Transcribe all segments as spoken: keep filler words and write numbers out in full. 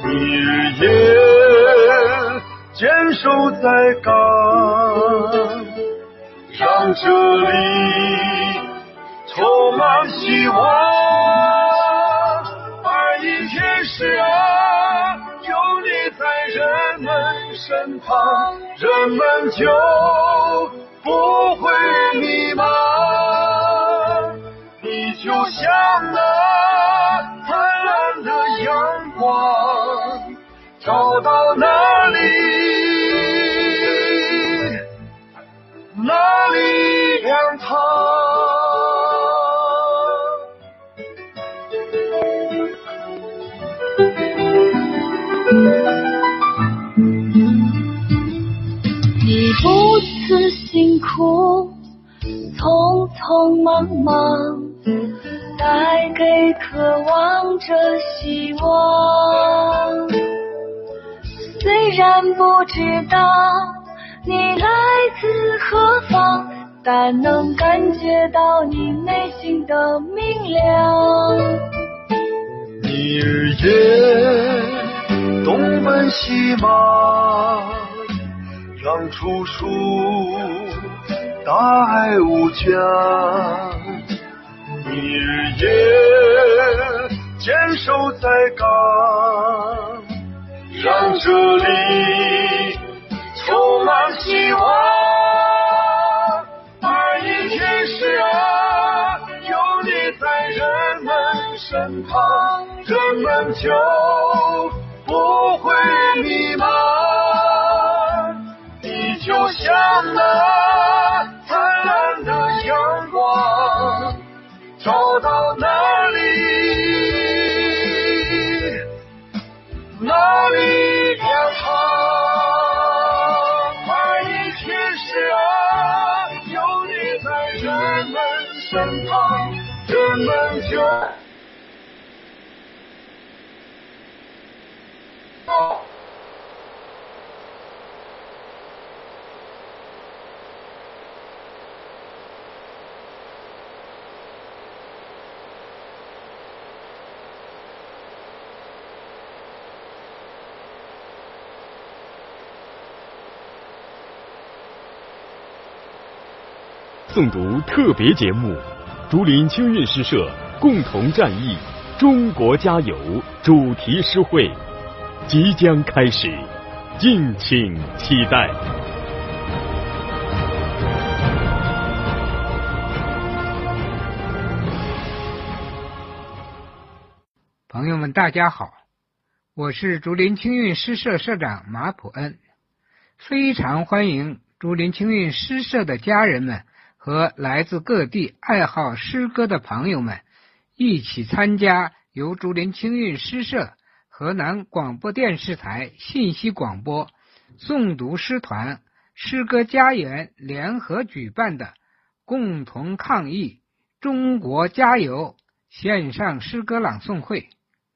你日夜坚守在岗，让这里充满希望。而一天是啊，有你在人们身旁，人们就不会迷茫。你就像那灿烂的阳光，照到哪里哪里亮堂。 你不辞辛苦，匆匆忙忙，带给渴望着希望。虽然不知道你来自何方，但能感觉到你内心的明亮。 你日夜东奔西忙，让处处大爱无疆。你日夜坚守在岗，让这里充满希望。而一天是啊，有你在人们身旁，人们就不会迷茫。你就像那灿烂的阳光，照到哪里哪里亮堂。而一天是啊，有你在人们身旁，人们就诵读特别节目，竹林清韵诗社共同战役，中国加油主题诗会即将开始，敬请期待。 朋友们大家好，我是竹林清韵诗社社长马普恩，非常欢迎竹林清韵诗社的家人们和来自各地爱好诗歌的朋友们一起参加由竹林清韵诗社、河南广播电视台信息广播、诵读诗团、诗歌家园联合举办的共同抗疫中国加油线上诗歌朗诵会。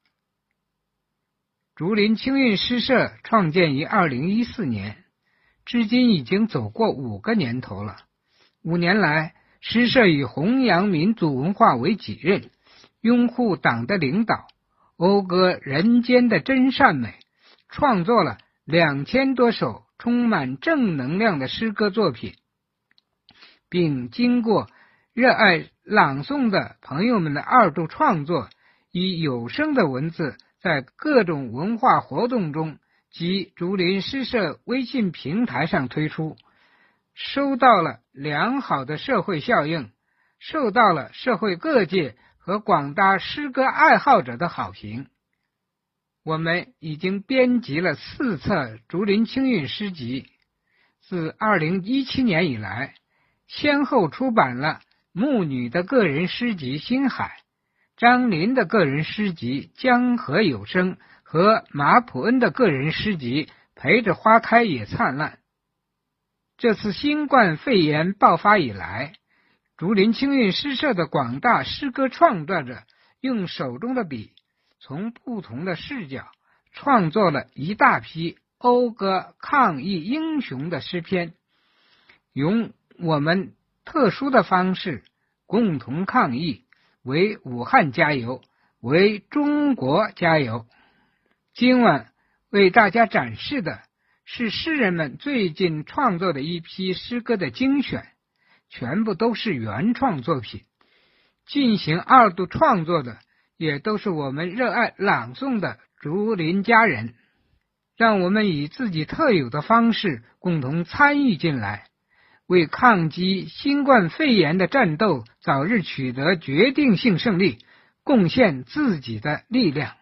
竹林清韵诗社创建于二零一四年，至今已经走过五个年头了。五年来，诗社以弘扬民族文化为己任，拥护党的领导，讴歌人间的真善美，创作了两千多首充满正能量的诗歌作品，并经过热爱朗诵的朋友们的二度创作，以有声的文字在各种文化活动中及竹林诗社微信平台上推出，收到了良好的社会效应，受到了社会各界和广大诗歌爱好者的好评。我们已经编辑了四册竹林清韵诗集，自二零一七年以来，先后出版了牧女的个人诗集《星海》，张林的个人诗集《江河有声》和马普恩的个人诗集《陪着花开也灿烂》。这次新冠肺炎爆发以来，竹林清韵诗社的广大诗歌创作者用手中的笔，从不同的视角创作了一大批讴歌抗疫英雄的诗篇，用我们特殊的方式共同抗疫，为武汉加油，为中国加油。 今晚为大家展示的是诗人们最近创作的一批诗歌的精选，全部都是原创作品。进行二度创作的也都是我们热爱朗诵的竹林家人，让我们以自己特有的方式共同参与进来，为抗击新冠肺炎的战斗早日取得决定性胜利贡献自己的力量。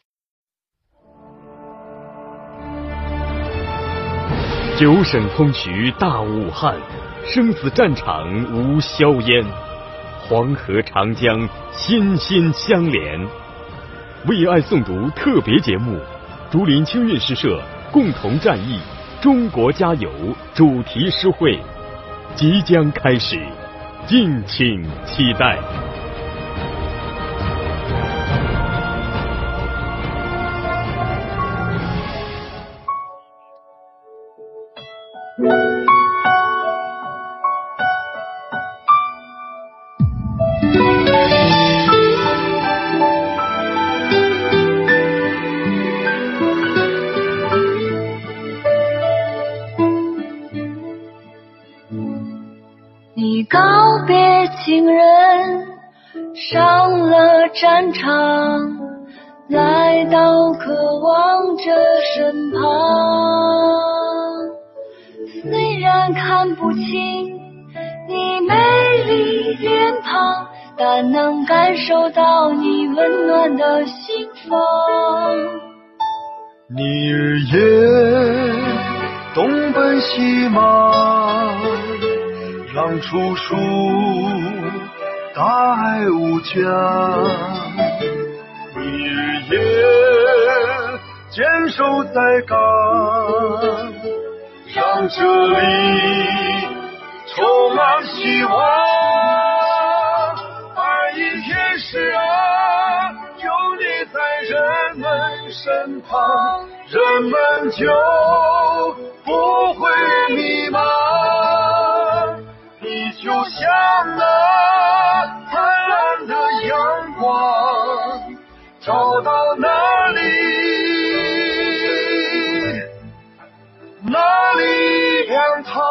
九省通衢大武汉，生死战场无硝烟，黄河长江心心相连。为爱诵读特别节目，竹林清韵诗社共同战役中国加油主题诗会即将开始，敬请期待。 你告别亲人，上了战场，来到渴望者身旁。虽然看不清你美丽脸庞，但能感受到你温暖的心房。 你日夜东奔西忙，让出书大爱无疆，你日夜坚守在岗，让这里充满希望。爱一天使啊，有你在人们身旁，人们就不会迷茫。就像那灿烂的阳光，照到哪里，哪里亮堂。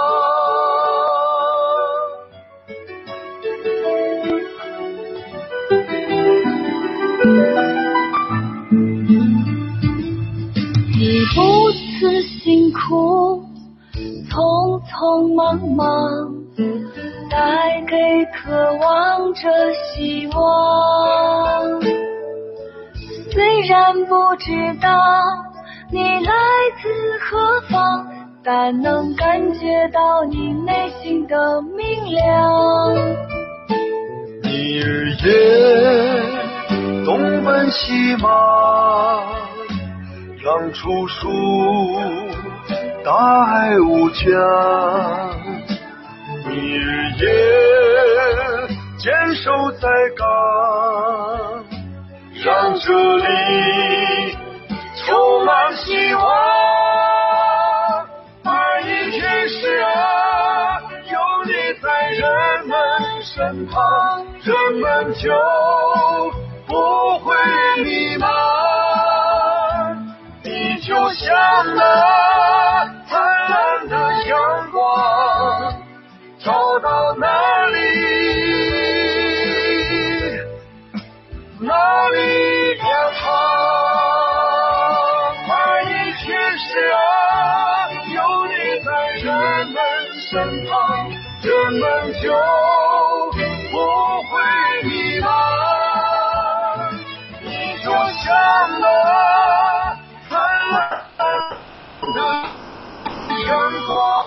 你不辞辛苦，匆匆忙忙，带给渴望着希望。虽然不知道你来自何方，但能感觉到你内心的明亮。 你日夜东奔西忙，让出书大爱无疆。你日夜坚守在岗，让这里充满希望。爱一天使啊，有你在人们身旁，人们就不会迷茫。你就像那灿烂的阳光，照到哪里，哪里亮堂。爱一天使啊，有你在人们身旁，人们就不会迷茫。你就像那灿烂的阳光，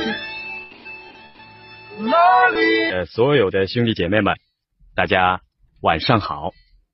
呃，所有的兄弟姐妹们，大家晚上好。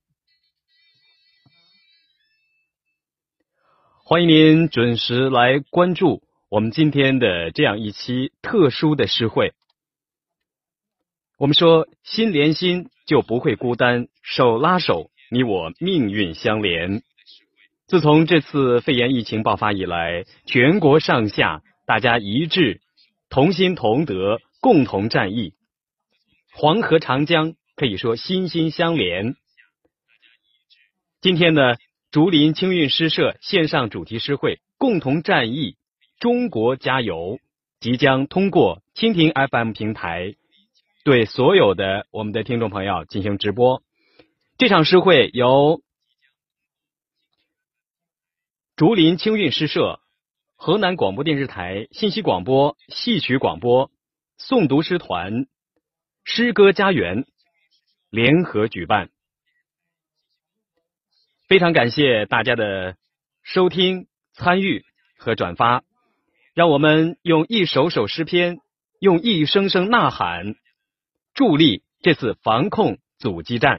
欢迎您准时来关注我们今天的这样一期特殊的诗会。我们说心连心就不会孤单，手拉手你我命运相连。自从这次肺炎疫情爆发以来，全国上下大家一致同心同德，共同战役。黄河长江可以说心心相连。今天呢，竹林清韵诗社线上主题诗会共同战役中国加油即将通过蜻蜓 F M 平台对所有的我们的听众朋友进行直播。这场诗会由竹林清韵诗社、河南广播电视台信息广播、戏曲广播、诵读诗团、诗歌家园联合举办。非常感谢大家的收听、参与和转发，让我们用一首首诗篇，用一声声呐喊，助力这次防控阻击战。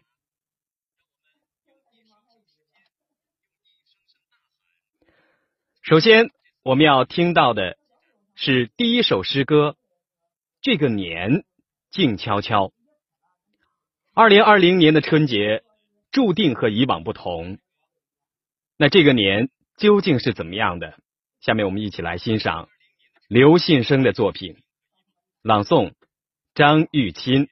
首先我们要听到的是第一首诗歌，这个年静悄悄。二零二零年的春节注定和以往不同，那这个年究竟是怎么样的？下面我们一起来欣赏刘信生的作品，朗诵张玉钦。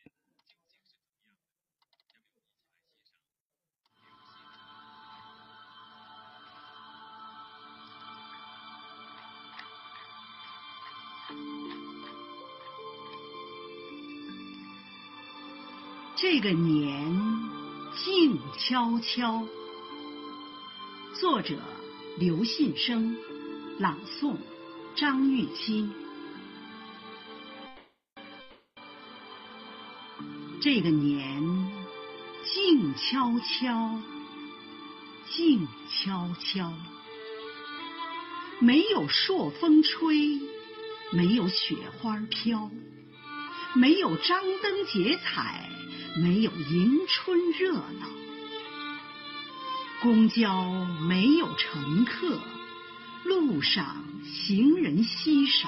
这个年静悄悄，作者刘信生，朗诵张玉钦。这个年静悄悄，静悄悄，没有朔风吹，没有雪花飘，没有张灯结彩，没有迎春热闹。公交没有乘客，路上行人稀少，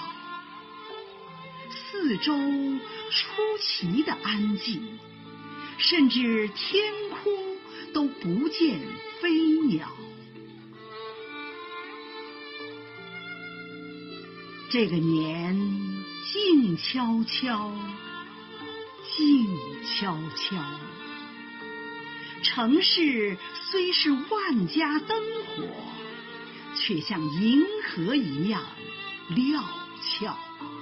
四周出奇的安静，甚至天空都不见飞鸟。这个年静悄悄，静悄悄，城市虽是万家灯火，却像银河一样料峭。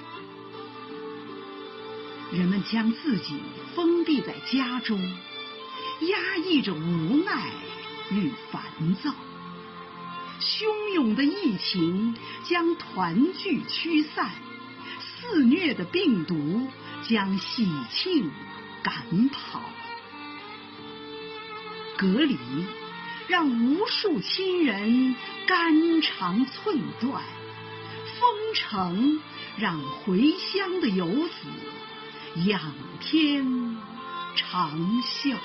人们将自己封闭在家中，压抑着无奈与烦躁。汹涌的疫情将团聚驱散，肆虐的病毒将喜庆赶跑。隔离让无数亲人肝肠寸断，封城让回乡的游子仰天长啸。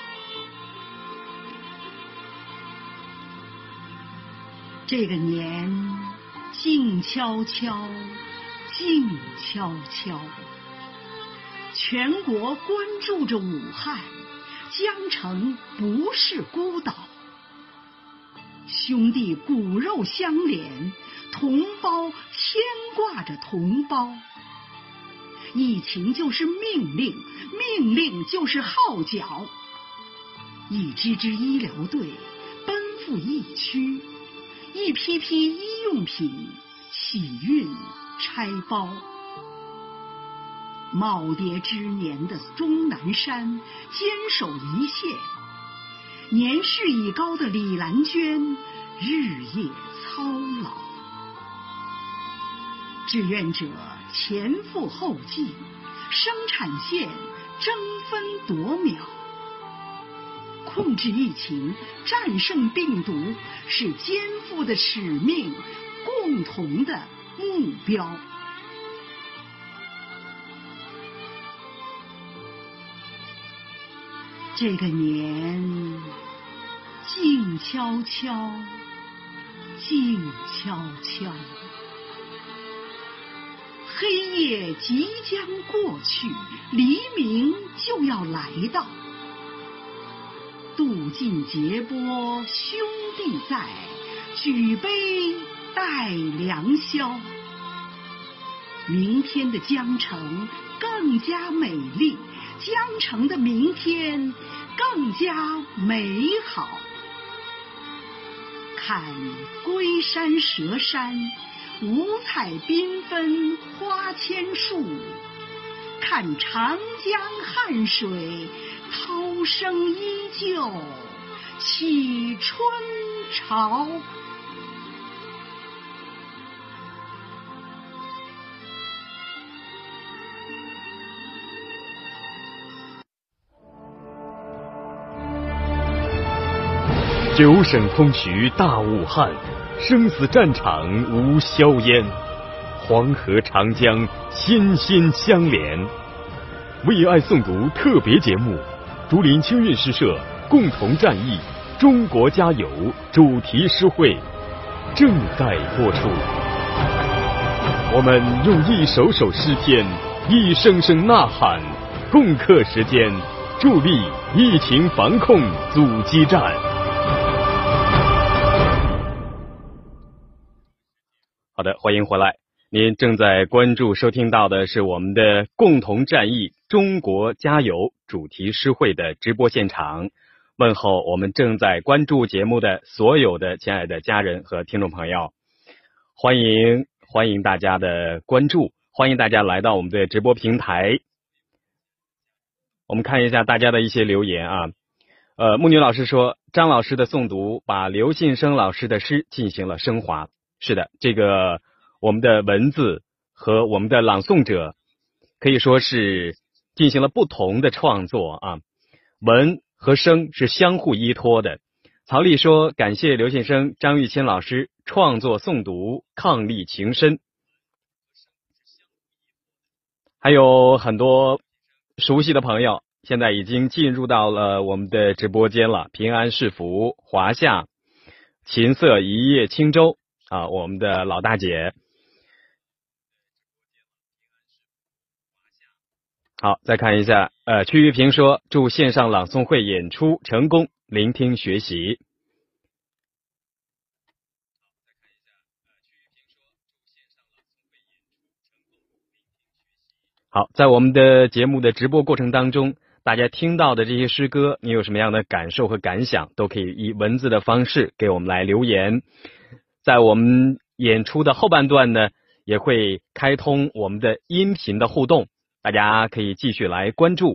这个年静悄悄，静悄悄，全国关注着武汉，江城不是孤岛。兄弟骨肉相连，同胞牵挂着同胞。疫情就是命令，命令就是号角。一支支医疗队奔赴疫区，一批批医用品喜运拆包。耄耋之年的钟南山坚守一线，年事已高的李兰娟日夜操劳。志愿者前赴后继，生产线争分夺秒。控制疫情，战胜病毒，是肩负的使命，共同的目标。 这个年，静悄悄，静悄悄，黑夜即将过去，黎明就要来到。渡尽劫波兄弟在，举杯待良宵。明天的江城更加美丽，江城的明天更加美好。看龟山蛇山，五彩缤纷花千树，看长江汉水，涛声依旧起春潮。 九省通衢大武汉，生死战场无硝烟，黄河长江心心相连。为爱诵读特别节目，竹林清韵诗社共同战役，中国加油主题诗会正在播出。我们用一首首诗篇，一声声呐喊，共克时艰，助力疫情防控阻击战。好的，欢迎回来。您正在关注收听到的是我们的共同战役中国加油主题诗会的直播现场。问候我们正在关注节目的所有的亲爱的家人和听众朋友，欢迎欢迎大家的关注，欢迎大家来到我们的直播平台。我们看一下大家的一些留言啊。呃，木女老师说，张老师的诵读把刘信生老师的诗进行了升华。是的，这个我们的文字和我们的朗诵者可以说是进行了不同的创作啊，文和声是相互依托的。曹丽说，感谢刘信生、张玉清老师创作诵读，伉俪情深。还有很多熟悉的朋友现在已经进入到了我们的直播间了，平安是福、华夏、琴瑟一叶轻舟啊，我们的老大姐。好，再看一下，呃，曲玉平说，祝线上朗诵会演出成功，聆听学习。好，在我们的节目的直播过程当中，大家听到的这些诗歌，你有什么样的感受和感想，都可以以文字的方式给我们来留言。在我们演出的后半段呢，也会开通我们的音频的互动，大家可以继续来关注。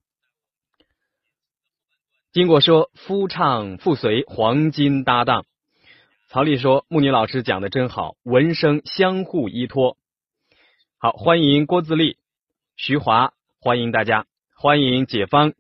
经过说，夫唱妇随，黄金搭档。曹丽说，木女老师讲的真好，文声相互依托。好，欢迎郭自立、徐华，欢迎大家，欢迎解方。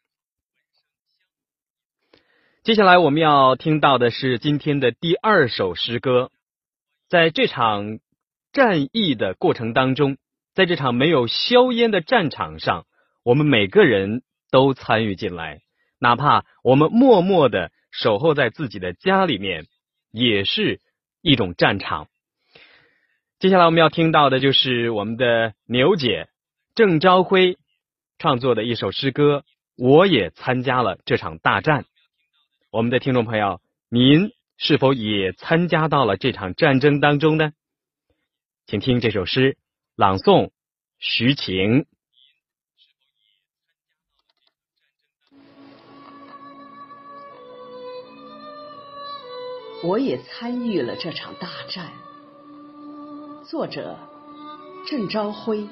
接下来我们要听到的是今天的第二首诗歌。在这场战役的过程当中，在这场没有硝烟的战场上，我们每个人都参与进来，哪怕我们默默地守候在自己的家里面，也是一种战场。接下来我们要听到的就是我们的牛姐郑朝辉创作的一首诗歌，我也参加了这场大战。我们的听众朋友，您是否也参加到了这场战争当中呢？请听这首诗，朗诵徐晴。 我也参与了这场大战。作者郑朝辉，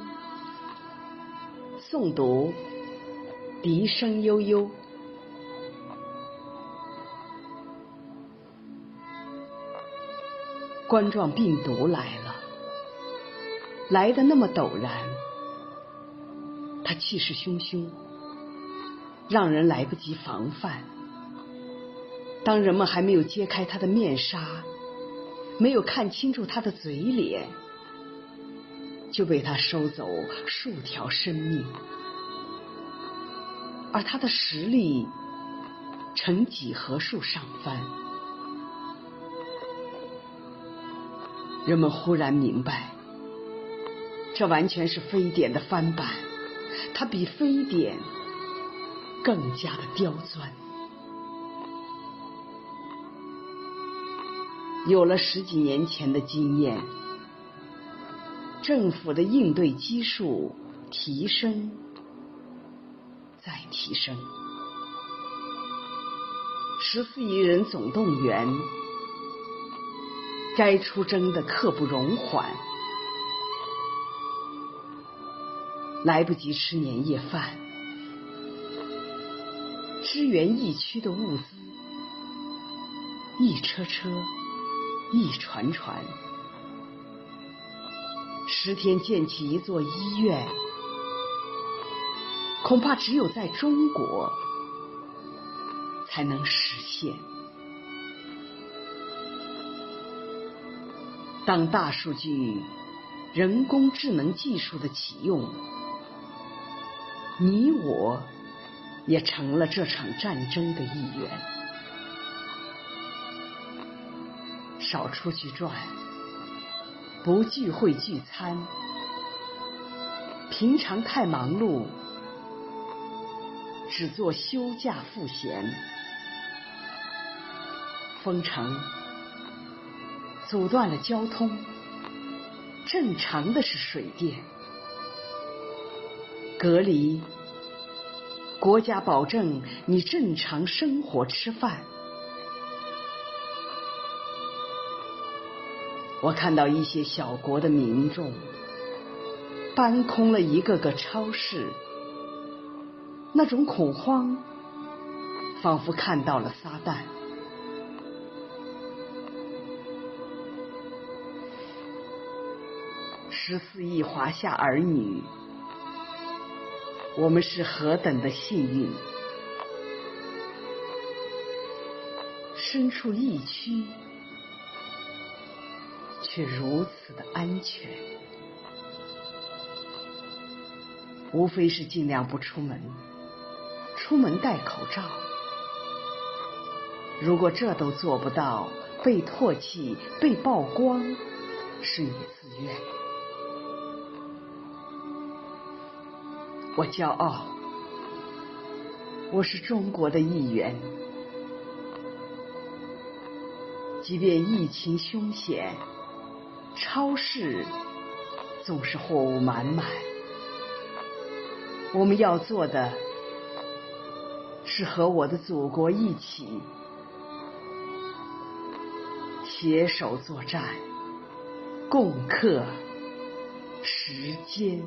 诵读笛声悠悠。冠状病毒来了，来得那么陡然，它气势汹汹，让人来不及防范。当人们还没有揭开它的面纱，没有看清楚它的嘴脸，就被它收走数条生命。 而他的实力呈几何数上翻。人们忽然明白，这完全是非典的翻版，它比非典更加的刁钻。有了十几年前的经验，政府的应对基数提升再提升，十四亿人总动员，该出征的刻不容缓，来不及吃年夜饭，支援疫区的物资一车车一船船，十天建起一座医院，恐怕只有在中国才能实现。当大数据、人工智能技术的启用，你我也成了这场战争的一员。少出去转，不聚会聚餐，平常太忙碌，只做休假赋闲。封城阻断了交通，正常的是水电。隔离，国家保证你正常生活吃饭。我看到一些小国的民众搬空了一个个超市，那种恐慌仿佛看到了撒旦。十四亿华夏儿女，我们是何等的幸运，身处疫区却如此的安全。无非是尽量不出门，出门戴口罩。如果这都做不到，被唾弃、被曝光，是你自愿。我骄傲，我是中国的一员。即便疫情凶险，超市总是货物满满。我们要做的是和我的祖国一起携手作战，共克时艰。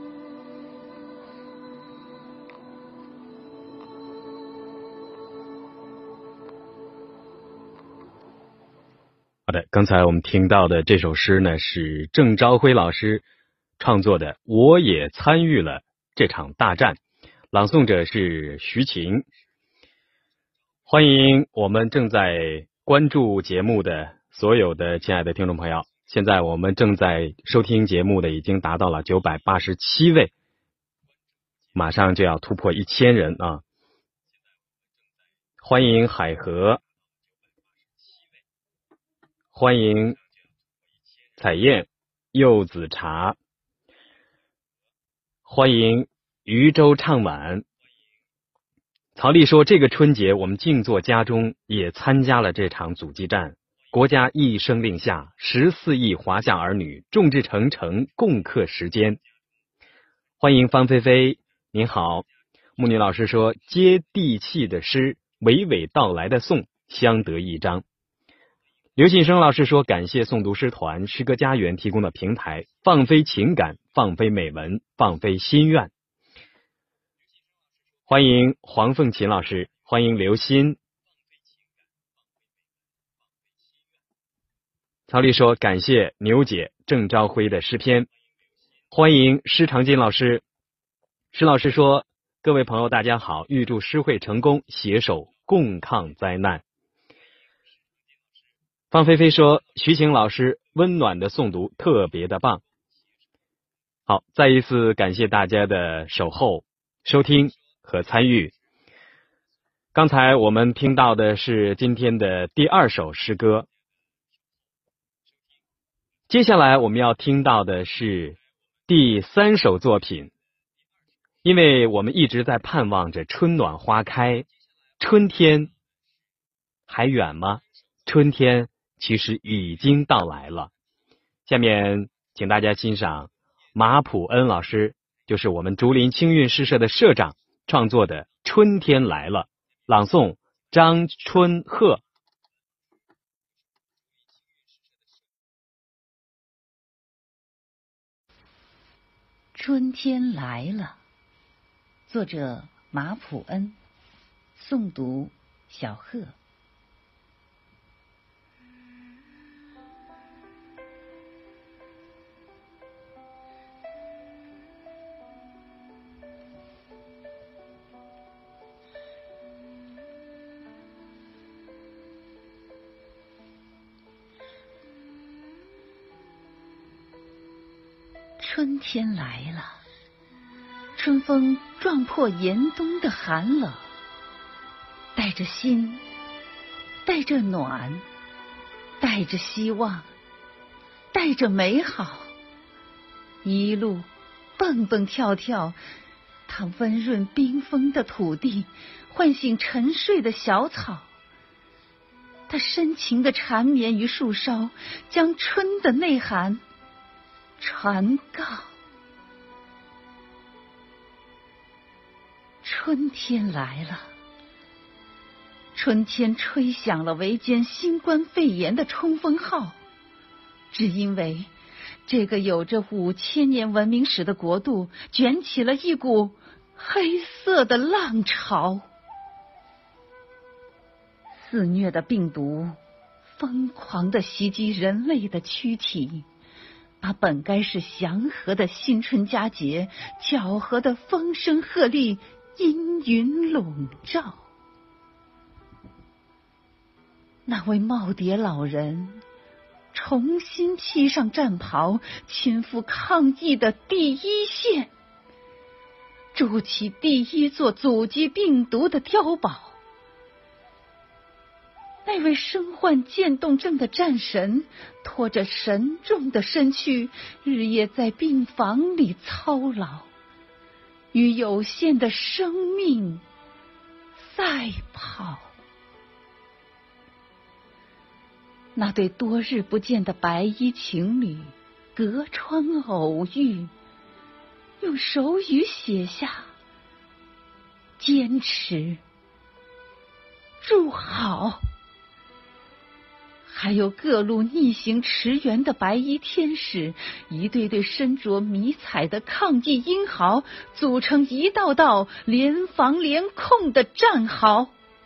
好的，刚才我们听到的这首诗呢，是郑朝晖老师创作的《我也参与了这场大战》，朗诵者是徐晴。欢迎我们正在关注节目的所有的亲爱的听众朋友，现在我们正在收听节目的已经达到了九百八十七位，马上就要突破一千人啊！欢迎海河，欢迎彩燕、柚子茶，欢迎渔舟唱晚。曹丽说，这个春节我们静坐家中，也参加了这场阻击战。国家一声令下，十四亿华夏儿女众志成城，共克时艰。欢迎方菲菲，您好。木女老师说，接地气的诗，娓娓道来的颂，相得益彰。刘信生老师说，感谢诵读诗团诗歌家园提供的平台，放飞情感，放飞美文，放飞心愿。欢迎黄凤琴老师，欢迎刘鑫。曹丽说，感谢牛姐郑朝晖的诗篇。欢迎施长金老师。施老师说，各位朋友大家好，预祝诗会成功，携手共抗灾难。方菲菲说，徐晴老师温暖的诵读特别的棒。好，再一次感谢大家的守候、收听和参与。刚才我们听到的是今天的第二首诗歌，接下来我们要听到的是第三首作品。因为我们一直在盼望着春暖花开，春天还远吗？春天其实已经到来了。下面请大家欣赏马普恩老师，就是我们竹林清韵诗社的社长创作的《春天来了》，朗诵张春鹤。 春天来了，作者马普恩，诵读小鹤。春天来了，春风撞破严冬的寒冷，带着心，带着暖，带着希望，带着美好，一路蹦蹦跳跳，它温润冰封的土地，唤醒沉睡的小草，它深情的缠绵于树梢，将春的内涵传告。春天来了，春天吹响了围歼新冠肺炎的冲锋号，只因为这个有着五千年文明史的国度卷起了一股黑色的浪潮。肆虐的病毒疯狂地袭击人类的躯体，把本该是祥和的新春佳节搅和的风声鹤唳，阴云笼罩。那位耄耋老人重新披上战袍，亲赴抗疫的第一线，筑起第一座阻击病毒的碉堡。那位身患渐冻症的战神拖着沉重的身躯，日夜在病房里操劳，与有限的生命赛跑。那对多日不见的白衣情侣隔窗偶遇，用手语写下坚持祝好。还有各路逆行驰援的白衣天使，一对对身着迷彩的抗疫英豪，组成一道道联防联控的战壕。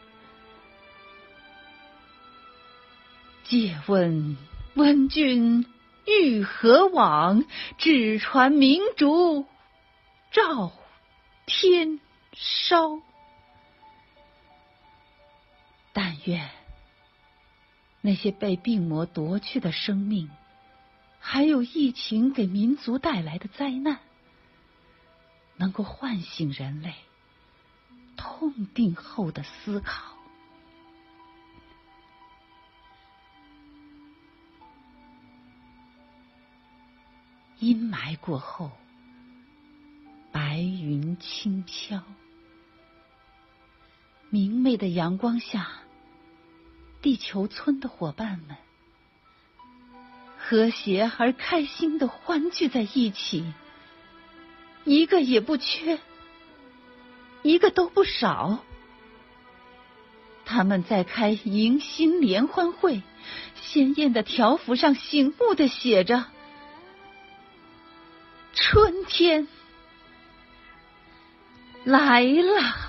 借问温君欲何往？只传明烛照天烧。但愿那些被病魔夺去的生命，还有疫情给民族带来的灾难，能够唤醒人类痛定后的思考。阴霾过后，白云轻飘，明媚的阳光下，地球村的伙伴们和谐而开心地欢聚在一起，一个也不缺，一个都不少。他们在开迎新联欢会，鲜艳的条幅上醒目地写着春天来了。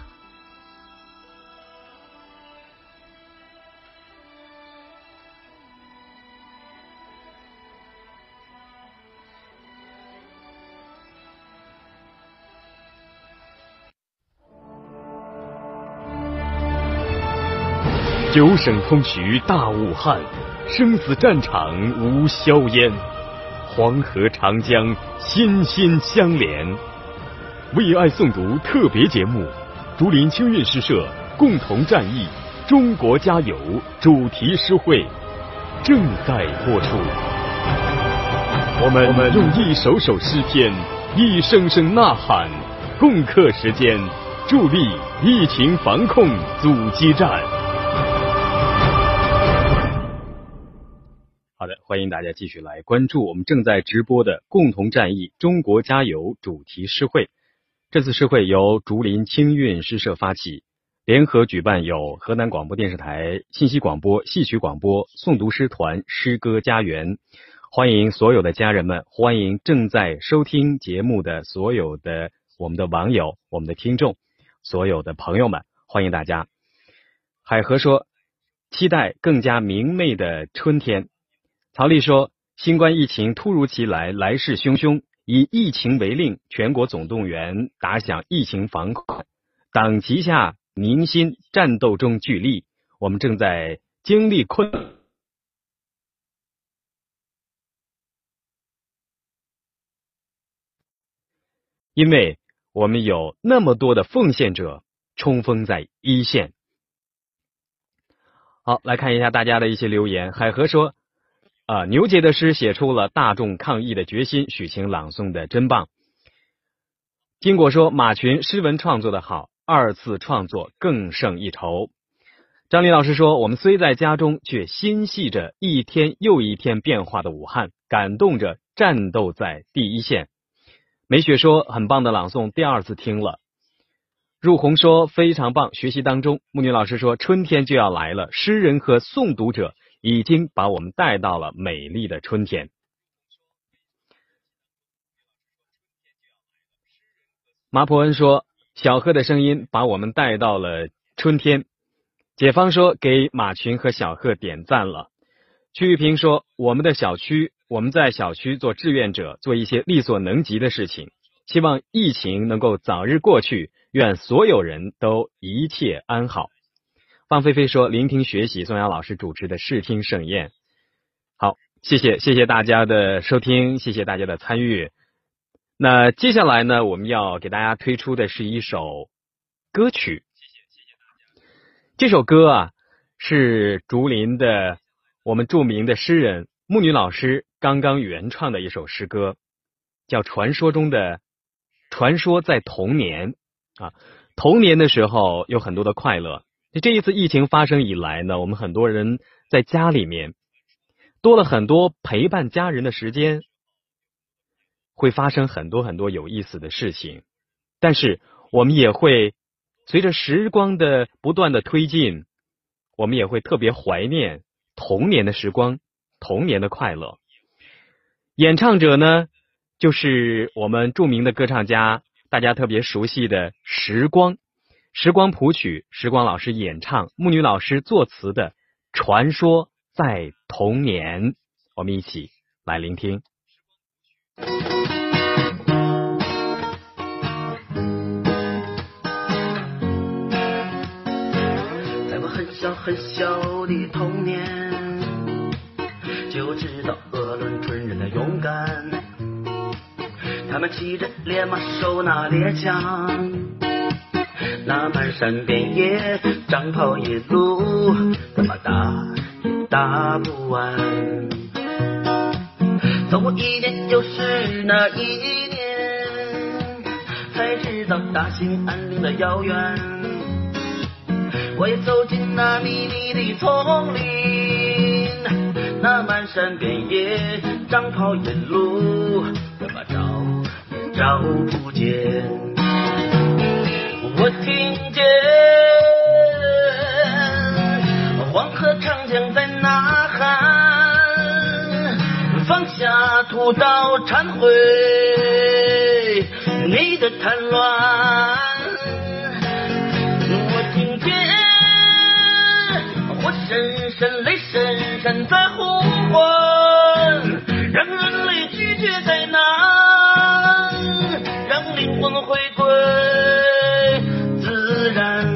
九省通衢大武汉，生死战场无硝烟，黄河长江心心相连。为爱诵读特别节目《 竹林清韵诗社共同战役中国加油主题诗会正在播出。我们用一首首诗篇，一声声呐喊，共克时艰，助力疫情防控阻击战。好的，欢迎大家继续来关注我们正在直播的共同战役中国加油主题诗会。这次诗会由竹林清韵诗社发起，联合举办有河南广播电视台信息广播、戏曲广播、诵读诗团、诗歌家园。欢迎所有的家人们，欢迎正在收听节目的所有的我们的网友、我们的听众，所有的朋友们，欢迎大家。海河说，期待更加明媚的春天。曹丽说，新冠疫情突如其来，来势汹汹，以疫情为令，全国总动员，打响疫情防控，党旗下凝心，战斗中聚力，我们正在经历困难。因为我们有那么多的奉献者冲锋在一线。好，来看一下大家的一些留言。海河说，啊、呃，牛杰的诗写出了大众抗疫的决心，许晴朗诵的真棒。金果说，马群诗文创作的好，二次创作更胜一筹。张林老师说，我们虽在家中，却心系着一天又一天变化的武汉，感动着战斗在第一线。梅雪说，很棒的朗诵，第二次听了。入红说，非常棒，学习当中。木女老师说，春天就要来了，诗人和诵读者已经把我们带到了美丽的春天。麻婆恩说，小贺的声音把我们带到了春天。解放说，给马群和小贺点赞了。曲玉平说，我们的小区我们在小区做志愿者，做一些力所能及的事情，希望疫情能够早日过去，愿所有人都一切安好。方菲菲说，聆听学习宋阳老师主持的视听盛宴。好，谢谢谢谢大家的收听，谢谢大家的参与。那接下来呢，我们要给大家推出的是一首歌曲。这首歌啊，是竹林的我们著名的诗人木女老师刚刚原创的一首诗歌，叫《传说中的传说在童年》啊。童年的时候有很多的快乐，这一次疫情发生以来呢，我们很多人在家里面多了很多陪伴家人的时间，会发生很多很多有意思的事情，但是我们也会随着时光的不断的推进，我们也会特别怀念童年的时光，童年的快乐。演唱者呢，就是我们著名的歌唱家，大家特别熟悉的时光。时光谱曲，时光老师演唱，木女老师作词的《传说在童年》，我们一起来聆听。 在我很小很小的童年，就知道鄂伦春人的勇敢，他们骑着烈马，手拿猎枪，那漫山遍野仗炮一路，怎么打也打不完。走过一年又是那一年，才知道大兴安岭的遥远。我也走进那密密的丛林，那漫山遍野仗炮一路，怎么找也找不见。我听见黄河长江在呐喊，放下屠刀忏悔你的贪乱。我听见火神神雷神神在呼唤，让人类拒绝灾难，让灵魂回归自然。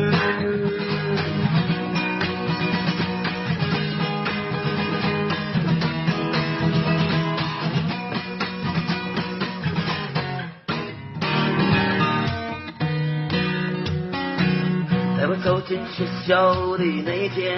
校的那天，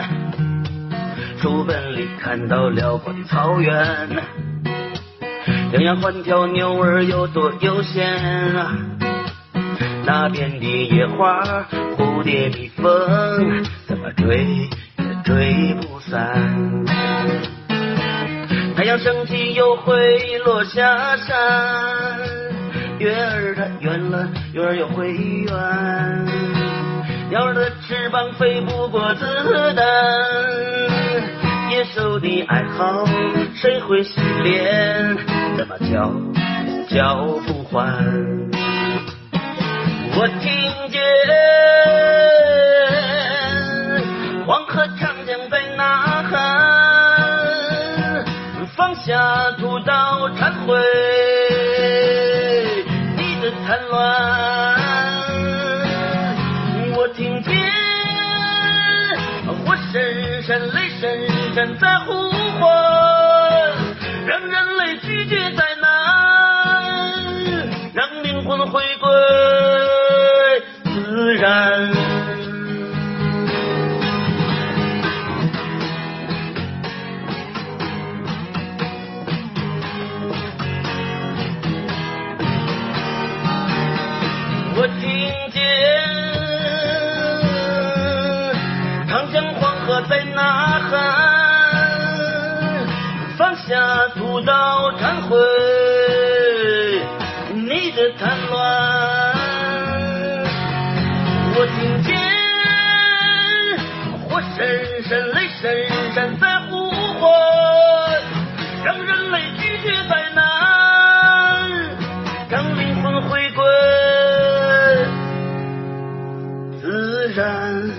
书本里看到辽阔的草原，羚羊环条牛儿有多悠闲啊，那边的野花蝴蝶蜜蜂怎么追也追不散，太阳升起又会落下山，月儿它圆了月儿又会圆，鸟儿的翅膀飞不过子弹，野兽的爱好谁会洗练，怎么叫叫不还，我听见黄河长江在呐喊，放下屠刀忏悔你的贪乱，我听见火神神雷神神在呼唤，让人类拒绝灾难，让灵魂回归自然。我听见长江黄河在呐喊，放下屠刀忏悔你的贪乱，我听见火神神雷神神在呼唤，让人类拒绝灾难，让灵魂回归自然。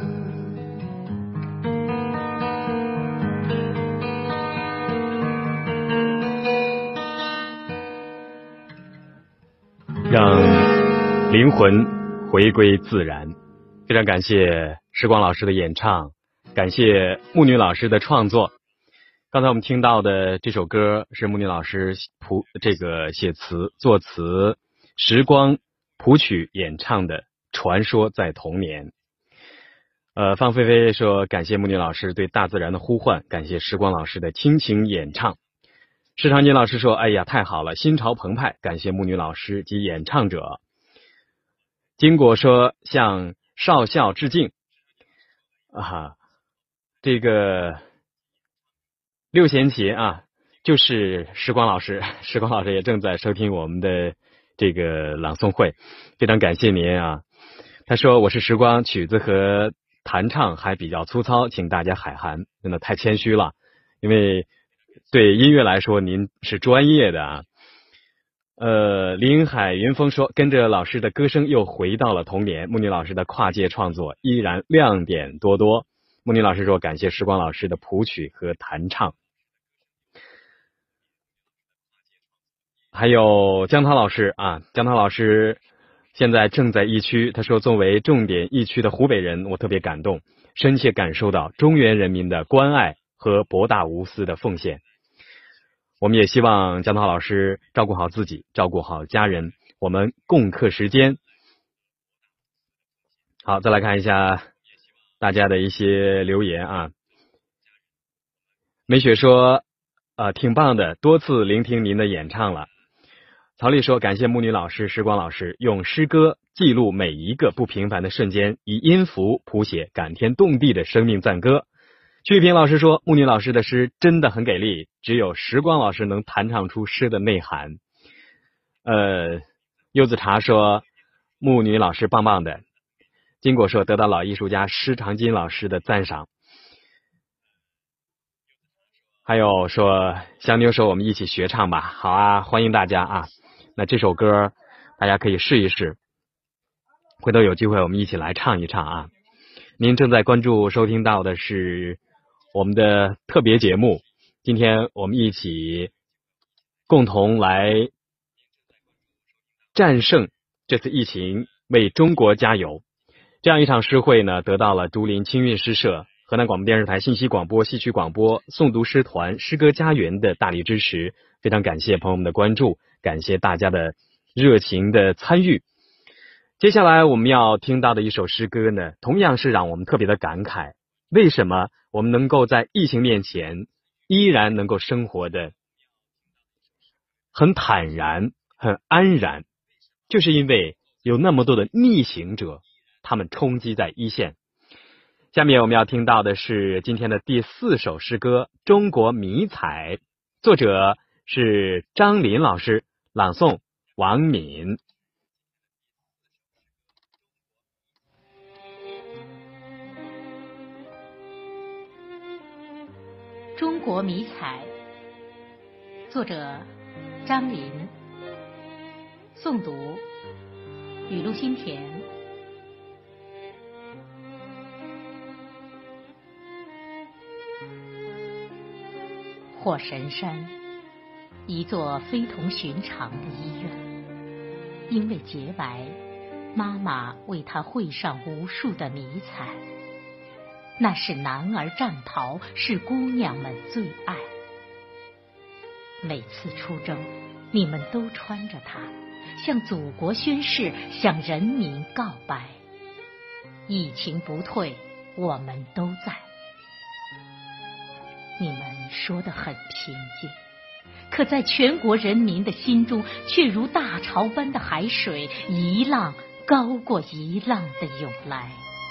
让灵魂回归自然。非常感谢时光老师的演唱，感谢木女老师的创作。刚才我们听到的这首歌是木女老师谱这个写词作词，时光谱曲演唱的《传说在童年》。呃，方菲菲说感谢木女老师对大自然的呼唤，感谢时光老师的倾情演唱。施长金老师说哎呀太好了，心潮澎湃，感谢木女老师及演唱者。金果说向少校致敬啊，这个六弦琴啊就是时光老师，时光老师也正在收听我们的这个朗诵会，非常感谢您啊。他说我是时光，曲子和弹唱还比较粗糙，请大家海涵，真的太谦虚了，因为对音乐来说您是专业的啊。呃，林海云峰说跟着老师的歌声又回到了童年，木女老师的跨界创作依然亮点多多。木女老师说感谢时光老师的谱曲和弹唱。还有江涛老师啊，江涛老师现在正在疫区，他说作为重点疫区的湖北人，我特别感动，深切感受到中原人民的关爱和博大无私的奉献。我们也希望江涛老师照顾好自己，照顾好家人，我们共克时艰。好，再来看一下大家的一些留言啊。美雪说呃，挺棒的，多次聆听您的演唱了。曹丽说感谢木女老师、时光老师用诗歌记录每一个不平凡的瞬间，以音符谱写感天动地的生命赞歌。曲平老师说木女老师的诗真的很给力，只有时光老师能弹唱出诗的内涵。呃，柚子茶说木女老师棒棒的。金果说得到老艺术家施长金老师的赞赏。还有说香妞说我们一起学唱吧，好啊，欢迎大家啊。那这首歌大家可以试一试，回头有机会我们一起来唱一唱啊。您正在关注收听到的是我们的特别节目，今天我们一起共同来战胜这次疫情，为中国加油。这样一场诗会呢，得到了竹林清韵诗社、河南广播电视台信息广播、戏曲广播、诵读诗团、诗歌家园的大力支持，非常感谢朋友们的关注，感谢大家的热情的参与。 接下来我们要听到的一首诗歌呢，同样是让我们特别的感慨。为什么我们能够在疫情面前依然能够生活的很坦然、很安然？就是因为有那么多的逆行者，他们冲击在一线。下面我们要听到的是今天的第四首诗歌《中国迷彩》，作者是张林老师，朗诵王敏。 中国迷彩，作者张林，诵读雨露心田。火神山，一座非同寻常的医院，因为洁白，妈妈为她绘上无数的迷彩。那是男儿战袍，是姑娘们最爱。每次出征，你们都穿着它，向祖国宣誓，向人民告白。疫情不退，我们都在。你们说得很平静，可在全国人民的心中，却如大潮般的海水，一浪高过一浪的涌来。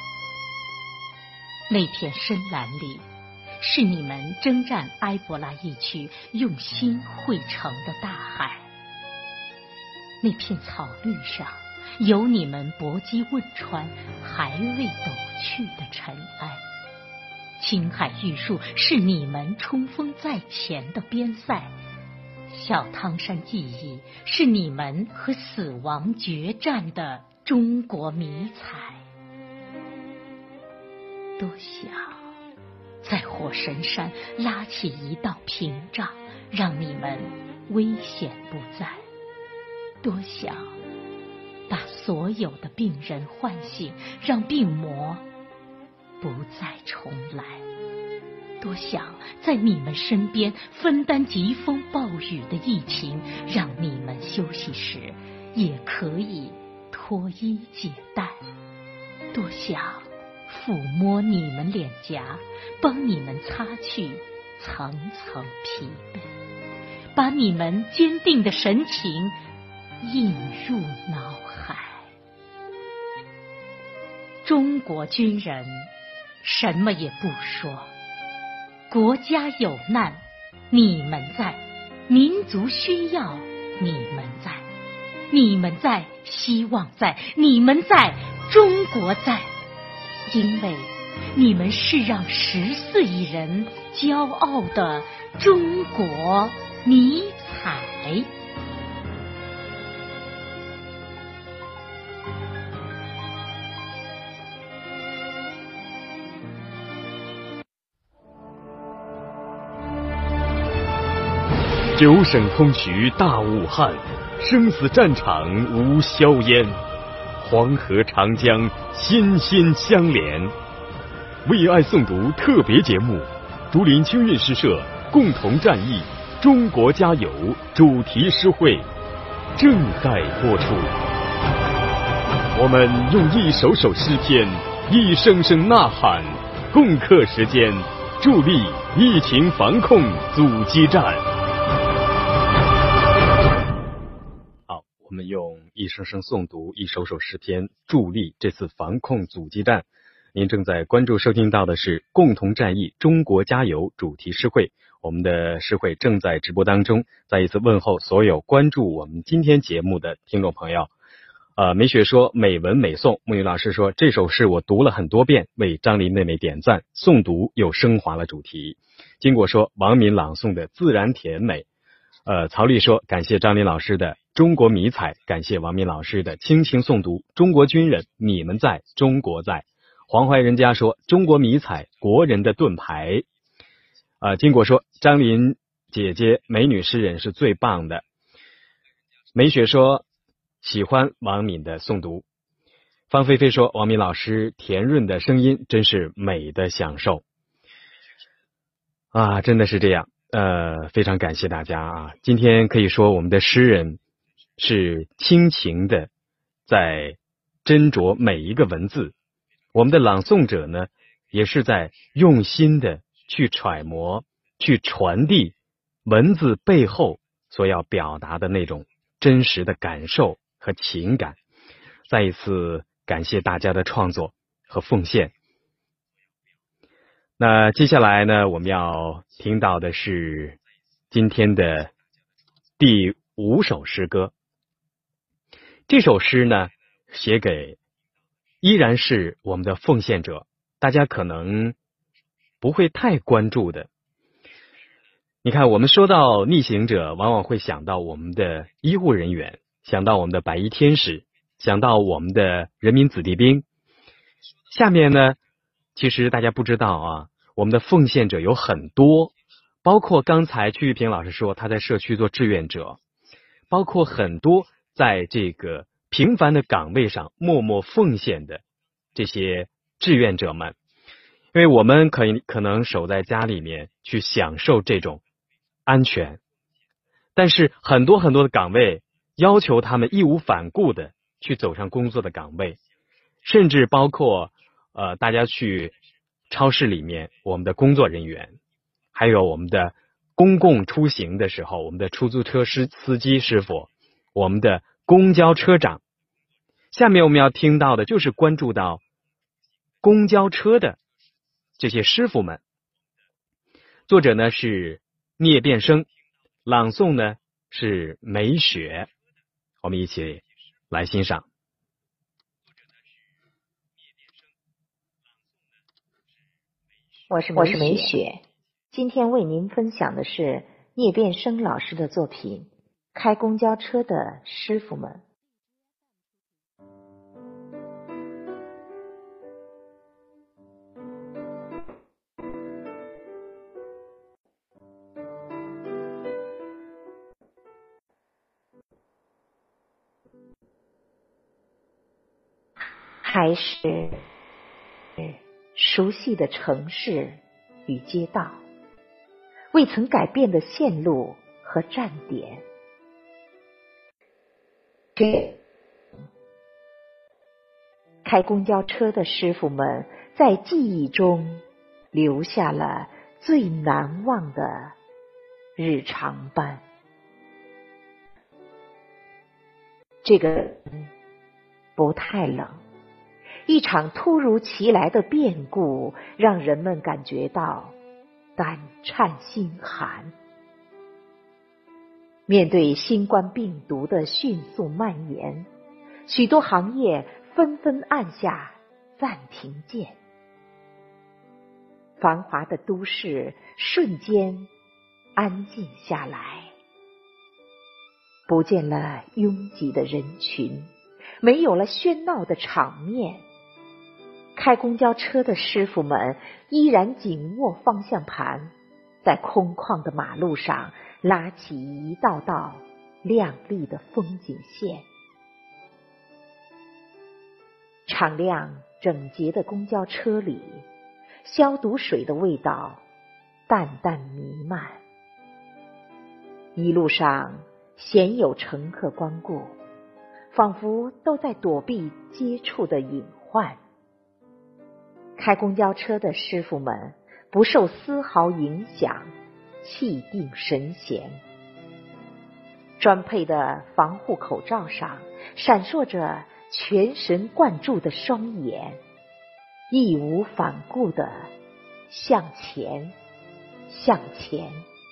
那片深蓝里，是你们征战埃博拉疫区用心绘成的大海。那片草绿上，有你们搏击汶川还未抖去的尘埃。青海玉树是你们冲锋在前的边塞，小汤山记忆是你们和死亡决战的中国迷彩。多想在火神山拉起一道屏障，让你们危险不在。多想把所有的病人唤醒，让病魔不再重来。多想在你们身边分担疾风暴雨的疫情，让你们休息时也可以脱衣解带。多想抚摸你们脸颊，帮你们擦去层层疲惫，把你们坚定的神情印入脑海。中国军人什么也不说，国家有难，你们在；民族需要，你们在；你们在，希望在；你们在，中国在。因为你们是让十四亿人骄傲的中国迷彩。 九省通衢大武汉，生死战场无硝烟。黄河长江心心相连，为爱诵读特别节目，竹林清韵诗社共同战役，中国加油主题诗会正在播出。我们用一首首诗篇，一声声呐喊，共克时艰，助力疫情防控阻击战。我们用一声声诵读，一首首诗篇，助力这次防控阻击战。您正在关注收听到的是共同战役中国加油主题诗会，我们的诗会正在直播当中。再一次问候所有关注我们今天节目的听众朋友。呃，梅雪说美文美诵，木鱼老师说这首诗我读了很多遍，为张林妹妹点赞，诵读又升华了主题。经过说王敏朗诵的自然甜美。呃，曹丽说感谢张林老师的中国迷彩，感谢王敏老师的倾情诵读，中国军人你们在，中国在。黄怀人家说中国迷彩，国人的盾牌。呃，经过说张林姐姐美女诗人是最棒的。梅雪说喜欢王敏的诵读。方菲菲说王敏老师甜润的声音真是美的享受啊，真的是这样。呃，非常感谢大家啊！今天可以说我们的诗人是倾情的在斟酌每一个文字，我们的朗诵者呢，也是在用心的去揣摩、去传递文字背后所要表达的那种真实的感受和情感。再一次感谢大家的创作和奉献。那接下来呢，我们要听到的是今天的第五首诗歌。这首诗呢，写给依然是我们的奉献者，大家可能不会太关注的。你看，我们说到逆行者，往往会想到我们的医护人员，想到我们的白衣天使，想到我们的人民子弟兵。下面呢，其实大家不知道啊，我们的奉献者有很多，包括刚才曲玉平老师说他在社区做志愿者，包括很多在这个平凡的岗位上默默奉献的这些志愿者们。因为我们可以可能守在家里面去享受这种安全，但是很多很多的岗位要求他们义无反顾的去走上工作的岗位，甚至包括呃大家去超市里面我们的工作人员，还有我们的公共出行的时候，我们的出租车司司机师傅，我们的公交车长。下面我们要听到的就是关注到公交车的这些师傅们。作者呢是聂变生，朗诵呢是梅雪。我们一起来欣赏。 我是我是梅雪，今天为您分享的是聂变生老师的作品《开公交车的师傅们》。还是熟悉的城市与街道，未曾改变的线路和站点。开公交车的师傅们在记忆中留下了最难忘的日常班。这个不太冷，一场突如其来的变故让人们感觉到胆颤心寒。面对新冠病毒的迅速蔓延，许多行业纷纷按下暂停键。繁华的都市瞬间安静下来，不见了拥挤的人群，没有了喧闹的场面。开公交车的师傅们依然紧握方向盘，在空旷的马路上拉起一道道亮丽的风景线。敞亮整洁的公交车里，消毒水的味道淡淡弥漫。一路上鲜有乘客光顾，仿佛都在躲避接触的隐患。开公交车的师傅们不受丝毫影响，气定神闲。专配的防护口罩上闪烁着全神贯注的双眼，义无反顾地向前，向前。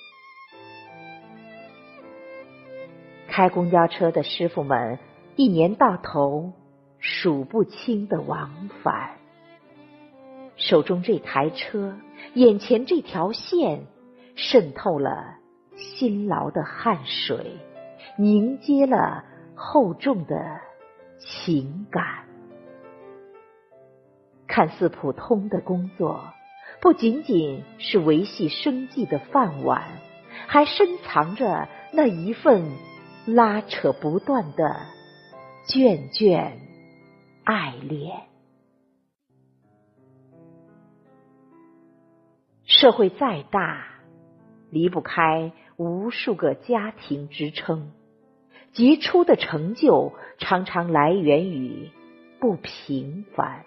开公交车的师傅们一年到头数不清的往返，手中这台车，眼前这条线，渗透了辛劳的汗水，凝结了厚重的情感。看似普通的工作，不仅仅是维系生计的饭碗，还深藏着那一份拉扯不断的眷眷爱恋。社会再大，离不开无数个家庭支撑，杰出的成就常常来源于不平凡。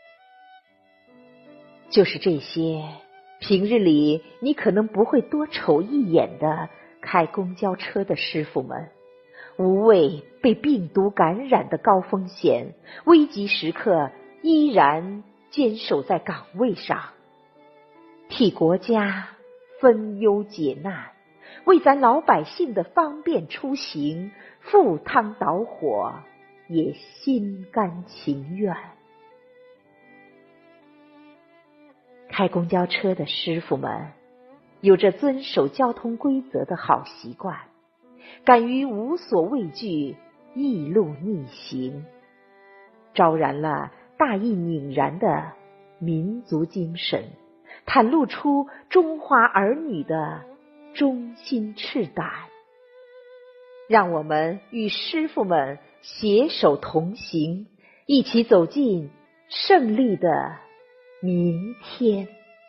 就是这些平日里你可能不会多瞅一眼的开公交车的师傅们，无畏被病毒感染的高风险，危急时刻依然坚守在岗位上，替国家分忧解难，为咱老百姓的方便出行赴汤蹈火，也心甘情愿。开公交车的师傅们有着遵守交通规则的好习惯，敢于无所畏惧，逆路逆行，招燃了大义凛然的民族精神，袒露出中华儿女的忠心赤胆。让我们与师傅们携手同行，一起走进胜利的明天。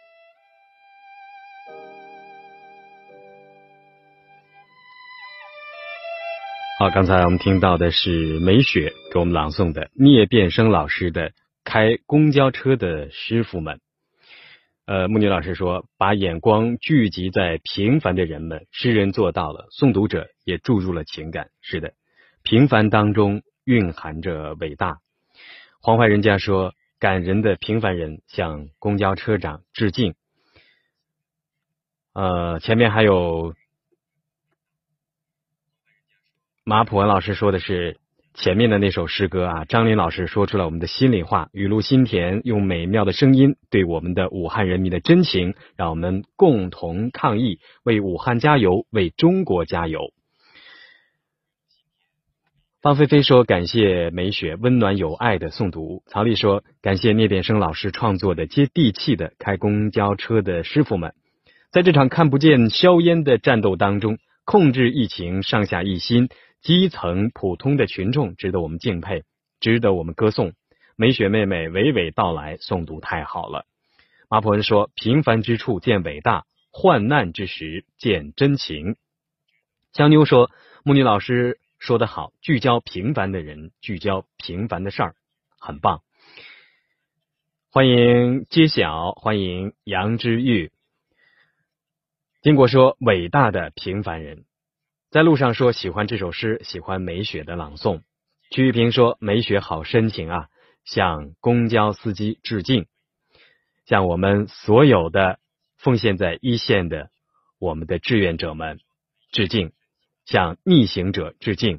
好，刚才我们听到的是梅雪给我们朗诵的聂变生老师的《开公交车的师傅们》。呃，木女老师说，把眼光聚集在平凡的人们，诗人做到了，诵读者也注入了情感。是的，平凡当中蕴含着伟大。黄怀人家说，感人的平凡人向公交车长致敬。呃，前面还有马普文老师说的是前面的那首诗歌啊，张林老师说出了我们的心里话，语录心田，用美妙的声音对我们的武汉人民的真情，让我们共同抗疫，为武汉加油，为中国加油。方菲菲说，感谢梅雪温暖有爱的诵读。曹丽说，感谢聂变生老师创作的接地气的开公交车的师傅们，在这场看不见硝烟的战斗当中，控制疫情上下一心，基层普通的群众值得我们敬佩，值得我们歌颂。梅雪妹妹娓娓道来，诵读太好了。马普恩说，平凡之处见伟大，患难之时见真情。江妞说，木女老师说得好，聚焦平凡的人，聚焦平凡的事儿，很棒。欢迎揭晓，欢迎杨之玉。经过说，伟大的平凡人。在路上说，喜欢这首诗，喜欢梅雪的朗诵。曲玉平说，梅雪好深情啊，向公交司机致敬，向我们所有的奉献在一线的我们的志愿者们致敬，向逆行者致敬。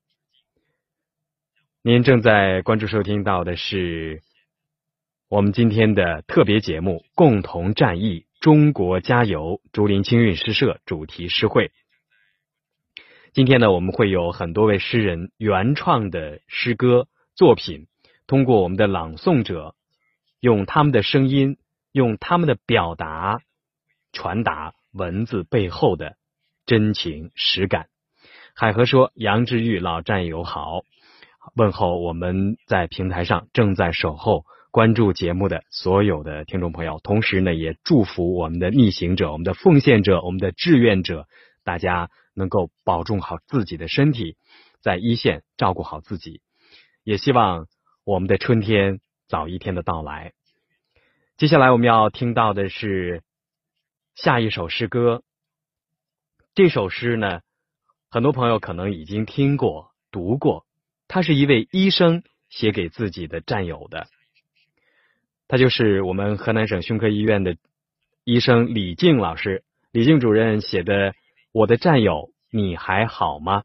您正在关注收听到的是我们今天的特别节目，共同战役，中国加油，竹林清韵诗社主题诗会。今天呢，我们会有很多位诗人原创的诗歌作品，通过我们的朗诵者，用他们的声音，用他们的表达，传达文字背后的真情实感。海河说，杨之玉老战友好，问候我们在平台上正在守候关注节目的所有的听众朋友，同时呢，也祝福我们的逆行者，我们的奉献者，我们的志愿者，大家能够保重好自己的身体，在一线照顾好自己，也希望我们的春天早一天的到来。接下来我们要听到的是下一首诗歌，这首诗呢，很多朋友可能已经听过读过，他是一位医生写给自己的战友的，他就是我们河南省胸科医院的医生李静老师，李静主任写的我的战友你还好吗？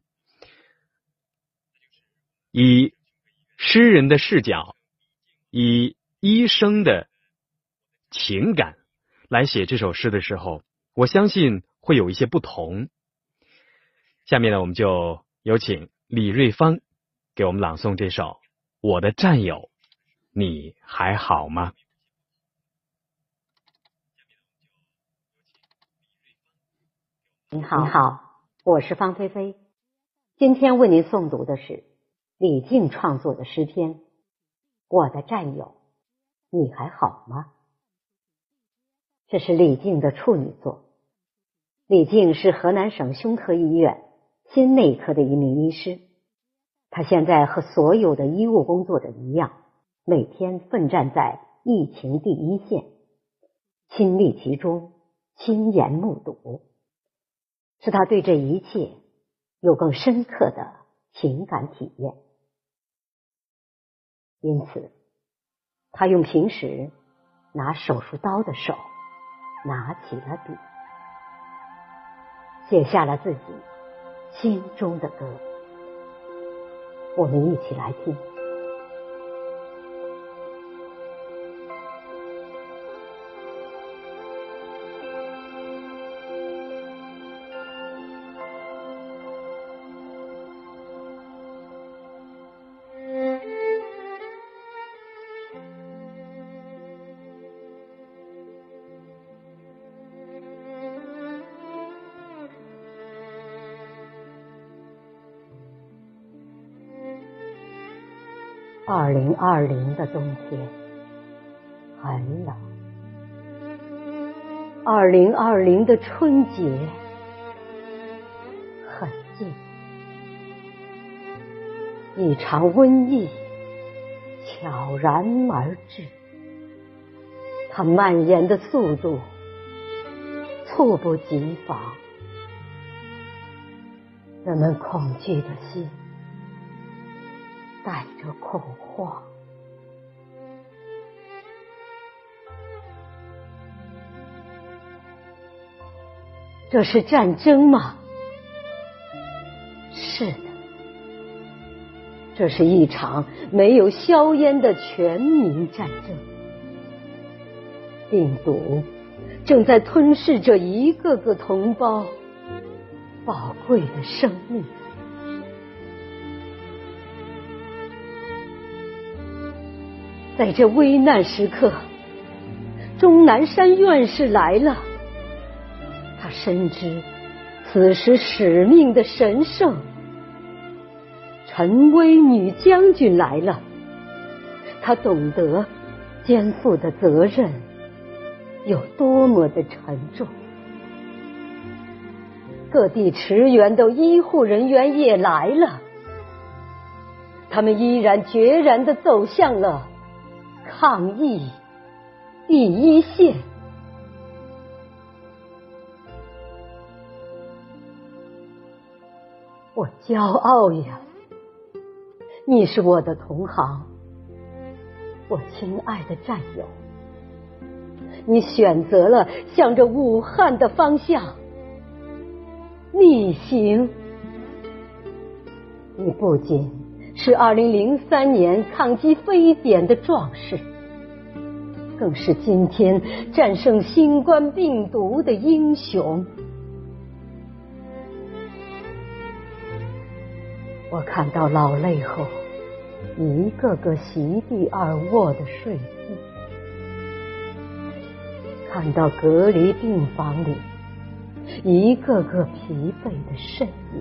以诗人的视角，以医生的情感来写这首诗的时候，我相信会有一些不同。下面呢，我们就有请李瑞芳给我们朗诵这首我的战友你还好吗？ 您好，您好，我是方菲菲。今天为您诵读的是李静创作的诗篇《我的战友，你还好吗》。这是李静的处女作。李静是河南省胸科医院心内科的一名医师，他现在和所有的医务工作者一样， 每天奋战在疫情第一线，亲历其中，亲眼目睹，使他对这一切有更深刻的情感体验。因此，他用平时拿手术刀的手拿起了笔，写下了自己心中的歌。我们一起来听。二零二零的冬天很冷，二零二零的春节很近，一场瘟疫悄然而至，它蔓延的速度猝不及防，人们恐惧的心带着恐慌。这是战争吗？是的，这是一场没有硝烟的全民战争。病毒正在吞噬着一个个同胞宝贵的生命。在这危难时刻，钟南山院士来了，他深知此时使命的神圣。陈薇女将军来了，她懂得肩负的责任有多么的沉重。各地驰援的医护人员也来了，他们依然决然地走向了抗疫第一线。我骄傲呀，你是我的同行，我亲爱的战友。你选择了向着武汉的方向逆行。你不仅是二零零三年抗击非典的壮士，更是今天战胜新冠病毒的英雄。我看到老泪后一个个席地而卧的睡姿，看到隔离病房里一个个疲惫的身影，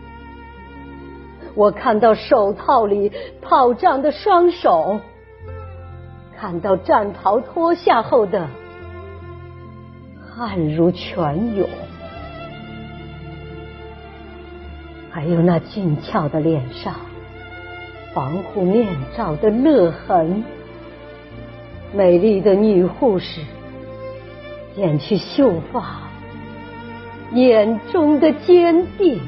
我看到手套里泡胀的双手，看到战袍脱下后的汗如泉涌，还有那俊俏的脸上防护面罩的勒痕。美丽的女护士剪去秀发，眼中的坚定。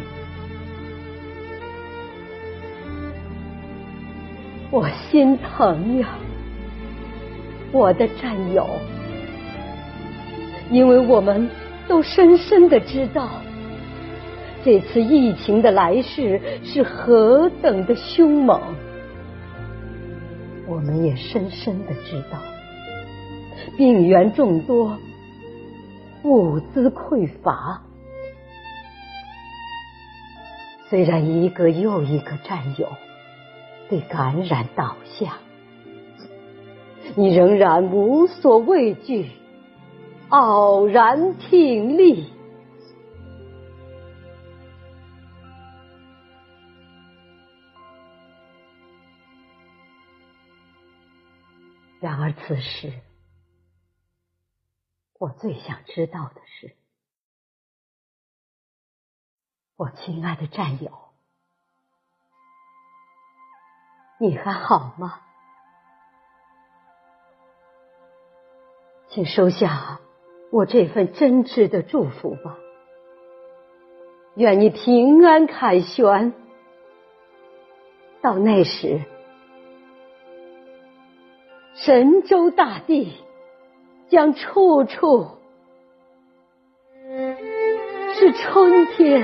我心疼呀，我的战友，因为我们都深深地知道这次疫情的来势是何等的凶猛。我们也深深地知道病源众多，物资匮乏。虽然一个又一个战友被感染倒下，你仍然无所畏惧，傲然挺立。然而此时，我最想知道的是，我亲爱的战友，你还好吗？ 请收下我这份真挚的祝福吧。愿你平安凯旋，到那时，神州大地将处处是春天。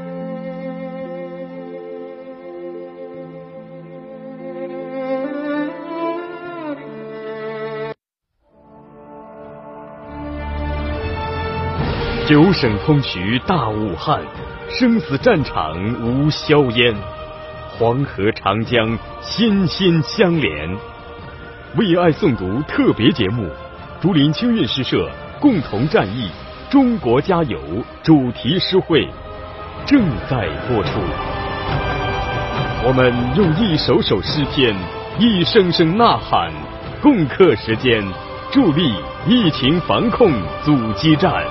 九省通衢大武汉，生死战场无硝烟，黄河长江心心相连。为爱诵读特别节目，竹林清韵诗社共同战役，中国加油主题诗会正在播出。我们用一首首诗篇，一声声呐喊，共克时艰，助力疫情防控阻击战。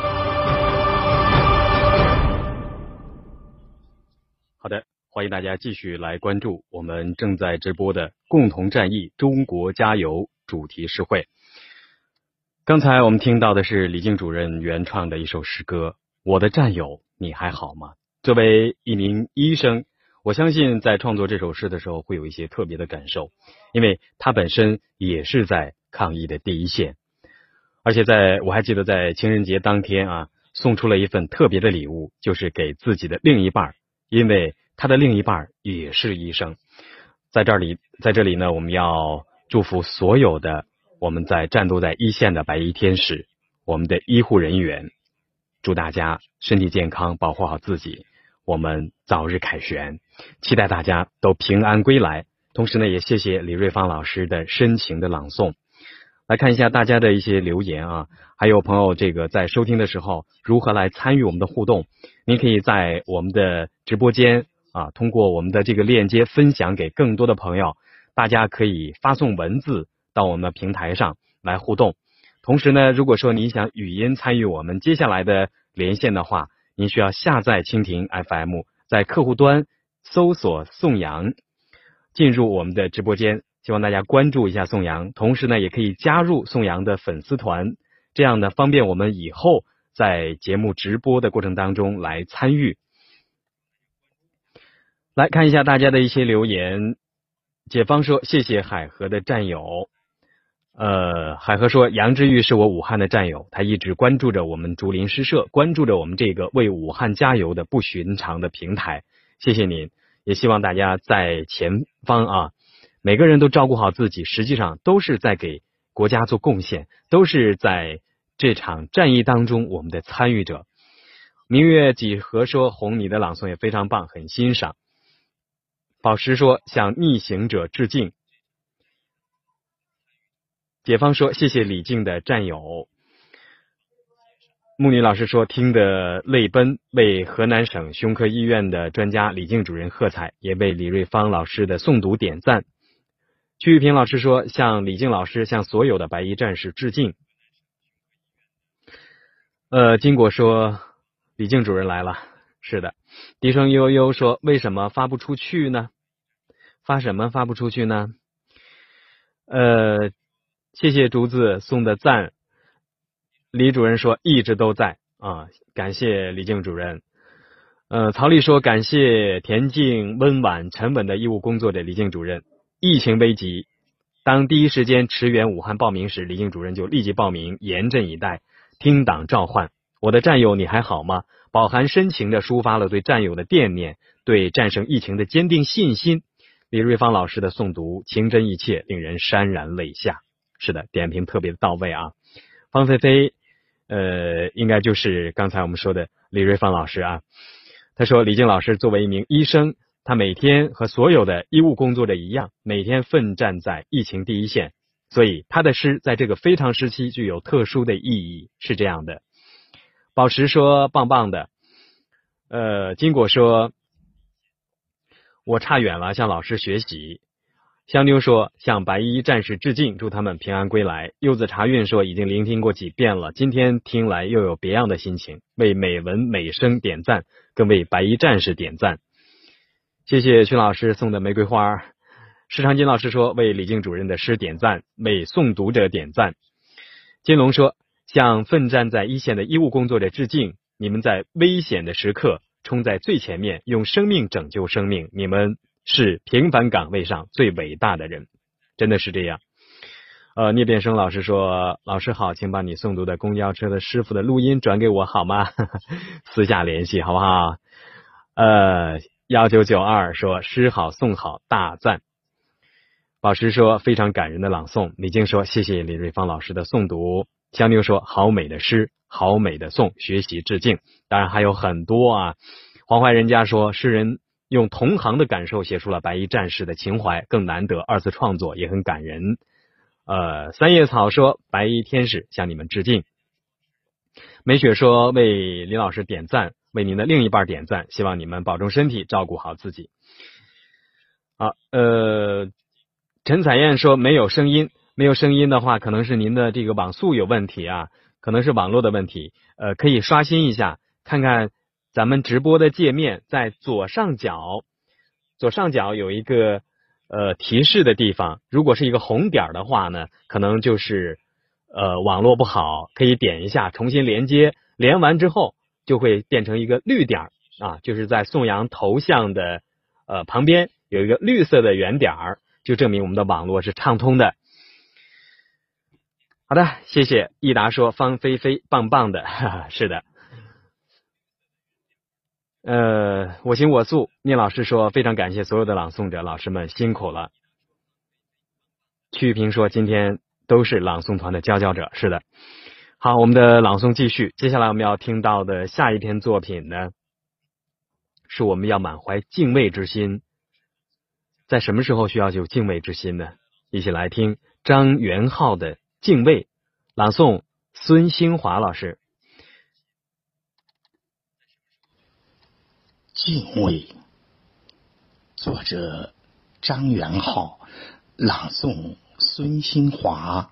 好的，欢迎大家继续来关注我们正在直播的共同战役中国加油主题诗会。刚才我们听到的是李静主任原创的一首诗歌，我的战友你还好吗？作为一名医生，我相信在创作这首诗的时候会有一些特别的感受，因为他本身也是在抗疫的第一线，而且在我还记得在情人节当天啊，送出了一份特别的礼物，就是给自己的另一半，因为他的另一半也是医生。在这里，在这里呢，我们要祝福所有的我们在战斗在一线的白衣天使，我们的医护人员，祝大家身体健康，保护好自己，我们早日凯旋，期待大家都平安归来。同时呢，也谢谢李瑞芳老师的深情的朗诵。来看一下大家的一些留言啊，还有朋友这个在收听的时候如何来参与我们的互动，您可以在我们的直播间啊，通过我们的这个链接分享给更多的朋友，大家可以发送文字到我们的平台上来互动。同时呢，如果说您想语音参与我们接下来的连线的话，您需要下载蜻蜓 F M， 在客户端搜索宋阳，进入我们的直播间，希望大家关注一下宋阳，同时呢也可以加入宋阳的粉丝团，这样呢方便我们以后在节目直播的过程当中来参与。来看一下大家的一些留言。解放说谢谢海河的战友，呃，海河说杨之玉是我武汉的战友，他一直关注着我们竹林诗社，关注着我们这个为武汉加油的不寻常的平台，谢谢您。也希望大家在前方啊，每个人都照顾好自己，实际上都是在给国家做贡献，都是在这场战役当中我们的参与者。明月几何说红你的朗诵也非常棒，很欣赏。宝石说向逆行者致敬。解放说谢谢李静的战友。木女老师说听得泪奔，为河南省胸科医院的专家李静主任喝彩，也为李瑞芳老师的诵读点赞。曲玉平老师说向李静老师向所有的白衣战士致敬。呃，金果说李静主任来了，是的。笛声悠悠说为什么发不出去呢？发什么发不出去呢？呃，谢谢竹子送的赞。李主任说一直都在啊，感谢李静主任。呃，曹丽说感谢恬静温婉沉稳的医务工作者李静主任。疫情危急，当第一时间驰援武汉报名时，李静主任就立即报名，严阵以待，听党召唤。我的战友你还好吗？饱含深情地抒发了对战友的惦念，对战胜疫情的坚定信心。李瑞芳老师的诵读情真意切，令人潸然泪下。是的，点评特别到位啊。方菲菲呃，应该就是刚才我们说的李瑞芳老师啊。他说李静老师作为一名医生，他每天和所有的医务工作者一样，每天奋战在疫情第一线，所以他的诗在这个非常时期具有特殊的意义，是这样的。宝石说棒棒的。呃，金果说我差远了，向老师学习。香妞说向白衣战士致敬，祝他们平安归来。柚子茶韵说已经聆听过几遍了，今天听来又有别样的心情，为美文美声点赞，更为白衣战士点赞。谢谢曲老师送的玫瑰花。石长金老师说为李静主任的诗点赞，为诵读者点赞。金龙说向奋战在一线的医务工作者致敬，你们在危险的时刻冲在最前面，用生命拯救生命，你们是平凡岗位上最伟大的人，真的是这样。呃，聂变生老师说，老师好，请把你诵读的公交车的师傅的录音转给我好吗？私下联系好不好？呃，一九九二说诗好颂好大赞。宝石说非常感人的朗诵。李静说谢谢李瑞芳老师的诵读。强牛说好美的诗，好美的颂，学习致敬。当然还有很多啊。黄怀人家说诗人用同行的感受写出了白衣战士的情怀，更难得，二次创作也很感人。呃，三叶草说白衣天使向你们致敬。美雪说为李老师点赞，为您的另一半点赞，希望你们保重身体，照顾好自己。好，呃，陈彩燕说没有声音，没有声音的话，可能是您的这个网速有问题啊，可能是网络的问题，呃，可以刷新一下，看看咱们直播的界面，在左上角，左上角有一个呃提示的地方，如果是一个红点的话呢，可能就是呃网络不好，可以点一下重新连接，连完之后就会变成一个绿点啊，就是在宋阳头像的呃旁边有一个绿色的圆点，就证明我们的网络是畅通的。好的，谢谢。益达说方菲菲棒棒的，哈哈，是的。呃，我行我素。聂老师说非常感谢所有的朗诵者，老师们辛苦了。曲玉平说今天都是朗诵团的佼佼者，是的。好，我们的朗诵继续。接下来我们要听到的下一篇作品呢，是我们要满怀敬畏之心。在什么时候需要有敬畏之心呢？一起来听张元浩的《敬畏》，朗诵孙兴华老师。 敬畏，作者张元浩，朗诵孙兴华。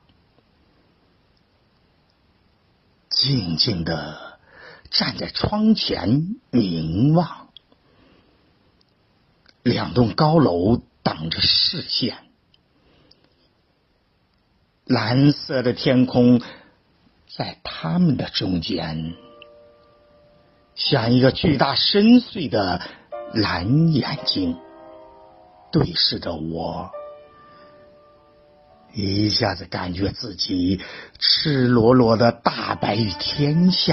静静地站在窗前凝望，两栋高楼挡着视线，蓝色的天空在他们的中间，像一个巨大深邃的蓝眼睛对视着我，一下子感觉自己赤裸裸的大白于天下。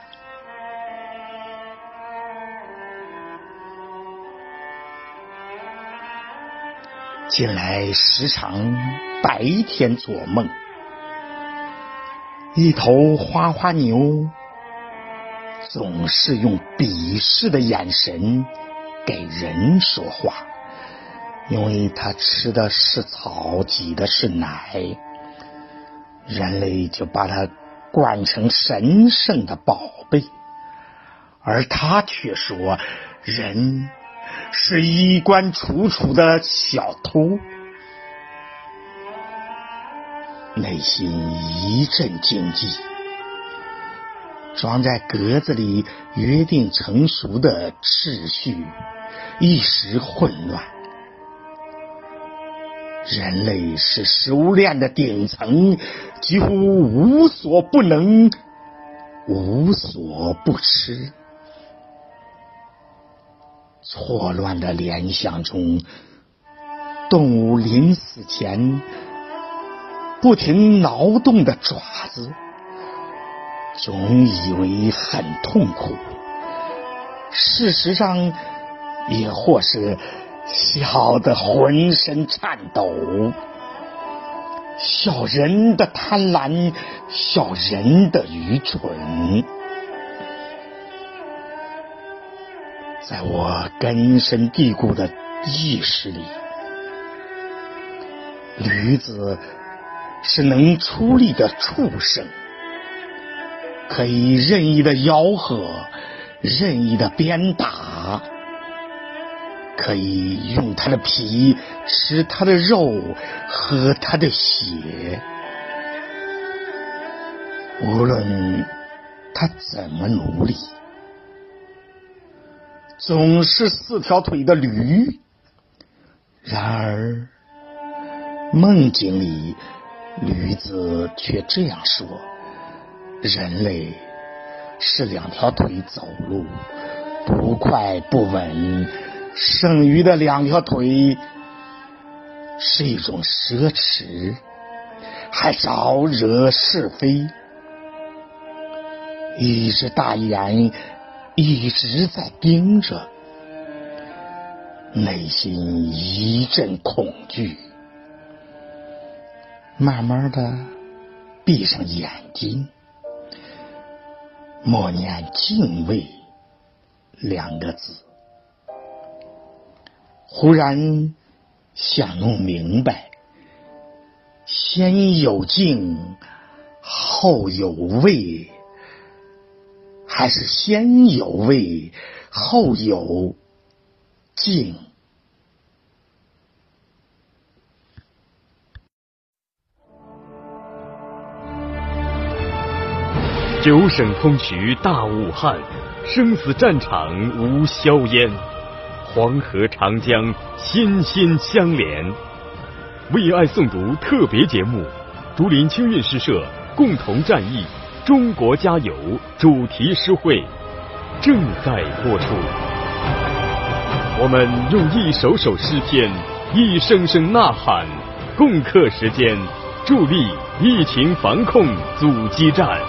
近来时常白天做梦，一头花花牛总是用鄙视的眼神给人说话，因为它吃的是草，挤的是奶，人类就把它惯成神圣的宝贝，而它却说人是衣冠楚楚的小偷。内心一阵惊悸，装在格子里约定成熟的秩序一时混乱。人类是食物链的顶层，几乎无所不能，无所不吃。错乱的联想中，动物临死前不停挠动的爪子，总以为很痛苦，事实上也或是笑得浑身颤抖，笑人的贪婪，笑人的愚蠢。在我根深蒂固的意识里，驴子是能出力的畜生，可以任意的吆喝，任意的鞭打，可以用它的皮吃它的肉，喝它的血。无论它怎么努力，总是四条腿的驴。然而梦境里驴子却这样说： 人类是两条腿走路，不快不稳，剩余的两条腿是一种奢侈，还招惹是非。一只大眼一直在盯着，内心一阵恐惧，慢慢的闭上眼睛，默念敬畏两个字。忽然想弄明白，先有敬后有畏，还是先有畏后有敬？ 九省通衢大武汉，生死战场无硝烟，黄河长江心心相连。为爱诵读特别节目，竹林清韵诗社共同战役，中国加油主题诗会正在播出。我们用一首首诗篇，一声声呐喊，共克时艰，助力疫情防控阻击战。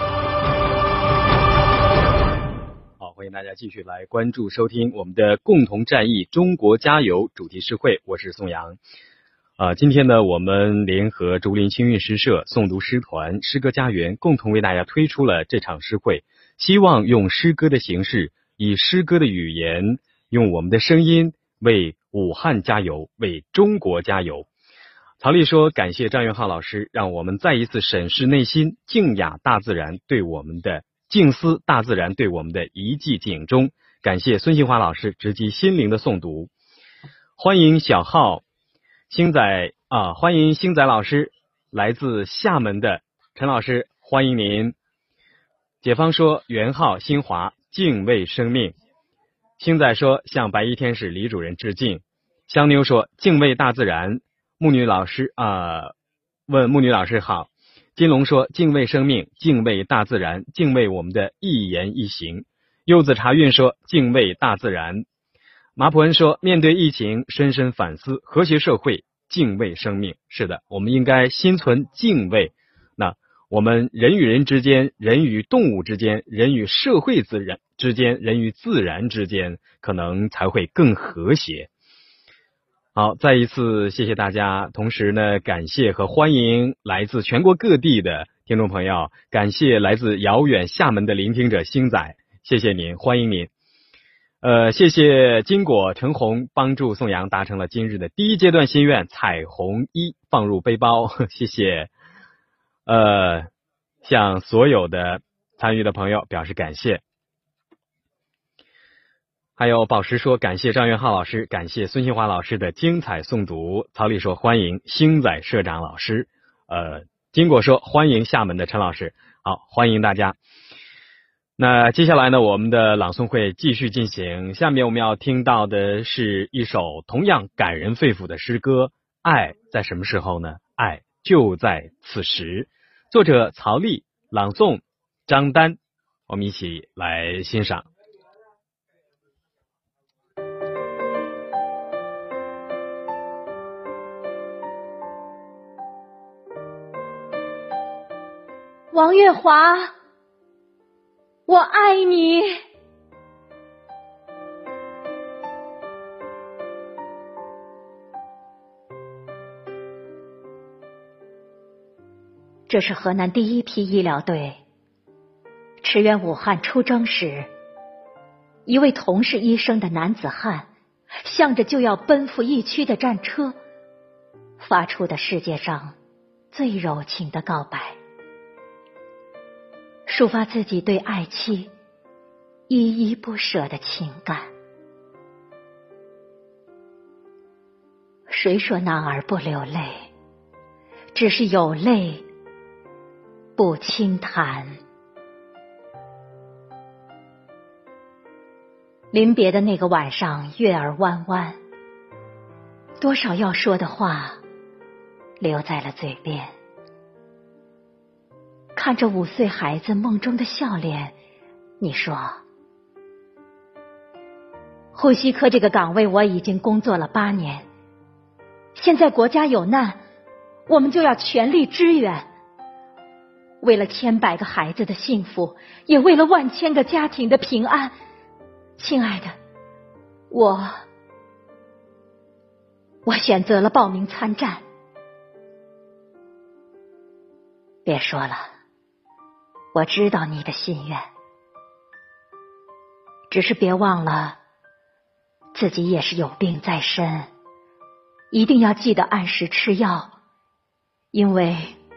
好，欢迎大家继续来关注收听我们的共同战役中国加油主题诗会，我是宋阳。啊，今天呢，我们联合竹林清韵诗社、诵读诗团、诗歌家园共同为大家推出了这场诗会，希望用诗歌的形式，以诗歌的语言，用我们的声音为武汉加油，为中国加油。曹丽说，感谢张元浩老师，让我们再一次审视内心，敬雅大自然对我们的静思，大自然对我们的一记警钟。感谢孙杏花老师直击心灵的诵读。欢迎小浩星仔啊，欢迎星仔老师，来自厦门的陈老师，欢迎您。解放说，元浩、新华敬畏生命。星仔说，向白衣天使李主任致敬。香妞说，敬畏大自然。木女老师啊、呃，问木女老师好。金龙说，敬畏生命，敬畏大自然，敬畏我们的一言一行。柚子茶韵说，敬畏大自然。马普恩说，面对疫情，深深反思和谐社会，敬畏生命。是的，我们应该心存敬畏。那我们人与人之间，人与动物之间，人与社会自然之间，人与自然之间，可能才会更和谐。好，再一次谢谢大家，同时呢，感谢和欢迎来自全国各地的听众朋友，感谢来自遥远厦门的聆听者星仔，谢谢您，欢迎您。呃，谢谢金果陈红帮助宋阳达成了今日的第一阶段心愿，彩虹一放入背包，谢谢。呃，向所有的参与的朋友表示感谢。还有宝石说，感谢张元浩老师，感谢孙杏华老师的精彩诵读。曹丽说，欢迎星仔社长老师。呃，金果说，欢迎厦门的陈老师。好，欢迎大家。那接下来呢，我们的朗诵会继续进行。下面我们要听到的是一首同样感人肺腑的诗歌，爱在什么时候呢？爱就在此时。作者曹丽，朗诵张丹。我们一起来欣赏。 王月华，我爱你。这是河南第一批医疗队驰援武汉出征时，一位同是医生的男子汉向着就要奔赴疫区的战车发出的世界上最柔情的告白，抒发自己对爱妻依依不舍的情感。谁说男儿不流泪？只是有泪不轻弹。临别的那个晚上，月儿弯弯，多少要说的话留在了嘴边。看看着五岁孩子梦中的笑脸，你说，呼吸科这个岗位我已经工作了八年，现在国家有难，我们就要全力支援。为了千百个孩子的幸福，也为了万千个家庭的平安，亲爱的，我我选择了报名参战。别说了，我知道你的心愿，只是别忘了自己也是有病在身，一定要记得按时吃药，因为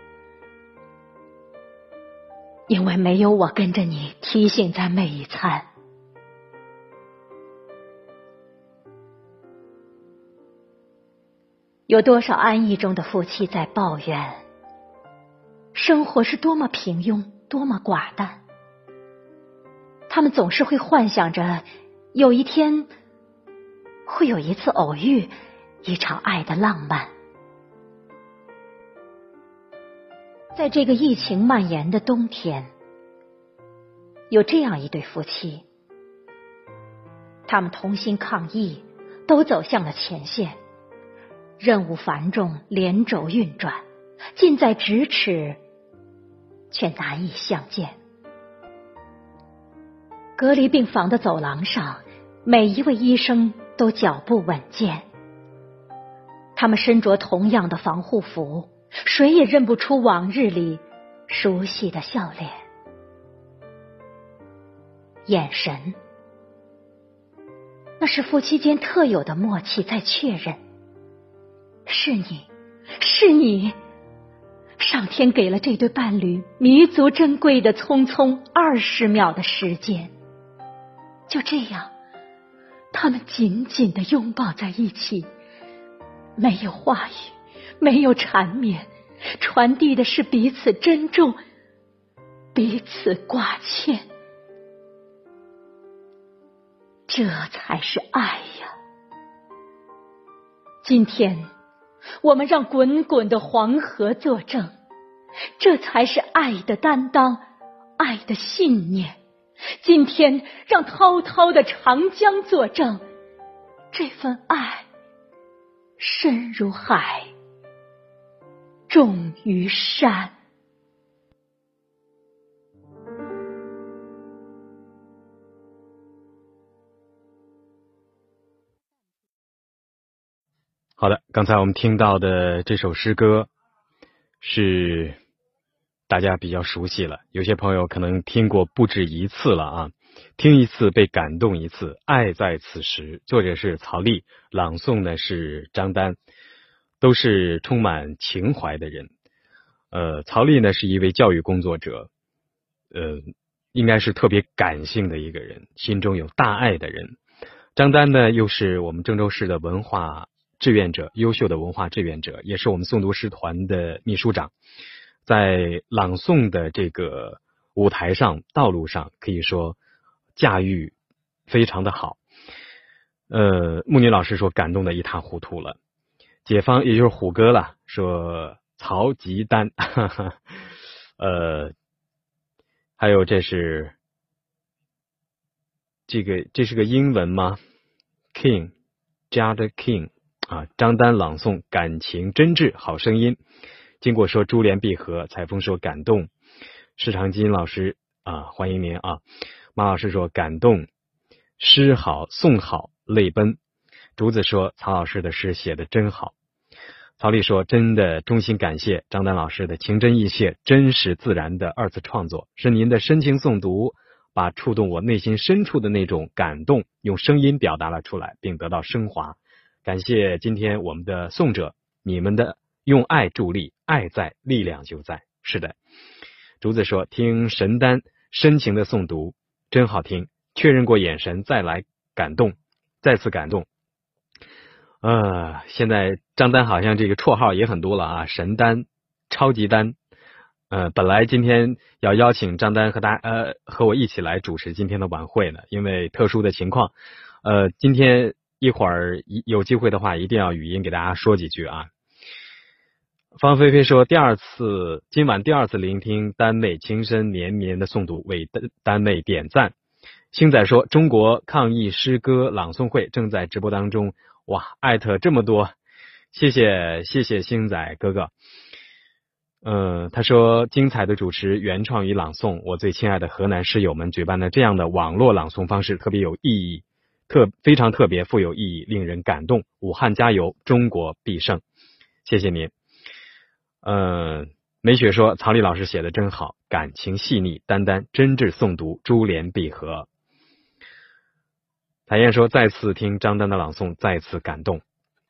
因为没有我跟着你提醒在每一餐。有多少安逸中的夫妻在抱怨生活是多么平庸，多么寡淡。他们总是会幻想着有一天会有一次偶遇，一场爱的浪漫。在这个疫情蔓延的冬天，有这样一对夫妻，他们同心抗疫，都走向了前线，任务繁重，连轴运转，近在咫尺，却难以相见。隔离病房的走廊上，每一位医生都脚步稳健，他们身着同样的防护服，谁也认不出往日里熟悉的笑脸。眼神，那是夫妻间特有的默契在确认，是你，是你，上天给了这对伴侣弥足珍贵的匆匆二十秒的时间。就这样，他们紧紧地拥抱在一起，没有话语，没有缠绵，传递的是彼此珍重，彼此挂牵。这才是爱呀！今天我们让滚滚的黄河作证，这才是爱的担当，爱的信念。今天让滔滔的长江作证，这份爱深如海，重于山。 好的，刚才我们听到的这首诗歌是大家比较熟悉了，有些朋友可能听过不止一次了啊，听一次被感动一次，爱在此时。作者是曹丽，朗诵呢是张丹，都是充满情怀的人。呃，曹丽呢是一位教育工作者，呃，应该是特别感性的一个人，心中有大爱的人。张丹呢又是我们郑州市的文化志愿者，优秀的文化志愿者，也是我们诵读诗团的秘书长。在朗诵的这个舞台上，道路上可以说驾驭非常的好。呃，木女老师说感动的一塌糊涂了。解放也就是虎哥了，说曹吉丹，哈哈，呃，还有这是这个这是个英文吗 ？King， 加的 King 啊，张丹朗诵感情真挚，好声音。经过说珠联璧合，采风说感动，施长金老师啊，欢迎您啊。马老师说感动，诗好颂好泪奔。竹子说曹老师的诗写得真好。曹丽说真的衷心感谢张丹老师的情真意切、真实自然的二次创作，是您的深情诵读把触动我内心深处的那种感动用声音表达了出来，并得到升华。感谢今天我们的诵者，你们的用爱助力，爱在，力量就在。是的，竹子说听神丹深情的诵读真好听，确认过眼神再来感动，再次感动。呃，现在张丹好像这个绰号也很多了啊，神丹、超级丹。呃，本来今天要邀请张丹和大呃和我一起来主持今天的晚会呢，因为特殊的情况，呃，今天一会儿有机会的话，一定要语音给大家说几句啊。 方菲菲说，第二次今晚第二次聆听丹妹情深绵绵的诵读，为丹妹点赞。星仔说，中国抗疫诗歌朗诵会正在直播当中。哇，艾特这么多，谢谢谢谢星仔哥哥。嗯、呃，他说精彩的主持、原创与朗诵，我最亲爱的河南诗友们举办的这样的网络朗诵方式特别有意义，特非常特别，富有意义，令人感动。武汉加油，中国必胜！谢谢您。嗯、呃，梅雪说，曹丽老师写的真好，感情细腻，单单真挚诵读，珠联璧合。彩燕说，再次听张丹的朗诵，再次感动。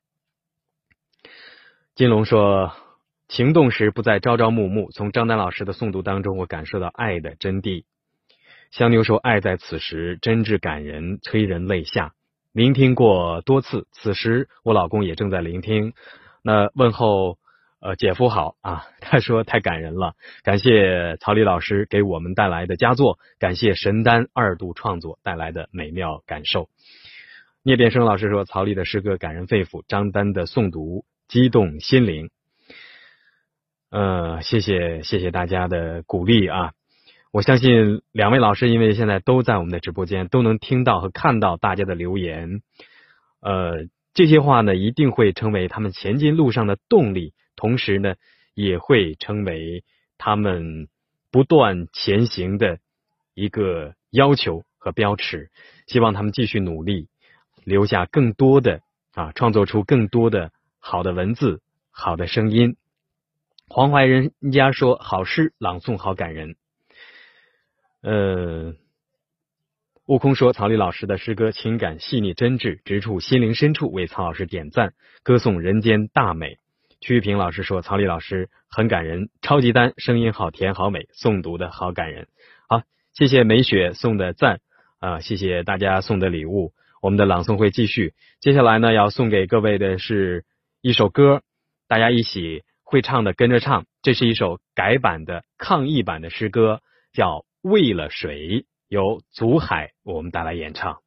金龙说，情动时不再朝朝暮暮，从张丹老师的诵读当中，我感受到爱的真谛。香妞说，爱在此时真挚感人，催人泪下。聆听过多次，此时我老公也正在聆听。那问候呃姐夫好啊，他说太感人了，感谢曹丽老师给我们带来的佳作，感谢神丹二度创作带来的美妙感受。聂变生老师说，曹丽的诗歌感人肺腑，张丹的诵读激动心灵。呃，谢谢谢谢大家的鼓励啊！我相信两位老师因为现在都在我们的直播间，都能听到和看到大家的留言，呃，这些话呢一定会成为他们前进路上的动力，同时呢也会成为他们不断前行的一个要求和标尺。希望他们继续努力，留下更多的啊，创作出更多的好的文字、好的声音。黄怀人家说，好诗朗诵好感人。呃，悟空说，曹丽老师的诗歌情感细腻真挚，直触心灵深处，为曹老师点赞，歌颂人间大美。曲玉平老师说，曹丽老师很感人，超级丹声音好甜好美，诵读的好感人。好，谢谢美雪送的赞啊、呃，谢谢大家送的礼物。我们的朗诵会继续，接下来呢要送给各位的是一首歌，大家一起会唱的跟着唱。这是一首改版的抗疫版的诗歌，叫为了水，由祖海我们带来演唱。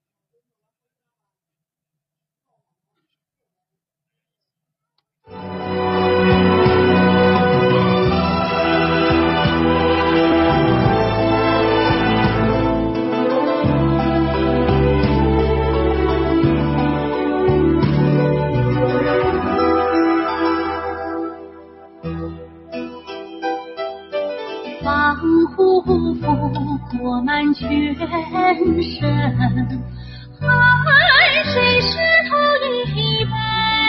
防护服裹满全身，汗水湿透衣背。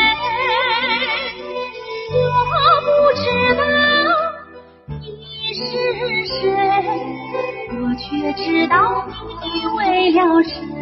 我不知道你是谁，我却知道你为了谁。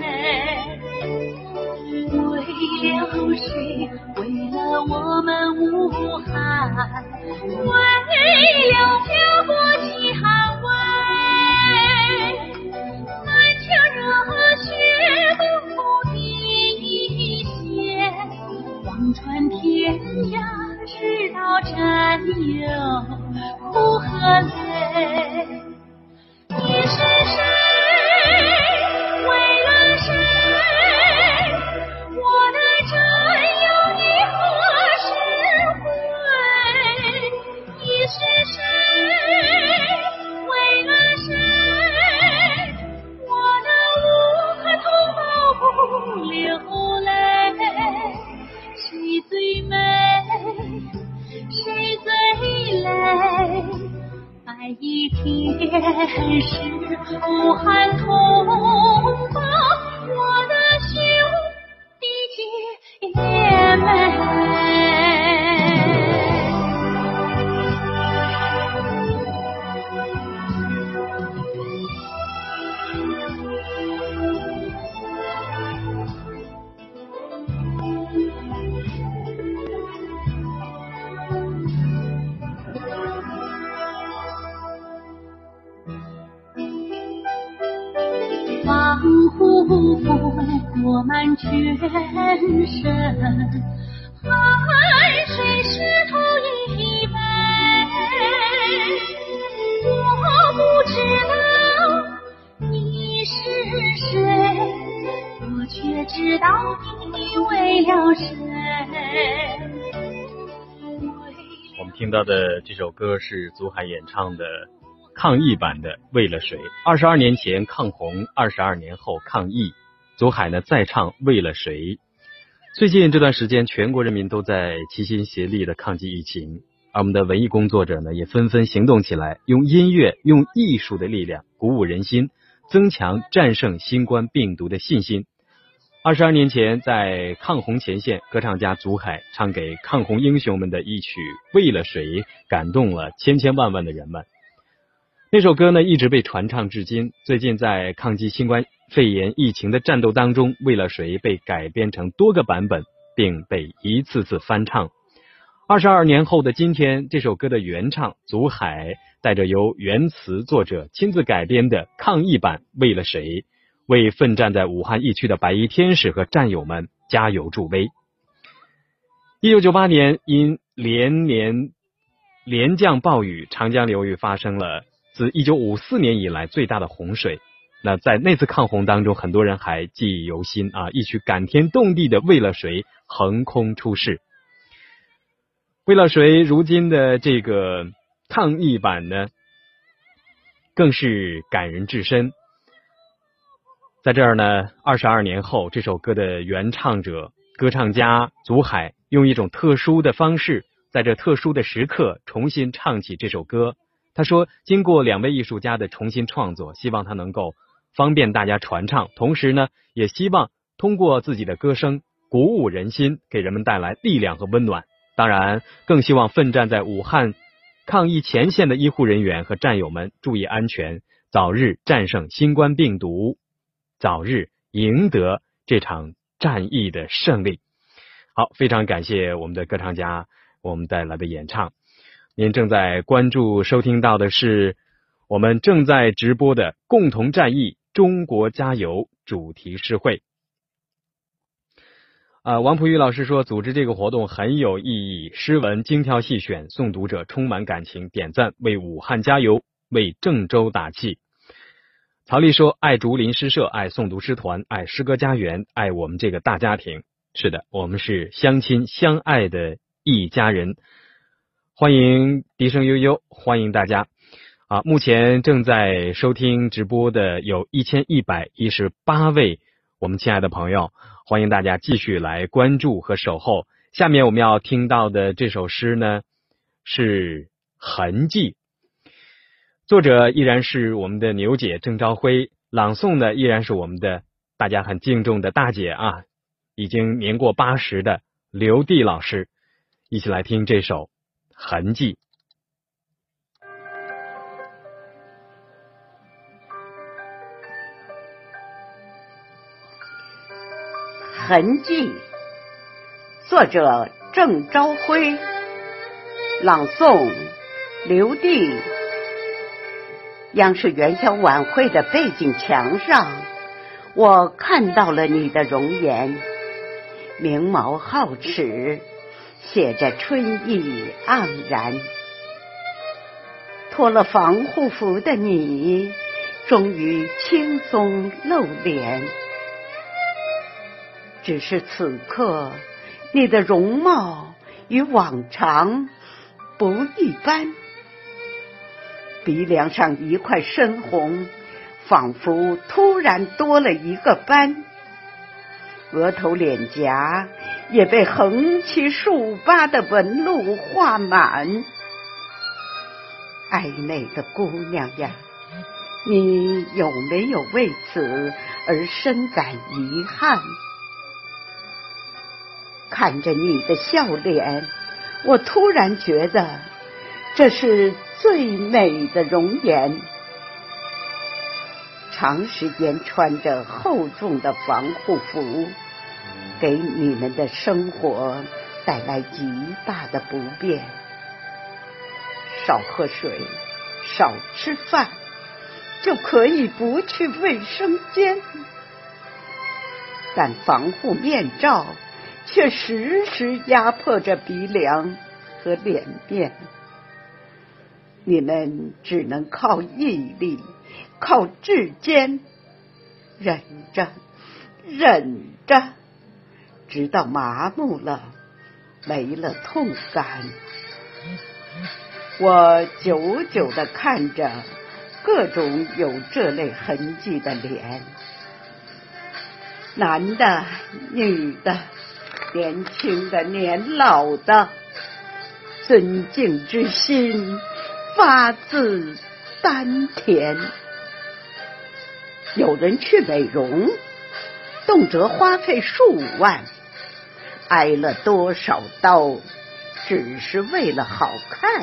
为了谁？为了我们武汉，为了漂泊起捍卫，满腔热血奔赴第一线，望穿天涯，直到战友苦和泪。你是谁？为了谁？我的战友你何时回？你是谁？为了谁？我的武汉同胞不流泪。谁最美？谁最累？白衣天使武汉同胞，我的兄弟姐妹。防护服裹满全身，汗水湿透衣背。我不知道你是谁，我却知道你为了谁。 我听到的这首歌是祖海演唱的抗疫版的《为了谁》。二十二年前抗洪，二十二年后抗疫，祖海呢再唱《为了谁》。最近这段时间，全国人民都在齐心协力的抗击疫情，而我们的文艺工作者呢也纷纷行动起来，用音乐、用艺术的力量鼓舞人心，增强战胜新冠病毒的信心。二十二年前，在抗洪前线，歌唱家祖海唱给抗洪英雄们的一曲《为了谁》，感动了千千万万的人们。那首歌呢，一直被传唱至今。最近在抗击新冠肺炎疫情的战斗当中，《为了谁》被改编成多个版本，并被一次次翻唱。二十二年后的今天，这首歌的原唱祖海带着由原词作者亲自改编的抗疫版《为了谁》，为奋战在武汉疫区的白衣天使和战友们加油助威。一九九八年，因连年连降暴雨，长江流域发生了自一九五四年以来最大的洪水。那在那次抗洪当中，很多人还记忆犹新啊！一曲感天动地的《为了谁》横空出世。为了谁，如今的这个抗疫版呢，更是感人至深。在这儿呢，二十二年后，这首歌的原唱者、歌唱家祖海用一种特殊的方式，在这特殊的时刻重新唱起这首歌。他说，经过两位艺术家的重新创作，希望他能够方便大家传唱，同时呢，也希望通过自己的歌声鼓舞人心，给人们带来力量和温暖。当然，更希望奋战在武汉抗疫前线的医护人员和战友们注意安全，早日战胜新冠病毒，早日赢得这场战役的胜利。好，非常感谢我们的歌唱家我们带来的演唱。您正在关注收听到的是我们正在直播的共同战役中国加油主题诗会。啊，王璞玉老师说，组织这个活动很有意义，诗文精挑细选，诵读者充满感情，点赞，为武汉加油，为郑州打气。曹丽说，爱竹林诗社，爱诵读诗团，爱诗歌家园，爱我们这个大家庭。是的，我们是相亲相爱的一家人。欢迎笛声悠悠，欢迎大家。啊，目前正在收听直播的有一千一百一十八位我们亲爱的朋友，欢迎大家继续来关注和守候。下面我们要听到的这首诗呢，是痕迹，作者依然是我们的牛姐郑朝辉，朗诵的依然是我们的大家很敬重的大姐啊，已经年过八十的刘娣老师。一起来听这首痕迹。 痕迹，作者郑朝辉，朗诵刘娣。央视元宵晚会的背景墙上，我看到了你的容颜，明眸皓齿，写着春意盎然。脱了防护服的你，终于轻松露脸。只是此刻，你的容貌与往常不一般，鼻梁上一块深红，仿佛突然多了一个斑，额头脸颊也被横七竖八的纹路画满。爱美的姑娘呀，你有没有为此而深感遗憾？看着你的笑脸，我突然觉得这是最美的容颜。长时间穿着厚重的防护服，给你们的生活带来极大的不便。少喝水，少吃饭，就可以不去卫生间，但防护面罩却时时压迫着鼻梁和脸面。你们只能靠毅力，靠志坚，忍着忍着，直到麻木了，没了痛感。 我久久地看着各种有这类痕迹的脸，男的、女的，年轻的、年老的，尊敬之心发自丹田。有人去美容，动辄花费数万，挨了多少刀，只是为了好看。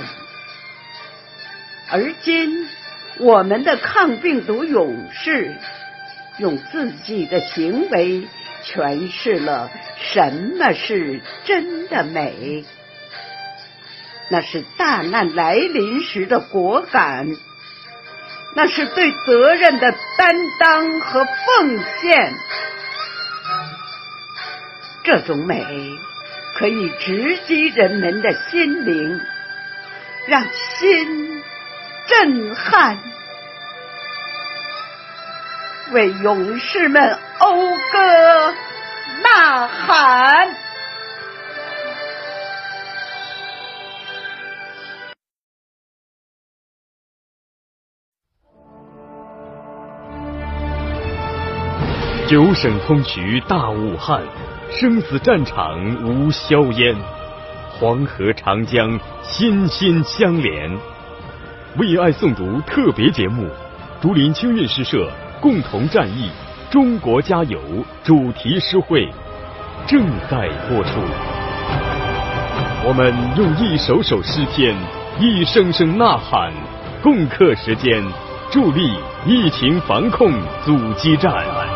而今我们的抗病毒勇士用自己的行为诠释了什么是真的美，那是大难来临时的果敢，那是对责任的担当和奉献。这种美可以直击人们的心灵，让心震撼，为勇士们讴歌呐喊。 九省通衢大武汉，生死战场无硝烟，黄河长江心心相连。为爱诵读特别节目，竹林清韵诗社共同战役中国加油主题诗会正在播出。我们用一首首诗篇，一声声呐喊，共克时艰，助力疫情防控阻击战。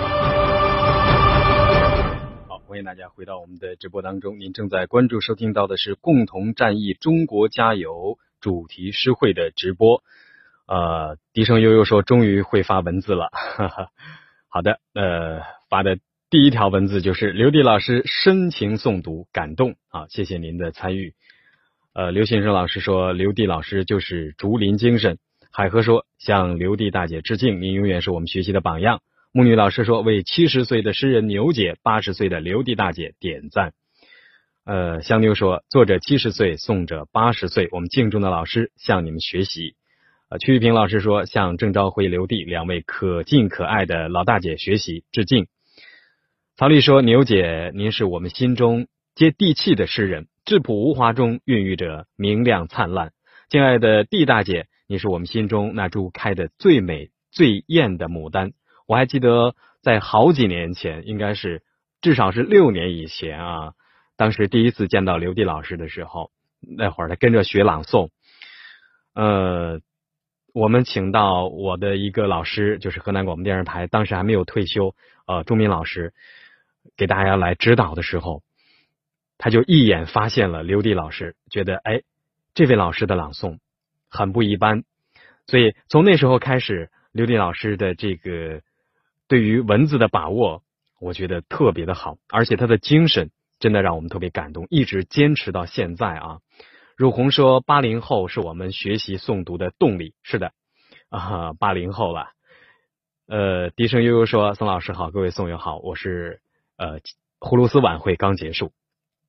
欢迎大家回到我们的直播当中，您正在关注收听到的是共同战役中国加油主题诗会的直播。呃，笛声悠悠说终于会发文字了，哈哈。好的，呃，发的第一条文字就是刘迪老师深情诵读，感动啊，谢谢您的参与。呃，刘先生老师说刘迪老师就是竹林精神。海河说向刘迪大姐致敬，您永远是我们学习的榜样。木女老师说为七十岁的诗人牛姐，八十岁的刘迪大姐点赞。呃，香妞说作者七十岁，诵者八十岁，我们敬重的老师向你们学习。呃，曲玉平老师说向郑昭辉、刘迪两位可敬可爱的老大姐学习致敬。曹丽说牛姐您是我们心中接地气的诗人，质朴无华中孕育着明亮灿烂。敬爱的蒂大姐，你是我们心中那株开得最美最艳的牡丹。我还记得在好几年前，应该是至少是六年以前啊，当时第一次见到刘迪老师的时候，那会儿他跟着学朗诵，呃，我们请到我的一个老师，就是河南广播电视台，当时还没有退休，呃，钟民老师，给大家来指导的时候，他就一眼发现了刘迪老师，觉得哎，这位老师的朗诵很不一般，所以从那时候开始，刘迪老师的这个对于文字的把握，我觉得特别的好，而且他的精神真的让我们特别感动，一直坚持到现在啊。汝红说八零后是我们学习诵读的动力，是的啊，八零后了。呃，笛声悠悠说宋老师好，各位宋友好，我是呃葫芦丝晚会刚结束。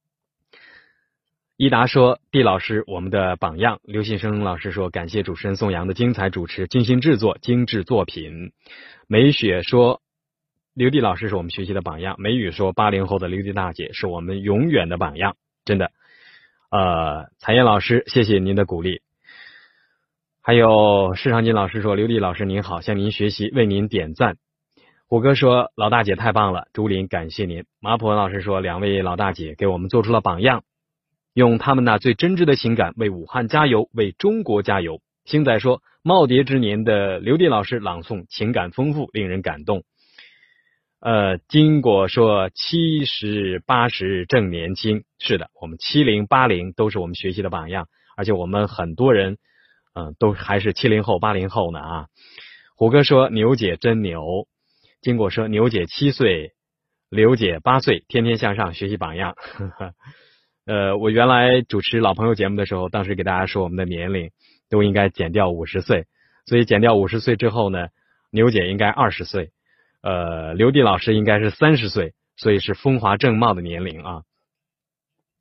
一达说蒂老师我们的榜样。刘信生老师说感谢主持人宋阳的精彩主持，精心制作精致作品。梅雪说刘迪老师是我们学习的榜样。梅雨说八零后的刘迪大姐是我们永远的榜样，真的。呃，彩燕老师谢谢您的鼓励。还有施长金老师说刘迪老师您好，向您学习，为您点赞。虎哥说老大姐太棒了，竹林感谢您。马普文老师说两位老大姐给我们做出了榜样，用他们那最真挚的情感为武汉加油，为中国加油。星仔说耄耋之年的刘迪老师朗诵情感丰富，令人感动。呃，金果说七十八十正年轻，是的，我们七零八零都是我们学习的榜样，而且我们很多人嗯、呃，都还是七零后八零后呢啊。虎哥说牛姐真牛。金果说牛姐七岁，刘姐八岁，天天向上学习榜样。呵呵呃，我原来主持老朋友节目的时候，当时给大家说我们的年龄都应该减掉五十岁，所以减掉五十岁之后呢，牛姐应该二十岁，呃，刘迪老师应该是三十岁，所以是风华正茂的年龄啊。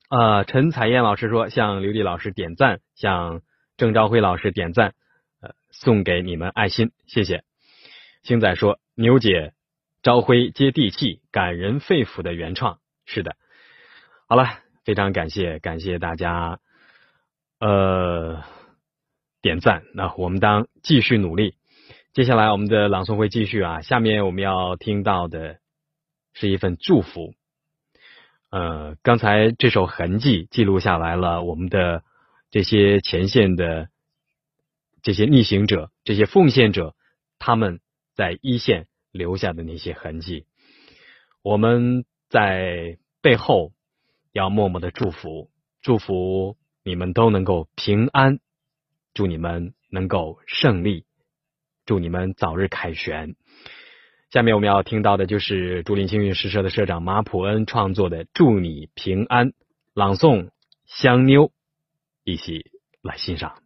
呃，陈彩燕老师说向刘丽老师点赞，向郑昭辉老师点赞，呃，送给你们爱心，谢谢。星仔说牛姐昭辉接地气，感人肺腑的原创，是的。好了，非常感谢感谢大家呃点赞，那我们当继续努力。接下来我们的朗诵会继续啊，下面我们要听到的是一份祝福。呃，刚才这首痕迹记录下来了我们的这些前线的这些逆行者，这些奉献者，他们在一线留下的那些痕迹。我们在背后要默默的祝福，祝福你们都能够平安，祝你们能够胜利，祝你们早日凯旋。下面我们要听到的就是竹林青运诗社的社长马普恩创作的《祝你平安》，朗诵香妞，一起来欣赏。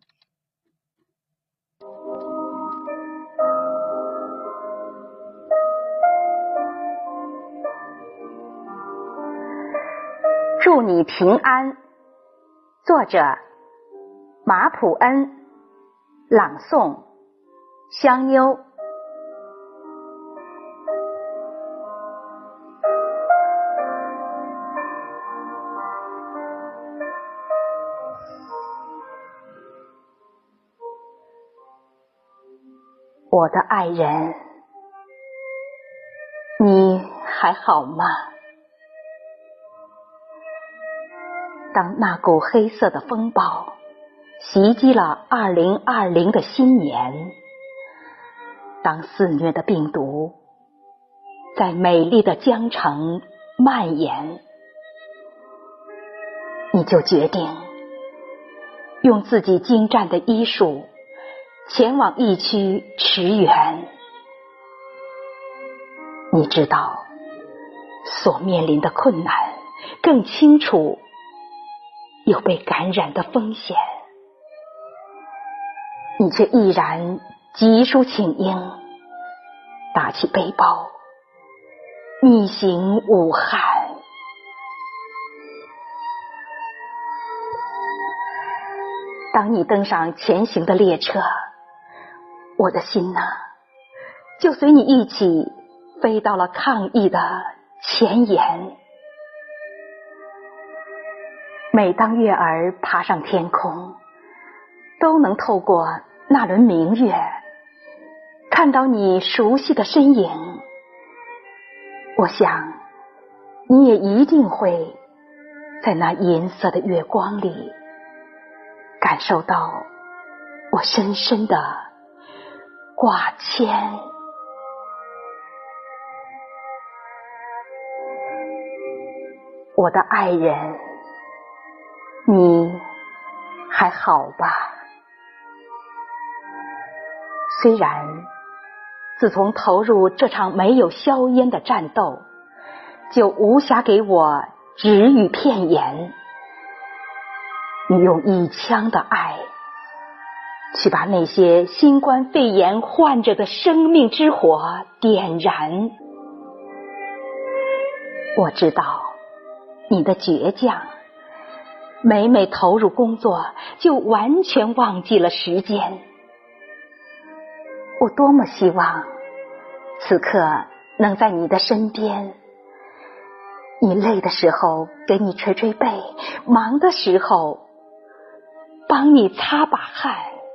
祝你平安，作者马普恩，朗诵香妞。我的爱人，你还好吗？当那股黑色的风暴袭击了二零二零的新年，当肆虐的病毒在美丽的江城蔓延，你就决定用自己精湛的医术前往疫区驰援。你知道所面临的困难，更清楚有被感染的风险，你却毅然急抒请缨，打起背包逆行武汉。当你登上前行的列车，我的心呐，就随你一起飞到了抗疫的前沿。每当月儿爬上天空，都能透过那轮明月看到你熟悉的身影。我想你也一定会在那银色的月光里感受到我深深的挂牵。我的爱人，你还好吧？虽然自从投入这场没有硝烟的战斗，就无暇给我只语片言，你用一腔的爱去把那些新冠肺炎患者的生命之火点燃。我知道你的倔强，每每投入工作就完全忘记了时间。我多么希望此刻能在你的身边，你累的时候给你捶捶背，忙的时候帮你擦把汗，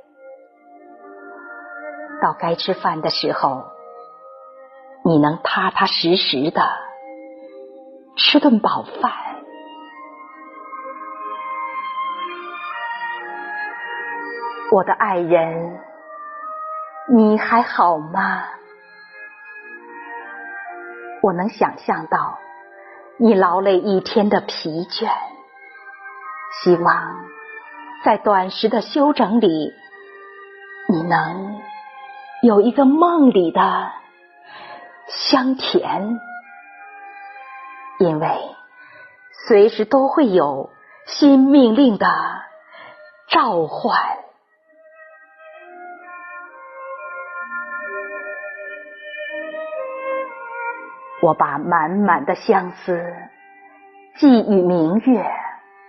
到该吃饭的时候你能踏踏实实的吃顿饱饭。我的爱人，你还好吗？我能想象到你劳累一天的疲倦，希望在短时的休整里，你能有一个梦里的香甜，因为随时都会有新命令的召唤。我把满满的相思寄予明月，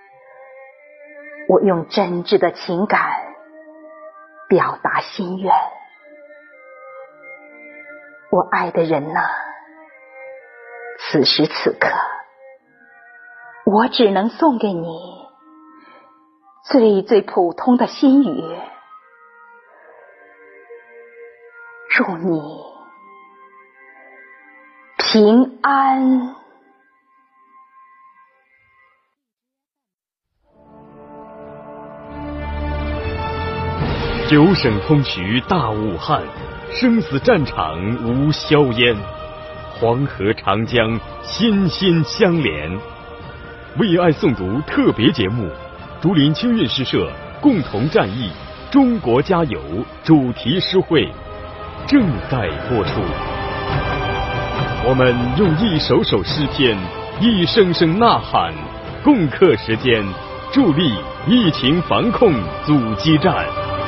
我用真挚的情感表达心愿。我爱的人呐，此时此刻，我只能送给你最最普通的心语，祝你平安。 九省通衢大武汉，生死战场无硝烟，黄河长江心心相连。为爱诵读特别节目，竹林清韵诗社共同战役，中国加油主题诗会正在播出。我们用一首首诗篇，一声声呐喊，共克时艰，助力疫情防控阻击战。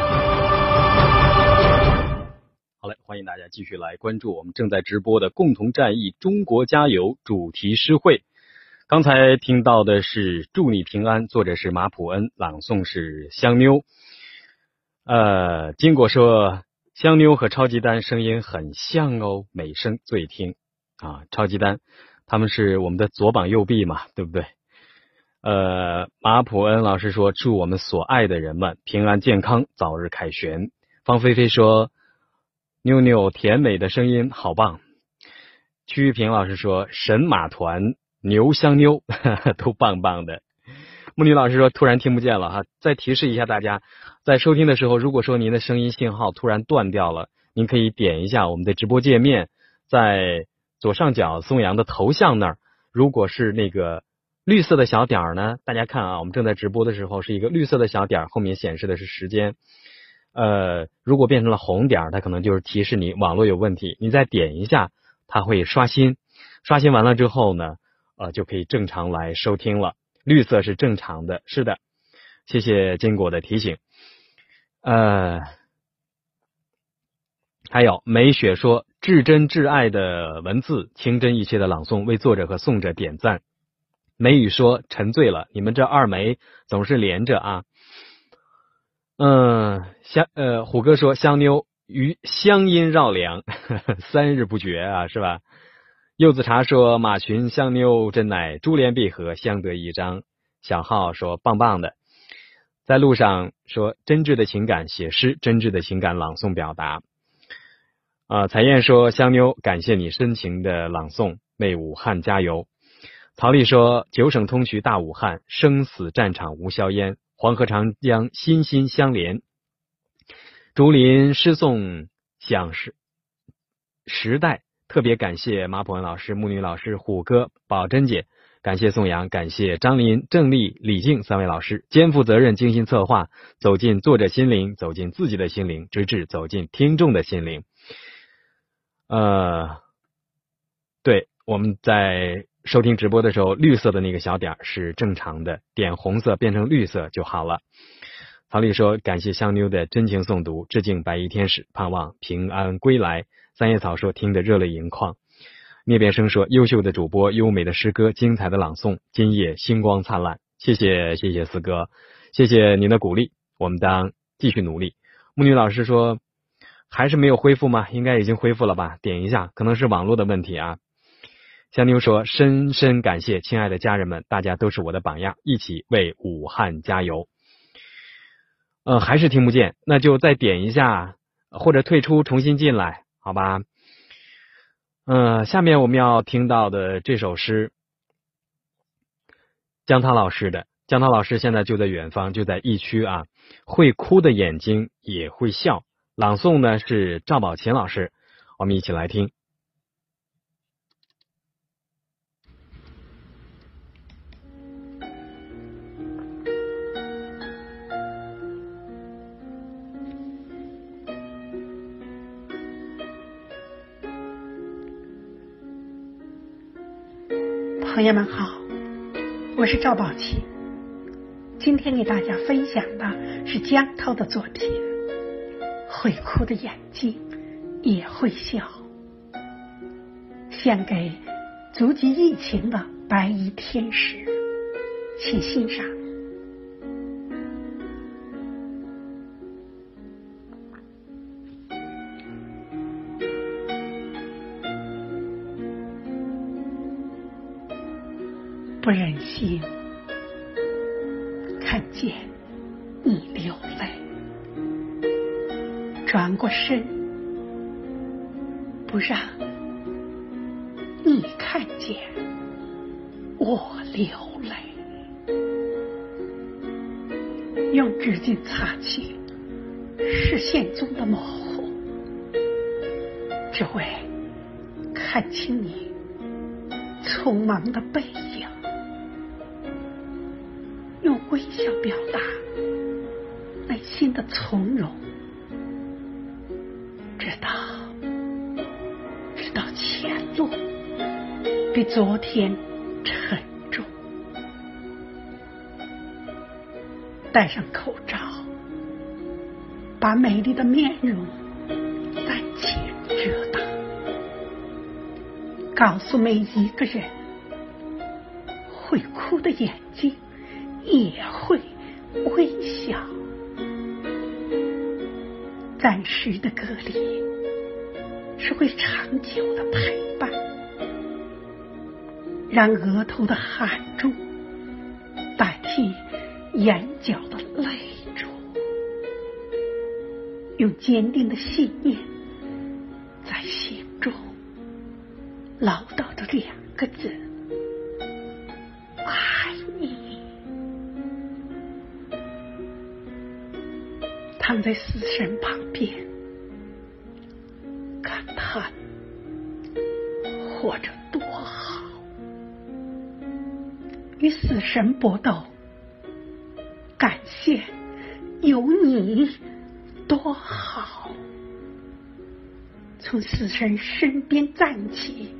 好嘞，欢迎大家继续来关注我们正在直播的共同战役中国加油主题诗会。刚才听到的是祝你平安，作者是马普恩，朗诵是香妞。呃，金果说香妞和超级丹声音很像哦，美声最听啊。超级丹他们是我们的左膀右臂嘛，对不对？呃，马普恩老师说祝我们所爱的人们平安健康，早日凯旋。方菲菲说妞妞甜美的声音好棒。曲玉平老师说神马团牛香妞呵呵都棒棒的。木女老师说突然听不见了哈，再提示一下大家，在收听的时候，如果说您的声音信号突然断掉了，您可以点一下我们的直播界面，在左上角宋阳的头像那儿，如果是那个绿色的小点呢，大家看啊，我们正在直播的时候是一个绿色的小点，后面显示的是时间。呃，如果变成了红点，它可能就是提示你网络有问题，你再点一下，它会刷新，刷新完了之后呢，呃，就可以正常来收听了。绿色是正常的，是的，谢谢金果的提醒。呃，还有梅雪说至真至爱的文字，清真一切的朗诵，为作者和诵者点赞。梅雨说沉醉了，你们这二梅总是连着啊。嗯，香呃，虎哥说香妞与乡音绕梁，呵呵三日不绝啊，是吧？柚子茶说马群香妞真乃珠联璧合，相得益彰。小浩说棒棒的。在路上说真挚的情感写诗，真挚的情感朗诵表达。啊、呃，彩燕说香妞感谢你深情的朗诵，为武汉加油。曹丽说九省通衢大武汉，生死战场无硝烟，黄河长江心心相连。竹林诗颂响时时代，特别感谢马普恩老师、木女老师、虎哥、宝珍姐，感谢宋阳，感谢张林、郑丽、李静三位老师，肩负责任，精心策划，走进作者心灵，走进自己的心灵，直至走进听众的心灵。呃，对，我们在收听直播的时候，绿色的那个小点是正常的，点红色变成绿色就好了。曹丽说感谢香妞的真情诵读，致敬白衣天使，盼望平安归来。三叶草说听得热泪盈眶。聂变生说优秀的主播，优美的诗歌，精彩的朗诵，今夜星光灿烂。谢谢谢谢四哥，谢谢您的鼓励，我们当继续努力。木女老师说还是没有恢复吗？应该已经恢复了吧，点一下，可能是网络的问题啊。香妞说深深感谢亲爱的家人们，大家都是我的榜样，一起为武汉加油。呃，还是听不见，那就再点一下，或者退出重新进来，好吧。呃，下面我们要听到的这首诗，江涛老师的。江涛老师现在就在远方，就在疫区啊。会哭的眼睛也会笑，朗诵呢是赵宝琴老师，我们一起来听。 朋友们好，我是赵宝琴，今天给大家分享的是江涛的作品《会哭的眼睛也会笑》，献给足迹疫情的白衣天使，请欣赏。 不忍心看见你流泪，转过身，不让你看见我流泪，用纸巾擦去视线中的模糊，只为看清你匆忙的背影，用微笑表达内心的从容，直到直到前路比昨天沉重，戴上口罩，把美丽的面容暂且遮挡，告诉每一个人，会哭的眼睛也会微笑。暂时的隔离是会长久的陪伴，让额头的汗珠代替眼角的泪珠，用坚定的信念在心中唠叨着两个字：爱你。躺在死神旁边，感叹活着多好，与死神搏斗，感谢有你多好。从死神身边站起，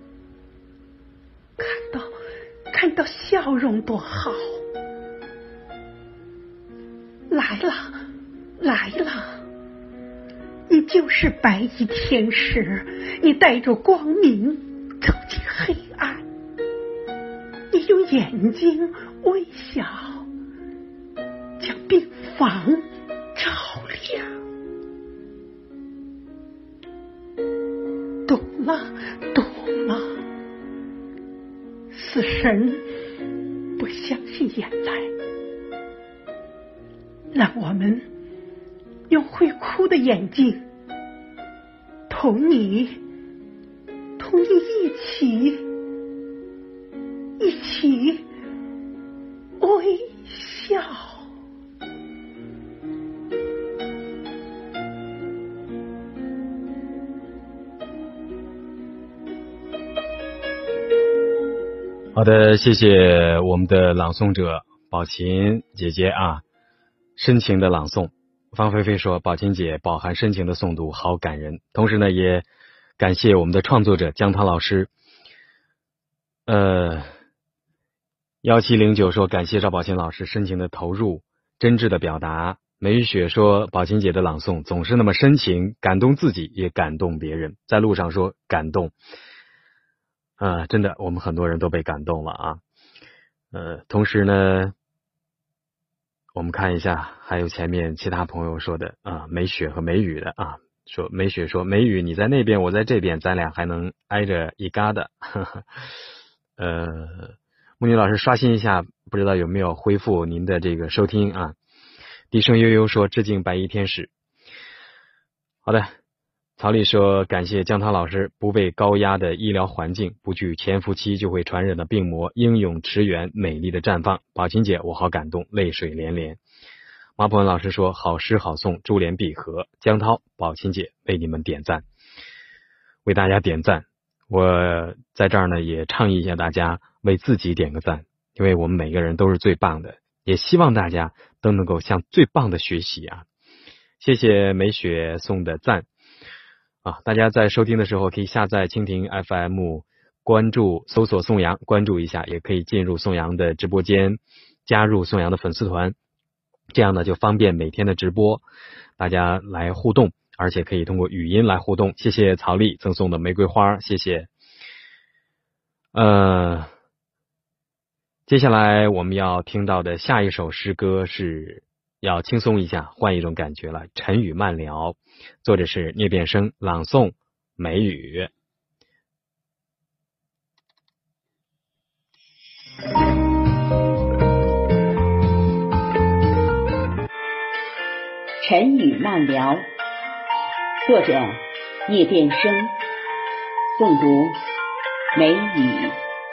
看到看到笑容多好。来了来了，你就是白衣天使，你带着光明走进黑暗，你用眼睛微笑将病房照亮。懂了懂了，死神不相信眼泪，让我们用会哭的眼睛同你同你一起一起微笑。 好的，谢谢我们的朗诵者宝琴姐姐啊，深情的朗诵。方菲菲说，宝琴姐饱含深情的诵读好感人，同时呢也感谢我们的创作者江涛老师。呃一七零九说，感谢赵宝琴老师深情的投入，真挚的表达。梅雨雪说，宝琴姐的朗诵总是那么深情，感动自己也感动别人。在路上说感动啊、呃，真的我们很多人都被感动了啊。呃同时呢我们看一下，还有前面其他朋友说的啊，梅雪和梅雨的啊，说梅雪说，梅雨你在那边，我在这边，咱俩还能挨着一疙瘩。呃，木女老师刷新一下，不知道有没有恢复您的这个收听啊？低声悠悠说，致敬白衣天使。好的，曹丽说，感谢江涛老师，不畏高压的医疗环境，不惧潜伏期就会传染的病魔，英勇驰援，美丽的绽放。宝琴姐我好感动，泪水连连。马普文老师说，好诗好颂，珠联璧合。江涛、宝琴姐为你们点赞，为大家点赞。我在这儿呢也倡议一下大家为自己点个赞，因为我们每个人都是最棒的，也希望大家都能够向最棒的学习啊！谢谢梅雪送的赞啊！大家在收听的时候可以下载蜻蜓 F M， 关注搜索宋阳，关注一下，也可以进入宋阳的直播间，加入宋阳的粉丝团，这样呢就方便每天的直播，大家来互动，而且可以通过语音来互动。谢谢曹丽赠送的玫瑰花，谢谢。呃，接下来我们要听到的下一首诗歌是要轻松一下，换一种感觉了。晨雨慢聊，作者是聂变生，朗诵梅雨。 晨雨漫聊，作者叶变生，诵读梅雨。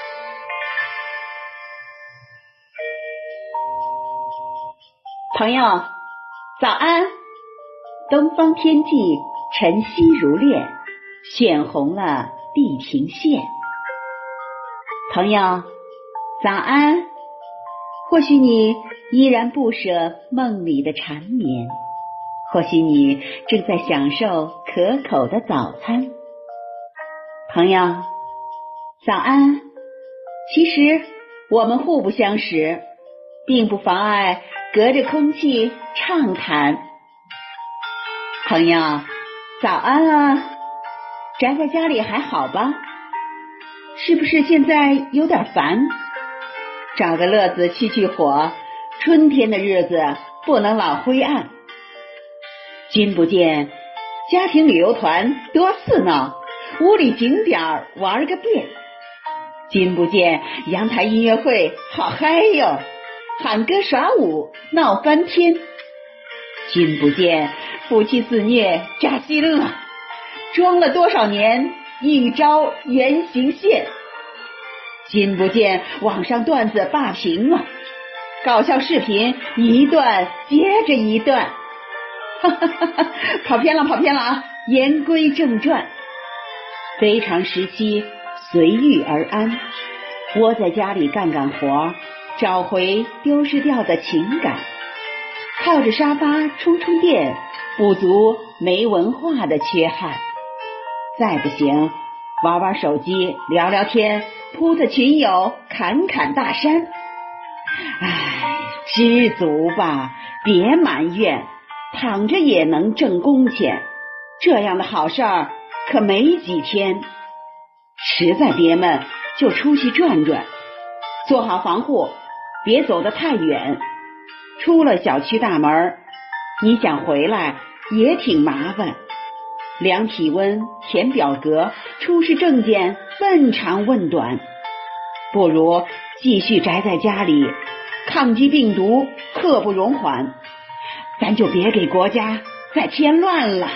朋友，早安！东方天际晨曦如练，炫红了地平线。朋友，早安！或许你依然不舍梦里的缠绵，或许你正在享受可口的早餐。朋友，早安！其实我们互不相识，并不妨碍隔着空气畅谈。朋友，早安啊！宅在家里还好吧？是不是现在有点烦？找个乐子去去火，春天的日子不能老灰暗。君不见，家庭旅游团多刺挠，屋里景点玩个遍。君不见，阳台音乐会好嗨哟，喊歌耍舞闹翻天。君不见，夫妻自虐扎心了，装了多少年一招圆形线。君不见，网上段子霸屏了，搞笑视频一段接着一段。哈哈哈哈，跑偏了跑偏了啊！言归正传，非常时期随遇而安，窝在家里干干活，找回丢失掉的情感，靠着沙发充充电，补足没文化的缺憾。再不行，玩玩手机聊聊天，扑着群友侃侃大山。唉，知足吧，别埋怨，躺着也能挣工钱，这样的好事儿可没几天。实在憋闷就出去转转，做好防护，别走得太远。出了小区大门，你想回来也挺麻烦，量体温、填表格、出示证件，问长问短。不如继续宅在家里，抗击病毒刻不容缓，咱就别给国家再添乱了。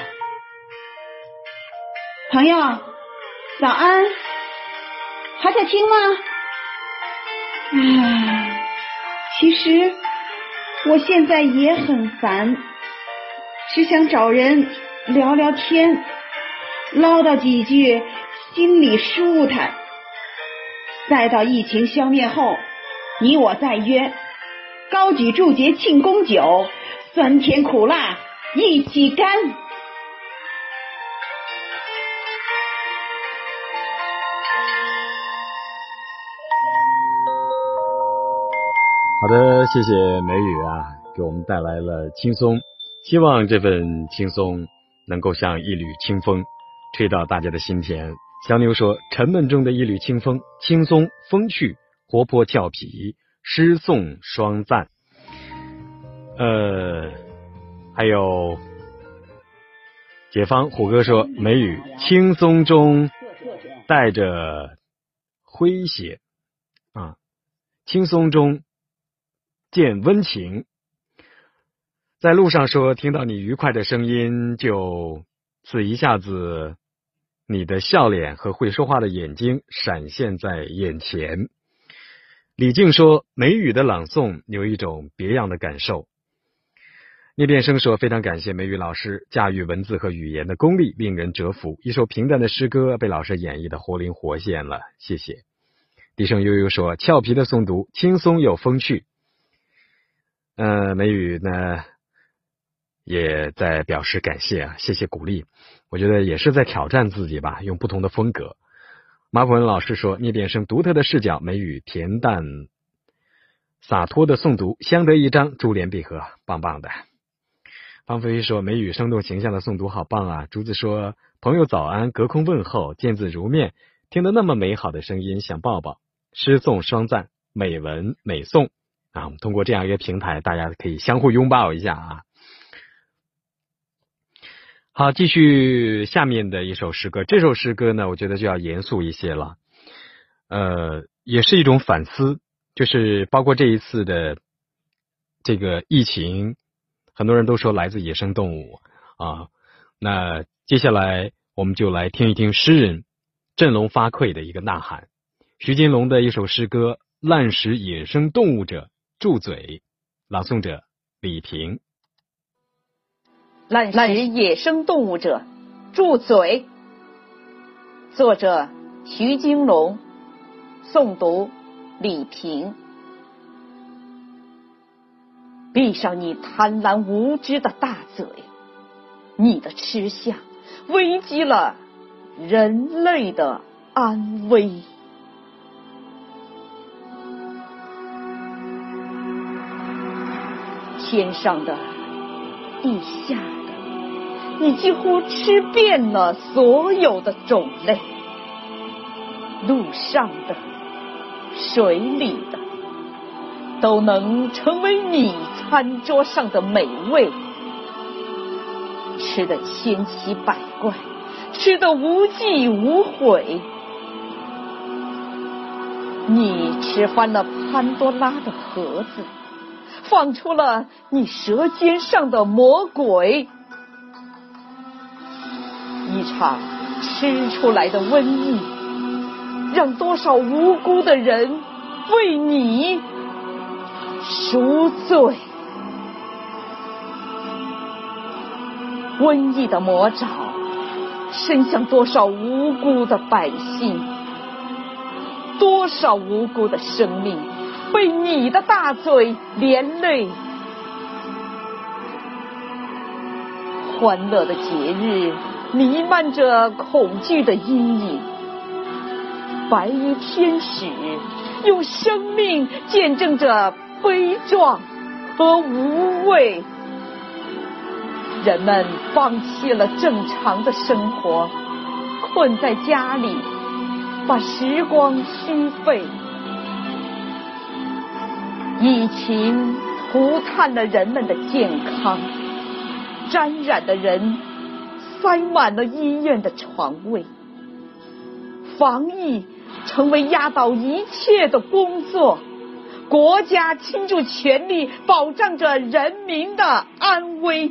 朋友，早安，还在听吗？唉，其实我现在也很烦，只想找人聊聊天，唠叨几句，心里舒坦。再到疫情消灭后，你我再约，高举祝捷庆功酒，酸甜苦辣一起干。 好的，谢谢梅雨啊，给我们带来了轻松，希望这份轻松能够像一缕清风，吹到大家的心田。小牛说，沉闷中的一缕清风，轻松风趣，活泼俏皮，诗颂双赞。呃，还有解放虎哥说，梅雨轻松中带着诙谐啊，轻松中见温情。在路上说，听到你愉快的声音，就此一下子你的笑脸和会说话的眼睛闪现在眼前。李静说，梅雨的朗诵有一种别样的感受。聂变生说，非常感谢梅雨老师驾驭文字和语言的功力，令人折服。一首平淡的诗歌被老师演绎的活灵活现了，谢谢。笛声悠悠说，俏皮的诵读，轻松有风趣。呃，梅雨呢也在表示感谢啊，谢谢鼓励。我觉得也是在挑战自己吧，用不同的风格。马普文老师说，聂变生独特的视角，梅雨恬淡洒脱的诵读，相得益彰，珠联璧合，棒棒的。方飞飞说，梅雨生动形象的诵读好棒啊。竹子说，朋友早安，隔空问候，见字如面，听得那么美好的声音，想抱抱。诗颂双赞，美文美颂啊，我们通过这样一个平台，大家可以相互拥抱一下啊。好，继续下面的一首诗歌。这首诗歌呢，我觉得就要严肃一些了，呃，也是一种反思，就是包括这一次的这个疫情， 很多人都说来自野生动物啊。那接下来我们就来听一听诗人振聋发聩的一个呐喊。徐金龙的一首诗歌《滥食野生动物者住嘴》，朗诵者李平。 滥食野生动物者住嘴。作者徐金龙，诵读李平。闭上你贪婪无知的大嘴，你的吃相危及了人类的安危。天上的，地下的，你几乎吃遍了所有的种类。路上的，水里的，都能成为你餐桌上的美味。吃得千奇百怪，吃得无忌无悔。你吃翻了潘多拉的盒子，放出了你舌尖上的魔鬼。一场吃出来的瘟疫，让多少无辜的人为你赎罪。瘟疫的魔爪伸向多少无辜的百姓，多少无辜的生命被你的大嘴连累。欢乐的节日弥漫着恐惧的阴影，白衣天使用生命见证着悲壮和无畏。人们放弃了正常的生活，困在家里，把时光虚费。疫情涂炭了人们的健康，沾染的人塞满了医院的床位。防疫成为压倒一切的工作，国家倾注全力保障着人民的安危。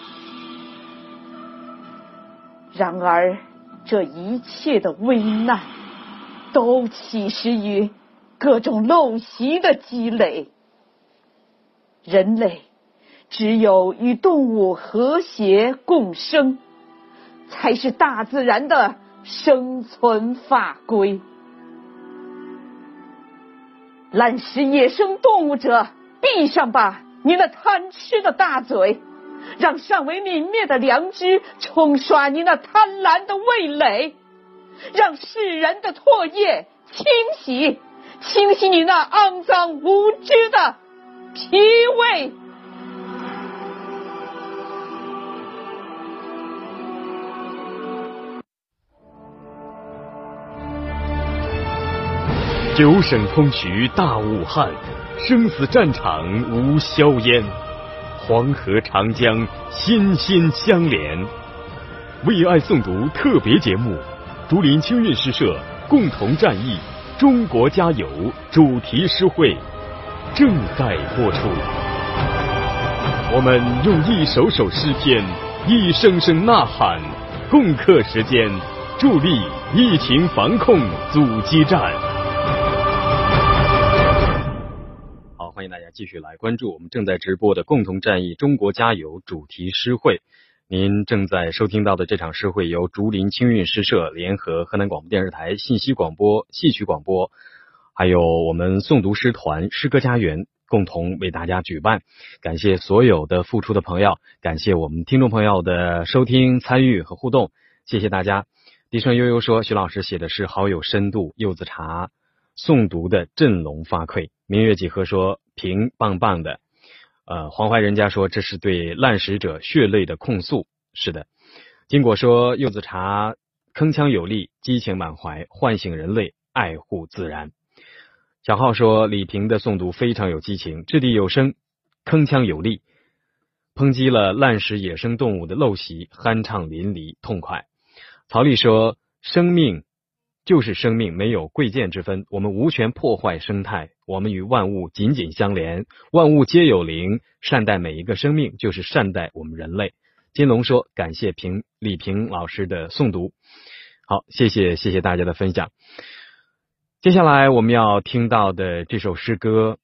然而，这一切的危难都起始于各种陋习的积累。人类只有与动物和谐共生，才是大自然的生存法规。滥食野生动物者，闭上吧你那贪吃的大嘴，让尚未泯灭的良知冲刷你那贪婪的味蕾，让世人的唾液清洗清洗你那肮脏无知的脾胃。 九省通衢大武汉，生死战场无硝烟，黄河长江心心相连。为爱诵读特别节目，竹林清韵诗社共同战役中国加油主题诗会正在播出。我们用一首首诗篇，一声声呐喊，共克时艰，助力疫情防控阻击战。 欢迎大家继续来关注我们正在直播的共同战役中国加油主题诗会。您正在收听到的这场诗会由竹林清韵诗社联合河南广播电视台信息广播、戏曲广播，还有我们诵读诗团诗歌家园共同为大家举办。感谢所有的付出的朋友，感谢我们听众朋友的收听、参与和互动，谢谢大家。笛声悠悠说，徐老师写的诗好有深度，柚子茶诵读的振聋发聩。明月几何说平棒棒的。呃，黄怀人家说这是对滥食者血泪的控诉。是的。金果说柚子茶铿锵有力，激情满怀，唤醒人类，爱护自然。小浩说李平的诵读非常有激情，掷地有声，铿锵有力，抨击了滥食野生动物的陋习，酣畅淋漓，痛快。曹丽说生命就是生命，没有贵贱之分，我们无权破坏生态，我们与万物紧紧相连，万物皆有灵，善待每一个生命就是善待我们人类。金龙说，感谢平李平老师的诵读。好，谢谢谢谢大家的分享。接下来我们要听到的这首诗歌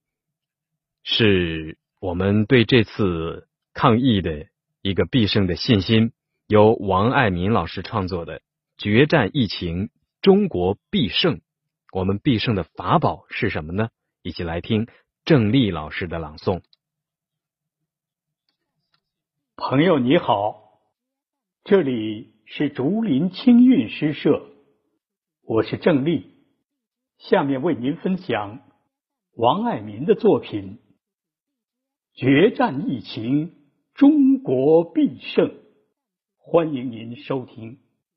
是我们对这次抗疫的一个必胜的信心，由王爱民老师创作的《决战疫情，中国必胜》。我们必胜的法宝是什么呢？一起来听郑丽老师的朗诵。 朋友你好，这里是竹林清韵诗社，我是郑丽，下面为您分享王爱民的作品《决战疫情，中国必胜》，欢迎您收听。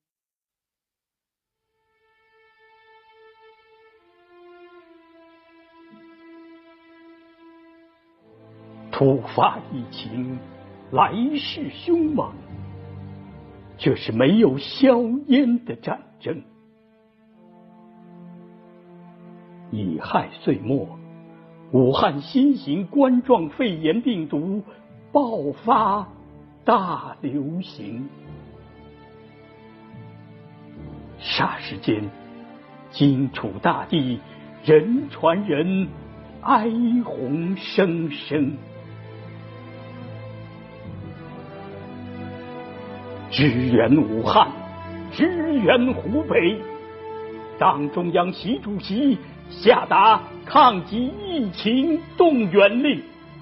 突发疫情来势凶猛，这是没有硝烟的战争。乙亥岁末，武汉新型冠状肺炎病毒爆发大流行，霎时间，荆楚大地人传人，哀鸿声声。支援武汉，支援湖北，党中央习主席下达抗击疫情动员令。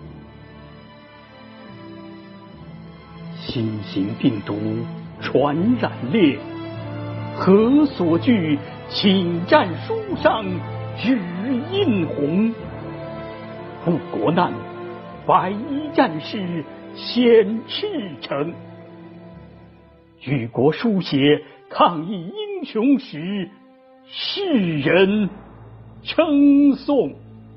新型病毒传染链，何所惧？请战书上指印红。护国难，白衣战士显赤诚。举国书写抗疫英雄史，世人称颂。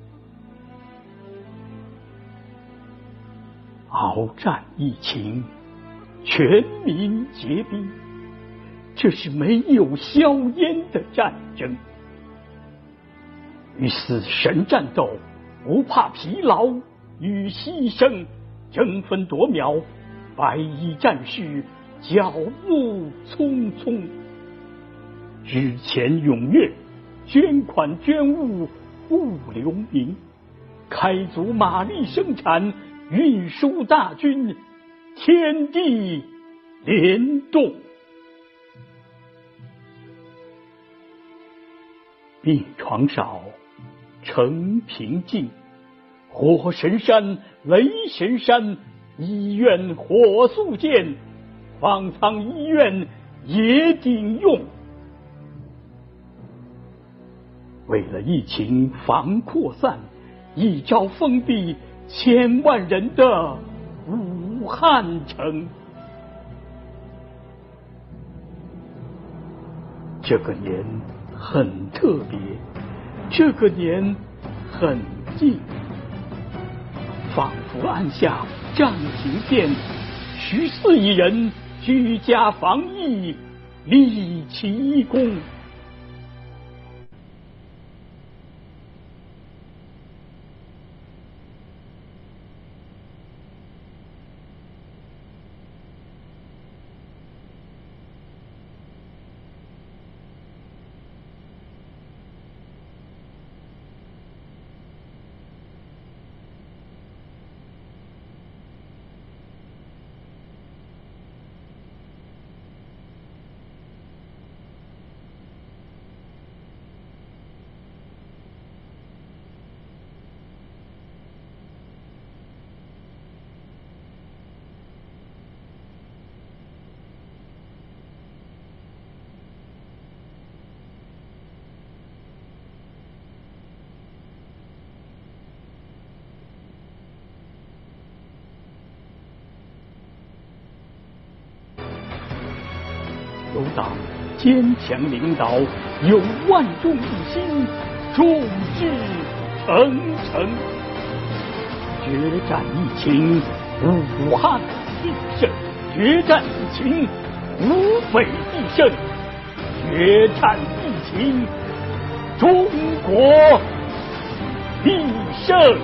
鏖战疫情，全民皆兵，这是没有硝烟的战争。与死神战斗，不怕疲劳与牺牲，争分夺秒，白衣战士脚步匆匆，之前踊跃，捐款捐物不留名，开足马力生产，运输大军天地联动。病床少，城平静，火神山、雷神山，医院火速建，方舱医院也顶用。为了疫情防扩散，一朝封闭千万人的武汉城。这个年很特别，这个年很近，仿佛按下暂停键，十四亿人居家防疫，立奇功。有党坚强领导，有万众一心，众志成城。决战疫情，武汉必胜；决战疫情，湖北必胜；决战疫请中国必胜。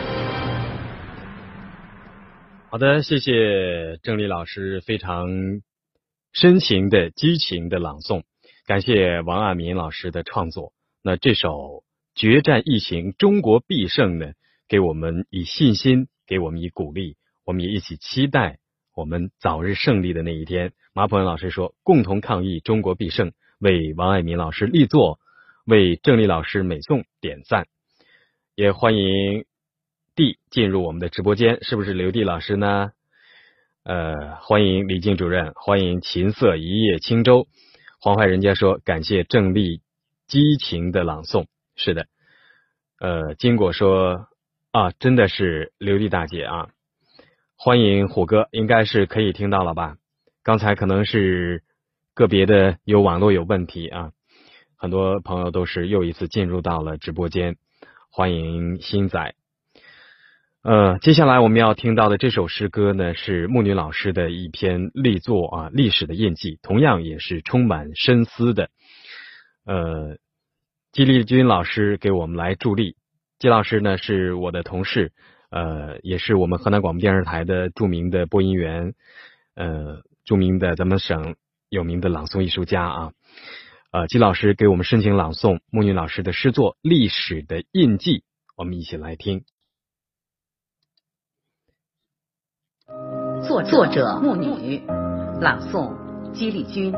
好的，谢谢郑丽老师非常深情的激情的朗诵，感谢王亚民老师的创作。那这首决战疫情中国必胜呢，给我们以信心，给我们以鼓励，我们也一起期待我们早日胜利的那一天。马普文老师说，共同抗疫中国必胜，为王亚民老师力作，为郑丽老师美颂点赞。也欢迎D进入我们的直播间，是不是刘D老师呢？呃，欢迎李静主任，欢迎琴瑟一叶轻舟。黄怀人家说，感谢郑丽激情的朗诵。是的，呃，金果说啊，真的是刘丽大姐啊。欢迎虎哥，应该是可以听到了吧？刚才可能是个别的有网络有问题啊，很多朋友都是又一次进入到了直播间。欢迎新仔。呃，接下来我们要听到的这首诗歌呢，是牧女老师的一篇力作啊，历史的印记，同样也是充满深思的。呃，季丽君老师给我们来助力。季老师呢是我的同事，呃，也是我们河南广播电视台的著名的播音员，呃，著名的咱们省有名的朗诵艺术家啊。呃，季老师给我们深情朗诵牧女老师的诗作《历史的印记》，我们一起来听。 作作者牧女，朗诵姬丽君。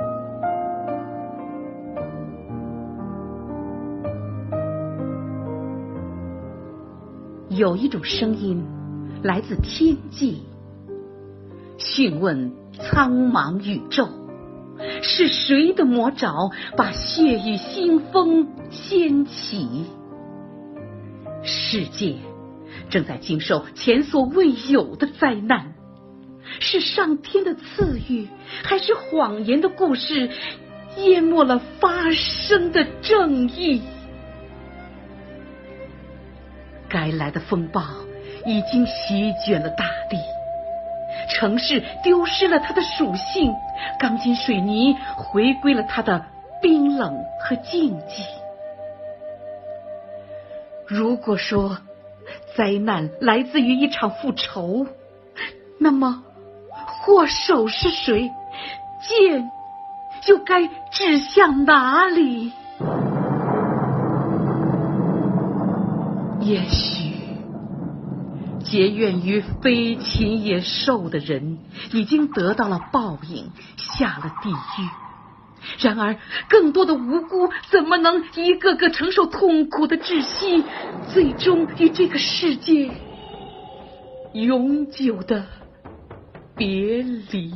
有一种声音来自天际，询问苍茫宇宙，是谁的魔爪把血雨腥风掀起？世界正在经受前所未有的灾难，是上天的赐予，还是谎言的故事淹没了发生的正义？该来的风暴已经席卷了大地，城市丢失了它的属性，钢筋水泥回归了它的冰冷和静寂。如果说灾难来自于一场复仇，那么祸首是谁？剑又该指向哪里？也许结怨于飞禽野兽的人已经得到了报应，下了地狱。然而更多的无辜怎么能一个个承受痛苦的窒息，最终与这个世界永久的别离？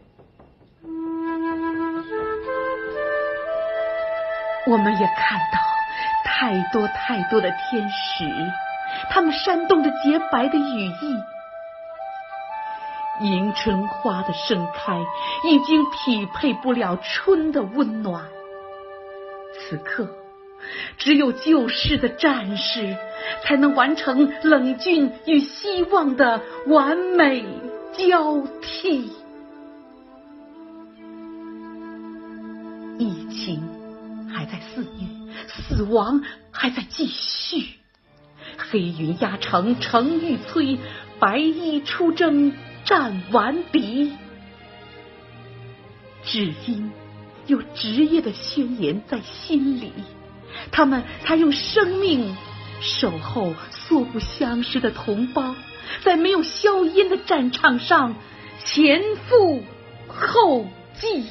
我们也看到太多太多的天使，他们煽动着洁白的羽翼。迎春花的盛开已经匹配不了春的温暖，此刻只有救世的战士才能完成冷峻与希望的完美交替。疫情还在肆虐，死亡还在继续，黑云压城，城欲摧，白衣出征，战完敌。只因有职业的宣言在心里，他们才用生命守候素不相识的同胞，在没有硝烟的战场上前赴后继。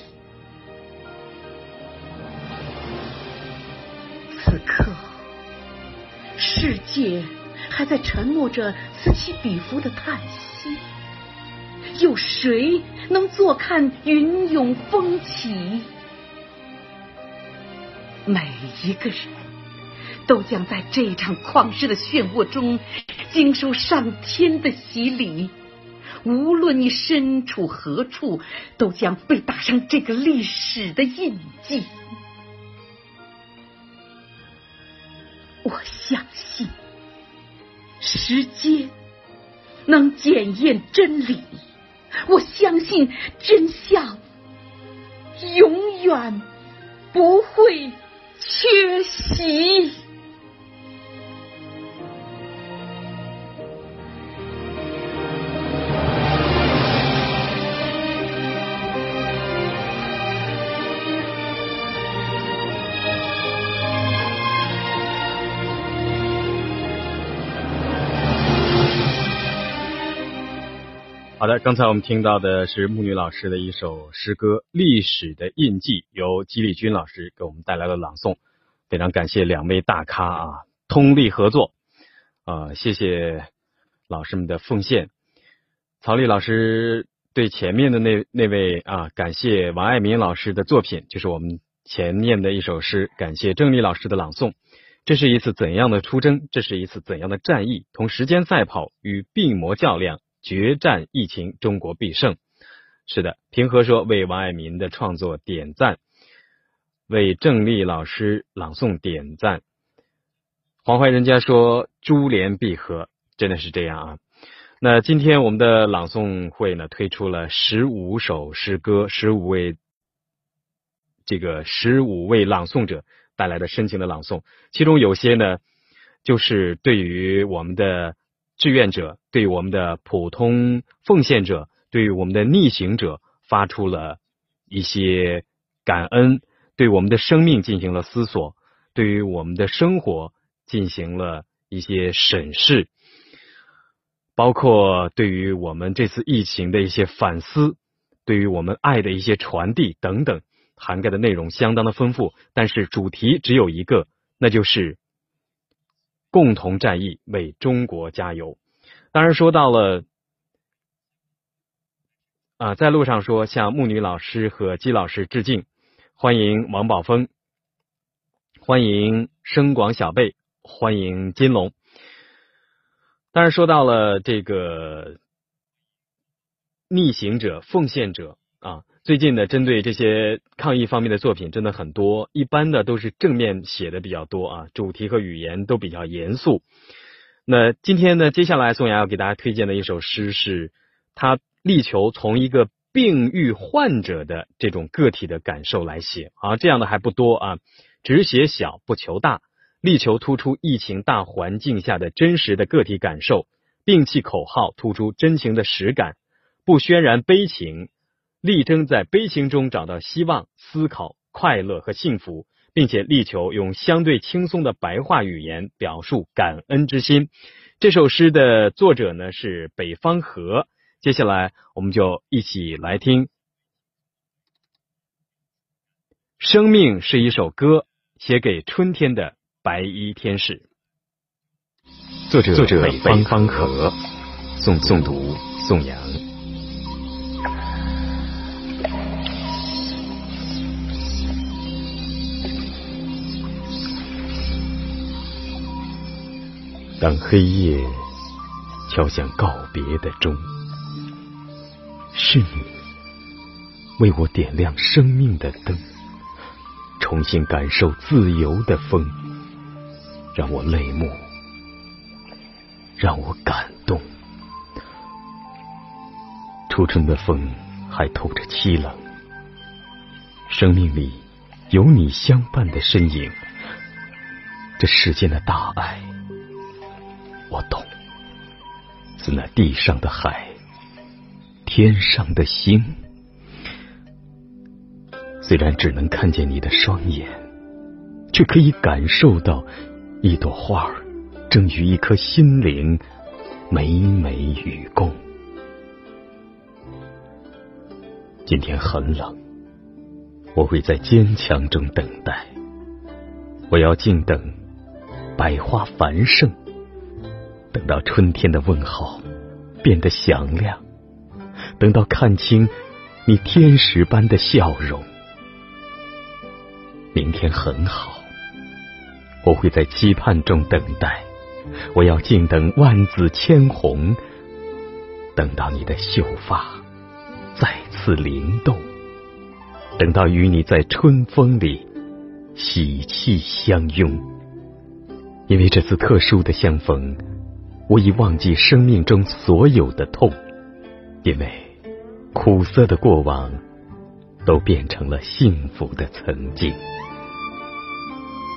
此刻世界还在沉默着此起彼伏的叹息，有谁能坐看云涌风起？每一个人都将在这场旷世的漩涡中经受上天的洗礼，无论你身处何处，都将被打上这个历史的印记。我相信时间能检验真理，我相信真相永远不会缺席。 好的，刚才我们听到的是木女老师的一首诗歌《历史的印记》，由姬丽君老师给我们带来了朗诵。非常感谢两位大咖啊，通力合作啊、呃，谢谢老师们的奉献。曹丽老师对前面的那那位啊，感谢王爱民老师的作品，就是我们前面的一首诗，感谢郑丽老师的朗诵。这是一次怎样的出征？这是一次怎样的战役？同时间赛跑，与病魔较量，决战疫情，中国必胜。是的，平和说为王爱民的创作点赞，为郑丽老师朗诵点赞。黄怀人家说珠联璧合，真的是这样啊。那今天我们的朗诵会呢，推出了十五首诗歌，十五位这个十五位朗诵者带来的深情的朗诵，其中有些呢，就是对于我们的志愿者，对于我们的普通奉献者，对于我们的逆行者发出了一些感恩，对我们的生命进行了思索，对于我们的生活进行了一些审视，包括对于我们这次疫情的一些反思，对于我们爱的一些传递等等，涵盖的内容相当的丰富，但是主题只有一个，那就是共同战役，为中国加油。当然说到了啊，在路上说向木女老师和姬老师致敬，欢迎王宝峰，欢迎深广小贝，欢迎金龙。当然说到了这个逆行者、奉献者啊，最近呢，针对这些抗疫方面的作品真的很多，一般的都是正面写的比较多啊，主题和语言都比较严肃。那今天呢，接下来宋雅要给大家推荐的一首诗是他力求从一个病愈患者的这种个体的感受来写啊，这样的还不多啊，只写小不求大，力求突出疫情大环境下的真实的个体感受，摒弃口号，突出真情的实感，不渲染悲情，力争在悲情中找到希望、思考、快乐和幸福，并且力求用相对轻松的白话语言表述感恩之心。这首诗的作者呢是北方河。接下来我们就一起来听。生命是一首歌，写给春天的白衣天使。作者作者北方河，诵诵读宋阳。当黑夜敲响告别的钟，是你为我点亮生命的灯，重新感受自由的风，让我泪目，让我感动。初春的风还透着凄冷，生命里有你相伴的身影，这世间的大爱我懂，自那地上的海，天上的星。虽然只能看见你的双眼，却可以感受到一朵花儿正与一颗心灵美美与共。今天很冷，我会在坚强中等待，我要静等百花繁盛，等到春天的问号变得响亮，等到看清你天使般的笑容。明天很好，我会在期盼中等待，我要静等万紫千红，等到你的秀发再次灵动，等到与你在春风里喜气相拥。因为这次特殊的相逢，我已忘记生命中所有的痛，因为苦涩的过往都变成了幸福的曾经。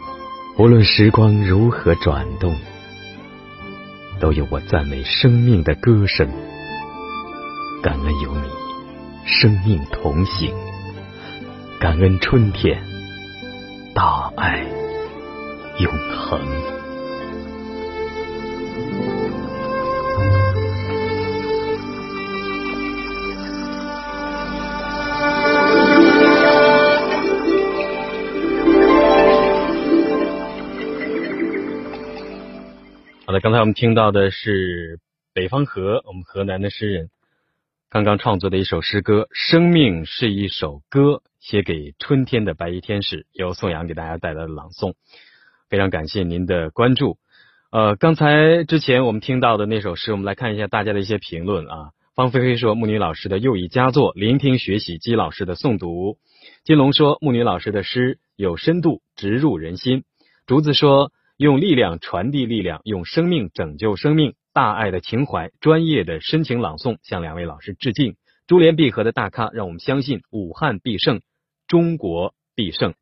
无论时光如何转动，都有我赞美生命的歌声。感恩有你，生命同行。感恩春天，大爱永恒。 好的，刚才我们听到的是北方河，我们河南的诗人刚刚创作的一首诗歌《生命是一首歌》，写给春天的白衣天使，由宋阳给大家带来的朗诵。非常感谢您的关注。呃，刚才之前我们听到的那首诗，我们来看一下大家的一些评论啊。方菲菲说，木女老师的又一佳作，聆听学习姬老师的诵读。金龙说，木女老师的诗有深度，直入人心。竹子说，用力量传递力量，用生命拯救生命，大爱的情怀，专业的深情朗诵，向两位老师致敬。珠联璧合的大咖，让我们相信武汉必胜，中国必胜。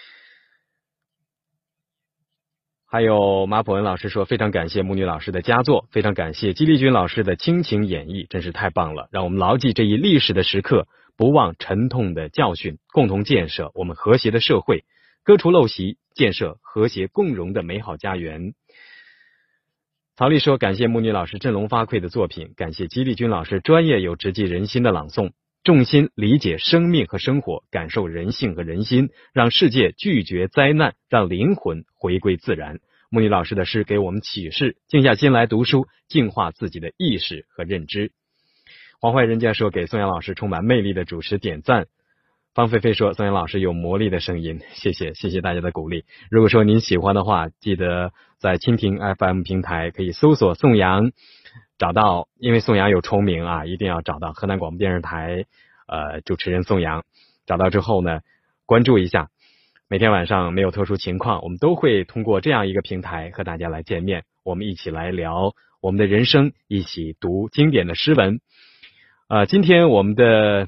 还有马普恩老师说，非常感谢木女老师的佳作，非常感谢姬丽君老师的倾情演绎，真是太棒了，让我们牢记这一历史的时刻，不忘沉痛的教训，共同建设我们和谐的社会，割除陋习，建设和谐共荣的美好家园。曹丽说，感谢木女老师振聋发聩的作品，感谢姬丽君老师专业有直击人心的朗诵，重心理解生命和生活，感受人性和人心，让世界拒绝灾难，让灵魂回归自然。木女老师的诗给我们启示，静下心来读书，净化自己的意识和认知。黄怀人家说，给宋阳老师充满魅力的主持点赞。方菲菲说，宋阳老师有魔力的声音，谢谢谢谢大家的鼓励。如果说您喜欢的话，记得在蜻蜓 F M 平台可以搜索宋阳，找到，因为宋阳有重名啊，一定要找到河南广播电视台呃主持人宋阳，找到之后呢，关注一下。每天晚上没有特殊情况，我们都会通过这样一个平台和大家来见面，我们一起来聊我们的人生，一起读经典的诗文。呃，今天我们的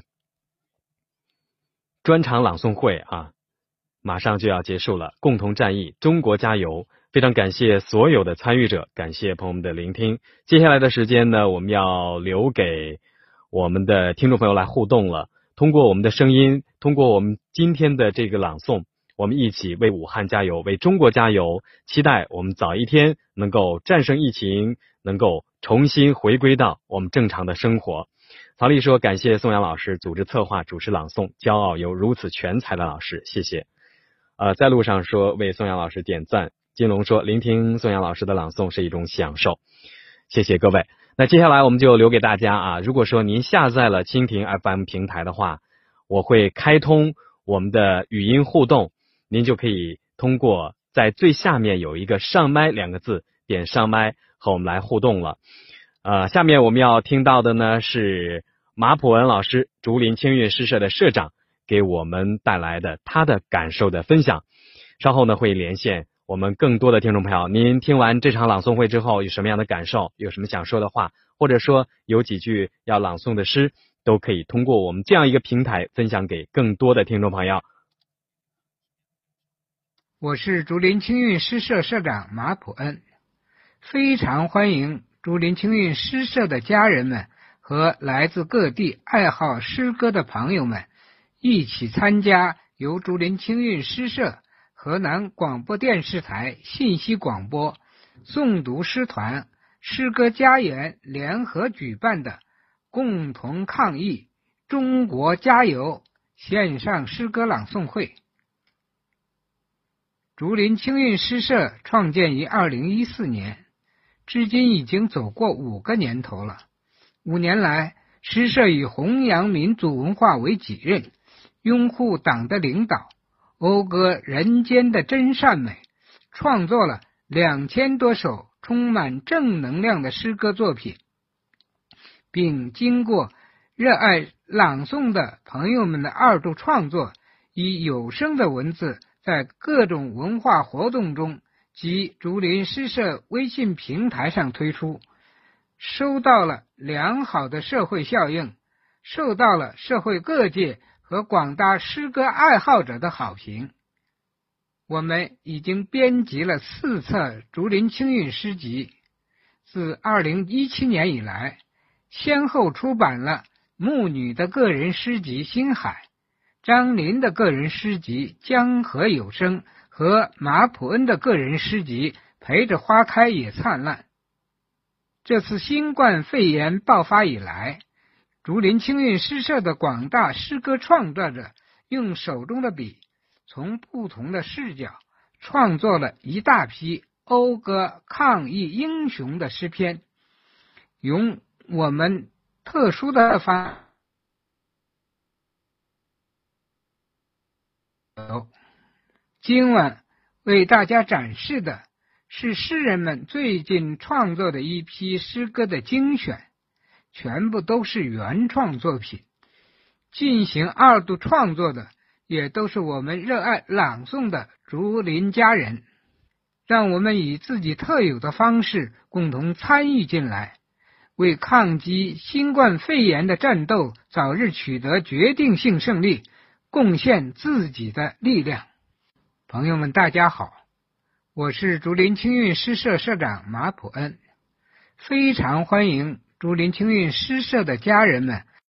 专场朗诵会啊，马上就要结束了，共同战役，中国加油！非常感谢所有的参与者，感谢朋友们的聆听。接下来的时间呢，我们要留给我们的听众朋友来互动了。通过我们的声音，通过我们今天的这个朗诵，我们一起为武汉加油，为中国加油，期待我们早一天能够战胜疫情，能够重新回归到我们正常的生活。曹丽说，感谢宋阳老师组织策划主持朗诵，骄傲有如此全才的老师，谢谢。呃，在路上说为宋阳老师点赞。金龙说，聆听宋阳老师的朗诵是一种享受，谢谢各位。那接下来我们就留给大家啊，如果说您下载了蜻蜓 F M 平台的话，我会开通我们的语音互动，您就可以通过在最下面有一个上麦两个字，点上麦和我们来互动了。呃，下面我们要听到的呢是马普文老师，竹林清韵诗社的社长，给我们带来的他的感受的分享。稍后呢会连线我们更多的听众朋友，您听完这场朗诵会之后有什么样的感受，有什么想说的话，或者说有几句要朗诵的诗，都可以通过我们这样一个平台分享给更多的听众朋友。 我是竹林清韵诗社社长马普恩，非常欢迎竹林清韵诗社的家人们和来自各地爱好诗歌的朋友们一起参加由竹林清韵诗社、河南广播电视台信息广播、诵读诗团、诗歌家园联合举办的共同抗疫中国加油线上诗歌朗诵会。竹林清韵诗社创建于二零一四年，至今已经走过五个年头了。五年来，诗社以弘扬民族文化为己任，拥护党的领导，讴歌人间的真善美，创作了两千多首充满正能量的诗歌作品，并经过热爱朗诵的朋友们的二度创作，以有声的文字在各种文化活动中及竹林诗社微信平台上推出，收到了良好的社会效应，受到了社会各界和广大诗歌爱好者的好评。 我们已经编辑了四册竹林清韵诗集，自二零一七年以来，先后出版了木女的个人诗集《星海》，张林的个人诗集《江河有声》和马普恩的个人诗集《陪着花开也灿烂》。这次新冠肺炎爆发以来，竹林清韵诗社的广大诗歌创作者用手中的笔，从不同的视角创作了一大批讴歌抗疫英雄的诗篇，用我们特殊的方法。今晚为大家展示的是诗人们最近创作的一批诗歌的精选，全部都是原创作品。进行二度创作的也都是我们热爱朗诵的竹林家人，让我们以自己特有的方式共同参与进来，为抗击新冠肺炎的战斗早日取得决定性胜利贡献自己的力量。朋友们大家好，我是竹林清韵诗社社长马普恩，非常欢迎竹林清韵诗社的家人们。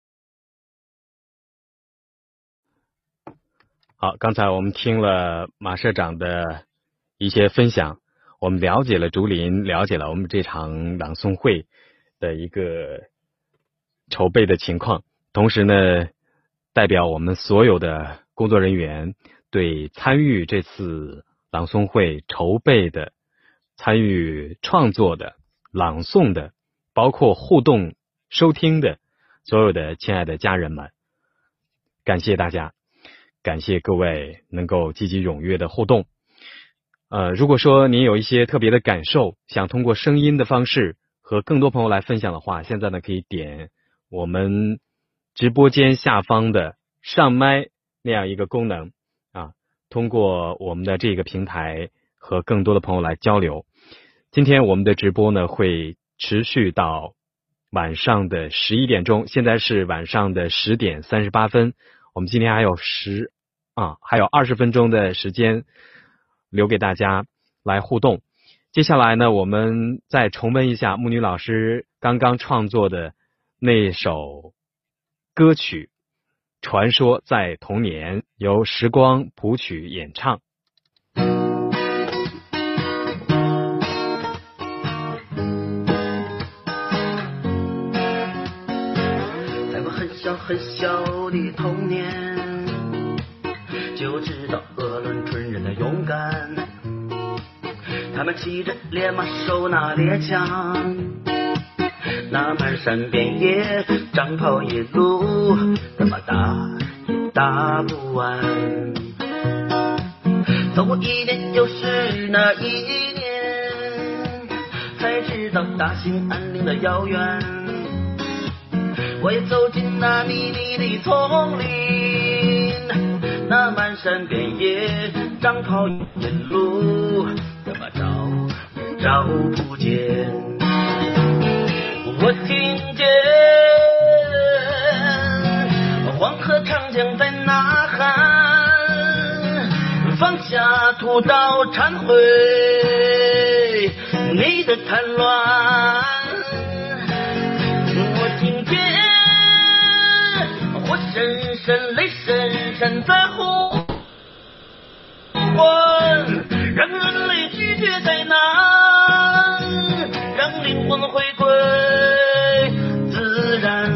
好，刚才我们听了马社长的一些分享，我们了解了竹林，了解了我们这场朗诵会的一个筹备的情况，同时呢，代表我们所有的工作人员对参与这次朗诵会筹备的、参与创作的、朗诵的，包括互动收听的所有的亲爱的家人们，感谢大家，感谢各位能够积极踊跃的互动。呃，如果说您有一些特别的感受，想通过声音的方式和更多朋友来分享的话，现在呢可以点我们直播间下方的上麦那样一个功能啊，通过我们的这个平台和更多的朋友来交流。今天我们的直播呢会持续到晚上的十一点钟，现在是晚上的十点三十八分，我们今天还有十啊还有二十分钟的时间留给大家来互动。接下来呢，我们再重温一下木女老师刚刚创作的那首歌曲《传说在童年》，由时光谱曲演唱。 在我很小很小的童年，就知道鄂伦春人的勇敢，他们骑着烈马，手拿猎枪，那满山遍野仗炮一路，怎么打也打不完。走过一年又是那一年，才知道大兴安岭的遥远。我也走进那密密的丛林，那满山遍野仗炮一路，怎么找也找不见。我听见黄河长江在呐喊，放下屠刀忏悔你的贪乱。我听见火神神雷神神在呼唤，让人类拒绝灾难，让灵魂回归自然。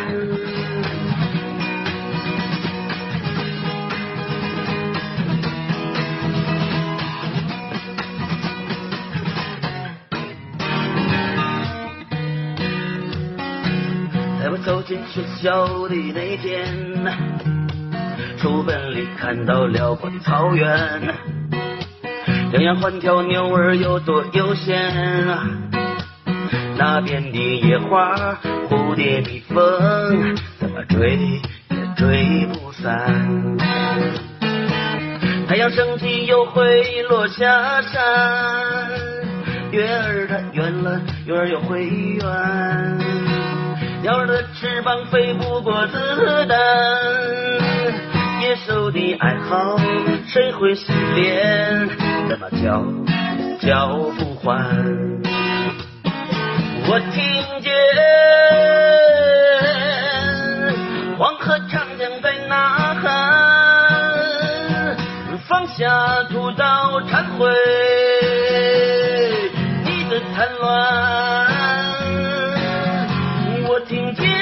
在我走进学校的那天，书本里看到辽阔的草原，羚羊环跳，牛儿有多悠闲啊！那边的野花，蝴蝶蜜蜂，怎么追也追不散。太阳升起又会落下山，月儿它圆了，月儿又会圆。鸟儿的翅膀飞不过子弹，野兽手的爱好，谁会失恋？怎么叫叫不还？我听见黄河长江在呐喊，放下屠刀忏悔你的贪乱。我听见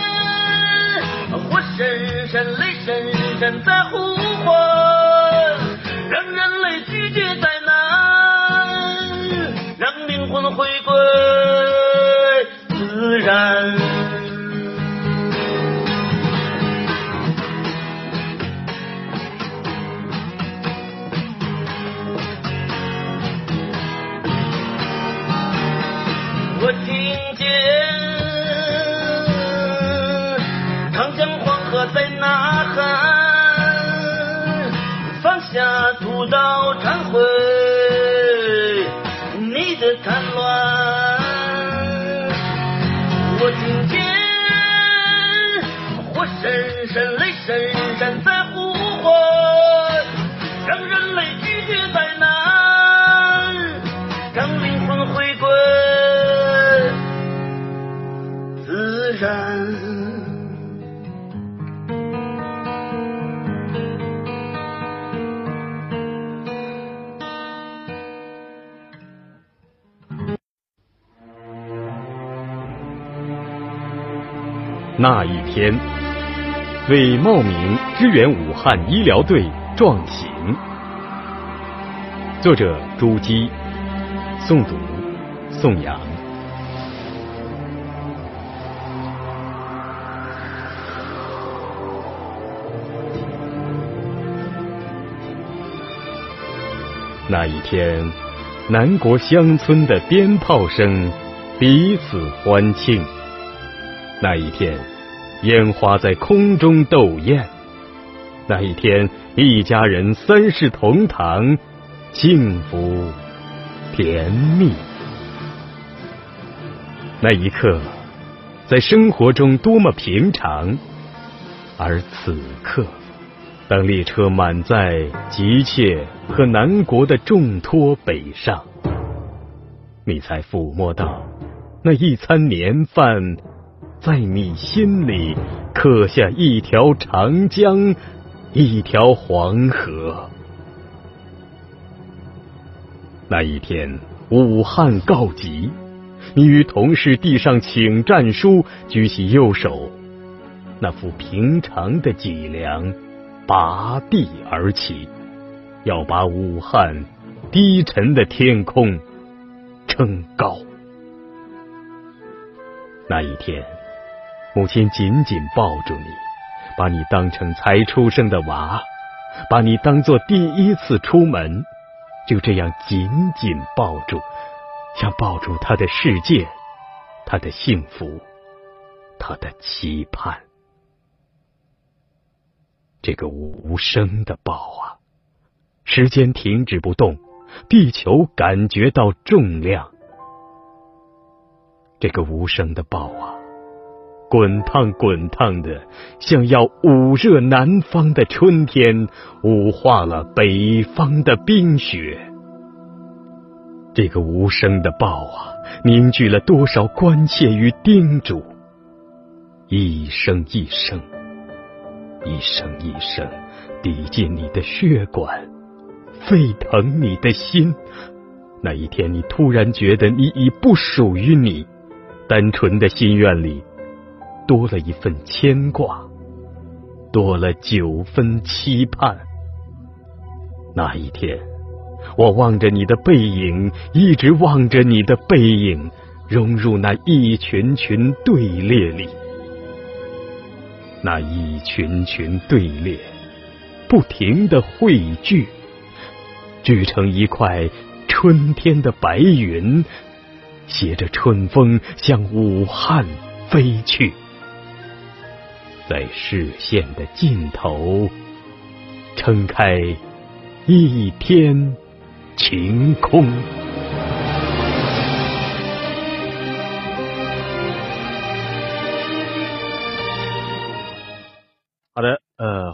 活生生泪深深在呼唤，让人类拒绝灾难，让灵魂回归自然。我听见长江黄河在呐喊，放下屠刀忏悔你的贪乱。我听见活生生泪深深在呼唤，让人类拒绝灾难，让灵魂回归自然。 那一天，为茂名支援武汉医疗队壮行。作者朱基，诵读宋阳。那一天，南国乡村的鞭炮声彼此欢庆。那一天，烟花在空中斗艳。那一天，一家人三世同堂，幸福甜蜜。那一刻，在生活中多么平常，而此刻，当列车满载急切和南国的重托北上，你才抚摸到那一餐年饭在你心里刻下一条长江，一条黄河。那一天，武汉告急，你与同事递上请战书，举起右手，那副平常的脊梁拔地而起，要把武汉低沉的天空撑高。那一天，母亲紧紧抱住你，把你当成才出生的娃，把你当作第一次出门，就这样紧紧抱住，像抱住他的世界，他的幸福，他的期盼。这个无声的抱啊，时间停止不动，地球感觉到重量。这个无声的抱啊，滚烫滚烫的，像要捂热南方的春天，捂化了北方的冰雪。这个无声的抱啊，凝聚了多少关切与叮嘱，一声一声，一声一声滴进你的血管，沸腾你的心。那一天，你突然觉得你已不属于你，单纯的心愿里多了一份牵挂，多了九分期盼。那一天，我望着你的背影，一直望着你的背影，融入那一群群队列里。那一群群队列不停地汇聚，聚成一块春天的白云，携着春风向武汉飞去。在视线的尽头，撑开一天晴空。 好的，呃，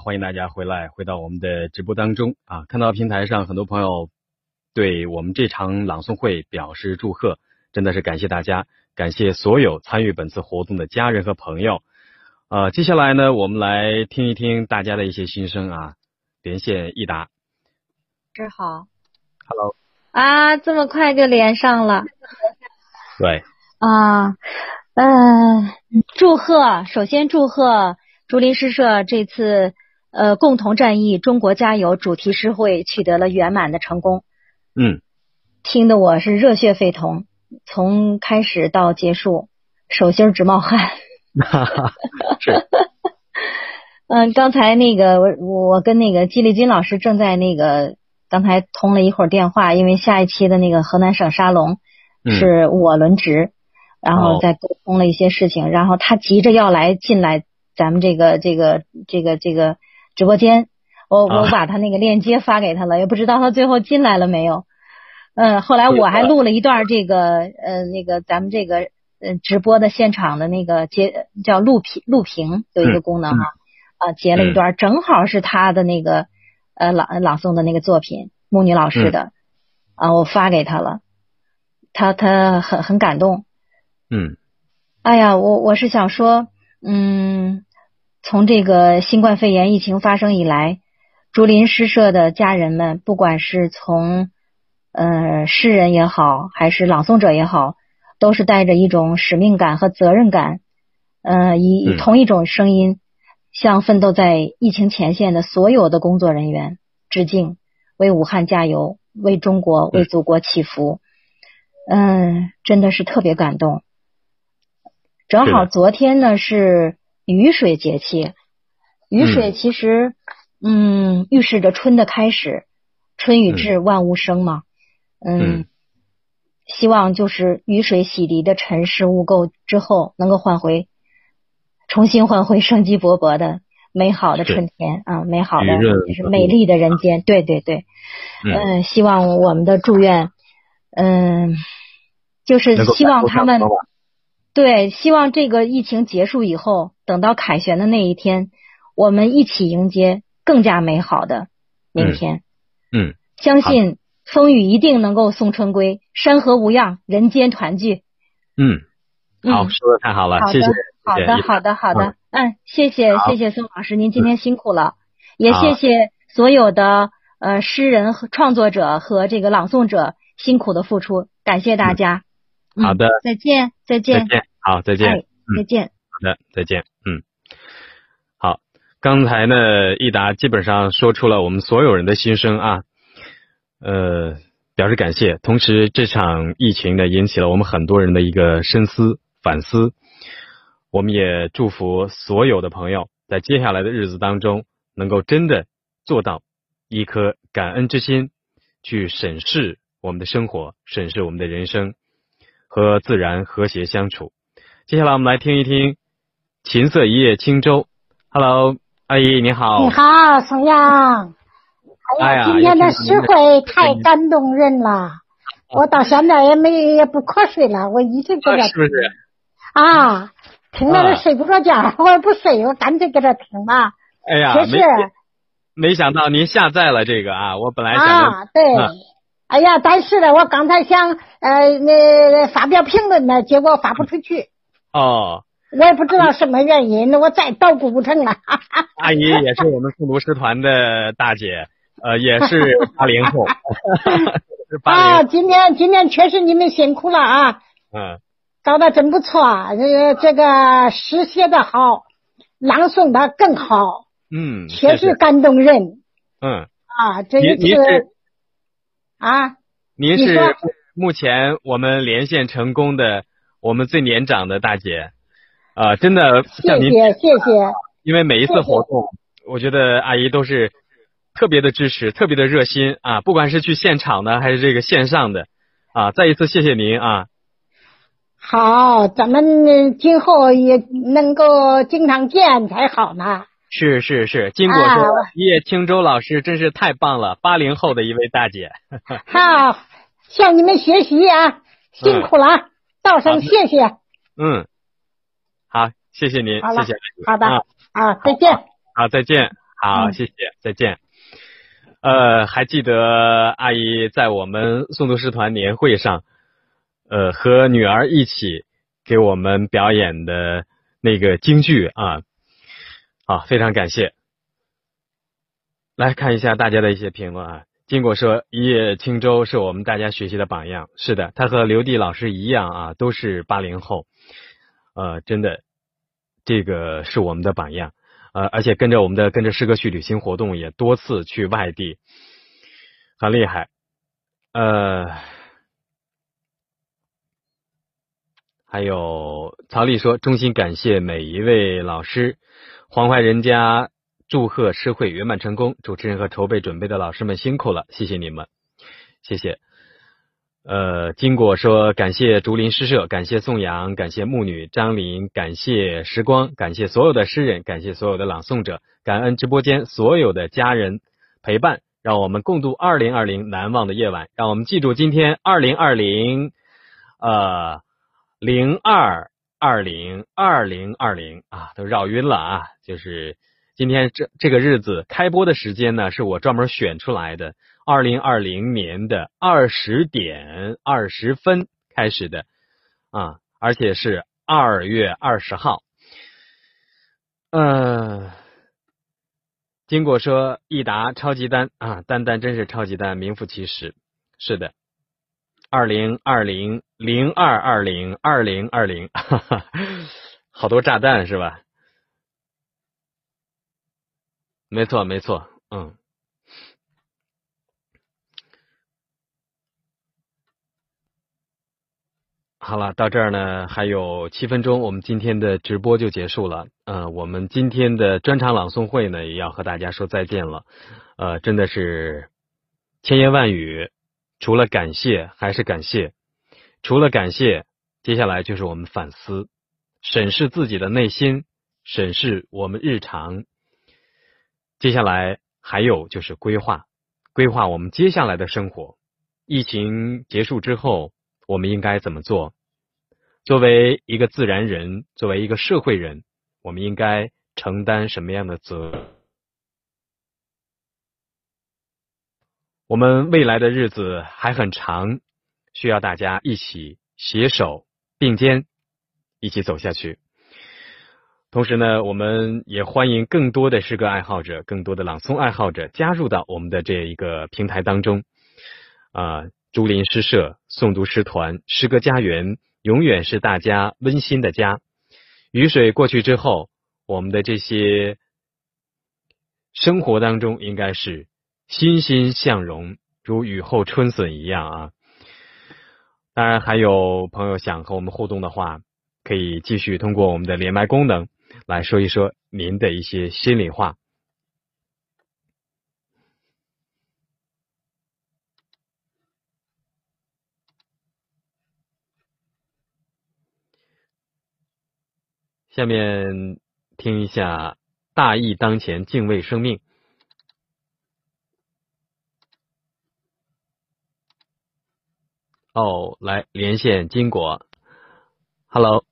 欢迎大家回来，回到我们的直播当中啊！看到平台上很多朋友对我们这场朗诵会表示祝贺，真的是感谢大家，感谢所有参与本次活动的家人和朋友。呃，接下来呢，我们来听一听大家的一些心声啊。连线益达， 这好 ，Hello 啊，这么快就连上了， 对啊，嗯、呃，祝贺，首先祝贺竹林诗社这次呃共同战役中国加油主题诗会取得了圆满的成功， 嗯， 听得我是热血沸腾，从开始到结束手心直冒汗。 是， 嗯，刚才那个我我跟那个季丽君老师正在那个刚才通了一会儿电话，因为下一期的那个河南省沙龙是我轮值，嗯、然后再沟通了一些事情，哦、然后他急着要来进来咱们这个这个这个这个直播间，我我把他那个链接发给他了，也不知道他最后进来了没有。嗯，后来我还录了一段这个呃那个咱们这个。呃，直播的现场的那个截叫录屏，录屏有一个功能啊，啊、嗯，截了一段，正好是他的那个呃朗朗诵的那个作品，木女老师的，啊、嗯，我发给他了，他他很很感动， 嗯， 哎呀，我我是想说，嗯，从这个新冠肺炎疫情发生以来，竹林诗社的家人们，不管是从呃诗人也好，还是朗诵者也好。都是带着一种使命感和责任感，呃，以以同一种声音，向奋斗在疫情前线的所有的工作人员致敬，为武汉加油，为中国、为祖国祈福。嗯，真的是特别感动。正好昨天呢是雨水节气，雨水其实嗯预示着春的开始，春雨至，万物生嘛。嗯。嗯希望就是雨水洗涤的尘世污垢之后，能够换回，重新换回生机勃勃的美好的春天啊，美好的就是美丽的人间。对对对，嗯、呃，希望我们的祝愿，嗯、呃，就是希望他们，对，希望这个疫情结束以后，等到凯旋的那一天，我们一起迎接更加美好的明天。 嗯，嗯相信。风雨一定能够送春归，山河无恙，人间团聚。 嗯，好，嗯、说的太好了，谢谢。 好的，好的，好的，嗯，谢谢，谢谢宋老师，您今天辛苦了，也谢谢所有的呃诗人和创作者和这个朗诵者辛苦的付出，感谢大家。 嗯、好的、 嗯，再见，再见， 再见，好，再见， 哎嗯、再见。 好的，再见，嗯，好，刚才呢，益达基本上说出了我们所有人的心声啊。呃，表示感谢。同时，这场疫情呢，引起了我们很多人的一个深思反思。我们也祝福所有的朋友，在接下来的日子当中，能够真的做到一颗感恩之心，去审视我们的生活，审视我们的人生，和自然和谐相处。接下来，我们来听一听《琴瑟一叶轻舟》。Hello， 阿姨你好。 你好，宋阳。哎呀，今天的诗会太感动人了，我到现在也没也不瞌睡了，我一直搁这听， 是不是？ 啊，听了都睡不着觉，啊、我也不睡，我干脆搁这听吧。 哎呀， 确实没，没想到您下载了这个啊，我本来想着啊，对，啊、哎呀，但是呢，我刚才想呃那发表评论呢，结果发不出去。 哦。 我也不知道什么原因，我再捣鼓不成了。 阿姨也是我们诵读诗团的大姐。呃，也是八零后，是八零。 啊，今天今天确实你们辛苦了啊！ 嗯， 搞得真不错，这个这个诗写的好，朗诵的更好。 嗯， 确实感动人。 嗯。 啊，这一次啊， 您是目前我们连线成功的我们最年长的大姐，啊，真的向您谢谢谢谢。 因为每一次活动，我觉得阿姨都是。特别的支持，特别的热心啊！不管是去现场的还是这个线上的啊，再一次谢谢您啊！ 好，咱们今后也能够经常见才好呢。 是是是，经过说叶青州老师真是太棒了，八零后的一位大姐。 好，向你们学习啊，辛苦了，嗯、道声谢谢。 嗯，好，谢谢您，谢谢。 好的， 啊， 啊，再见。 好，再见。 好，谢谢，再见。呃，还记得阿姨在我们诵读诗团年会上，呃，和女儿一起给我们表演的那个京剧啊，好，非常感谢。来看一下大家的一些评论啊。金果说一叶轻舟是我们大家学习的榜样，是的，他和刘迪老师一样啊，都是八零后，呃，真的，这个是我们的榜样。呃，而且跟着我们的跟着诗歌去旅行活动也多次去外地，很厉害。呃，还有曹丽说，衷心感谢每一位老师，黄淮人家祝贺诗会圆满成功，主持人和筹备准备的老师们辛苦了，谢谢你们，谢谢。呃，金果说感谢竹林诗社，感谢宋阳，感谢木女张琳，感谢时光，感谢所有的诗人，感谢所有的朗诵者，感恩直播间所有的家人陪伴，让我们共度二零二零难忘的夜晚。让我们记住今天二零二零呃零二二零二零二零啊，都绕晕了啊！就是今天这这个日子开播的时间呢，是我专门选出来的。二零二零年的二十点二十分开始的啊，而且是二月二十号。嗯、呃，经过说益达超级单啊，丹丹真是超级单，名副其实。是的，二零二零零二二零二零二零，好多炸弹是吧？没错，没错，嗯。好了，到这儿呢还有七分钟，我们今天的直播就结束了。呃，我们今天的专场朗诵会呢，也要和大家说再见了。呃，真的是千言万语，除了感谢还是感谢，除了感谢，接下来就是我们反思，审视自己的内心，审视我们日常。接下来还有就是规划，规划我们接下来的生活。疫情结束之后，我们应该怎么做？作为一个自然人，作为一个社会人，我们应该承担什么样的责任？我们未来的日子还很长，需要大家一起携手并肩，一起走下去。同时呢，我们也欢迎更多的诗歌爱好者，更多的朗诵爱好者加入到我们的这一个平台当中。啊、呃。竹林诗社、诵读诗团、诗歌家园永远是大家温馨的家。雨水过去之后，我们的这些生活当中应该是欣欣向荣，如雨后春笋一样啊。当然还有朋友想和我们互动的话，可以继续通过我们的连麦功能来说一说您的一些心里话。下面听一下大义当前，敬畏生命。哦，来连线金果 ，Hello，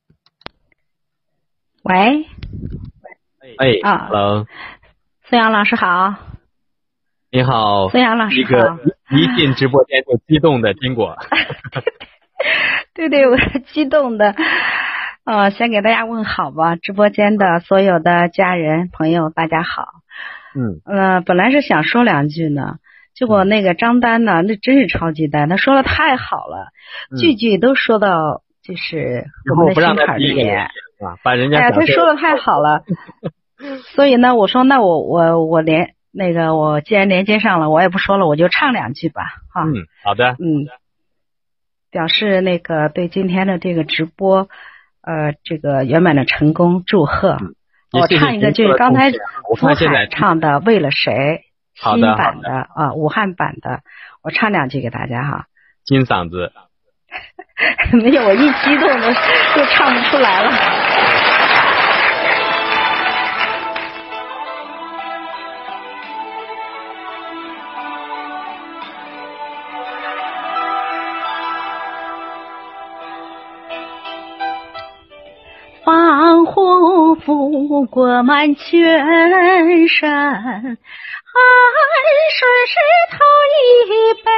喂， 哎啊 ，Hello， 孙阳老师好， 你好， 孙阳老师好， 一个一进直播间就激动的金果， 对对，我激动的。呃，先给大家问好吧，直播间的所有的家人朋友，大家好。 嗯， 呃，本来是想说两句呢，结果那个张丹呢，那真是超级丹，他说的太好了， 嗯、 句句都说到就是我们的心坎里面， 啊，把人家哎呀，他说的太好了，所以呢，我说那我我我连那个我既然连接上了，我也不说了，我就唱两句吧，哈。 嗯，好的， 嗯，表示那个对今天的这个直播。呃，这个圆满的成功，祝贺！ 嗯、 我唱一个，就是刚才福海唱的《为了谁》新版的啊，武汉版的，我唱两句给大家哈。 金嗓子， 没有，我一激动的就唱不出来了。放火风拂过满全身，汗水湿透一杯。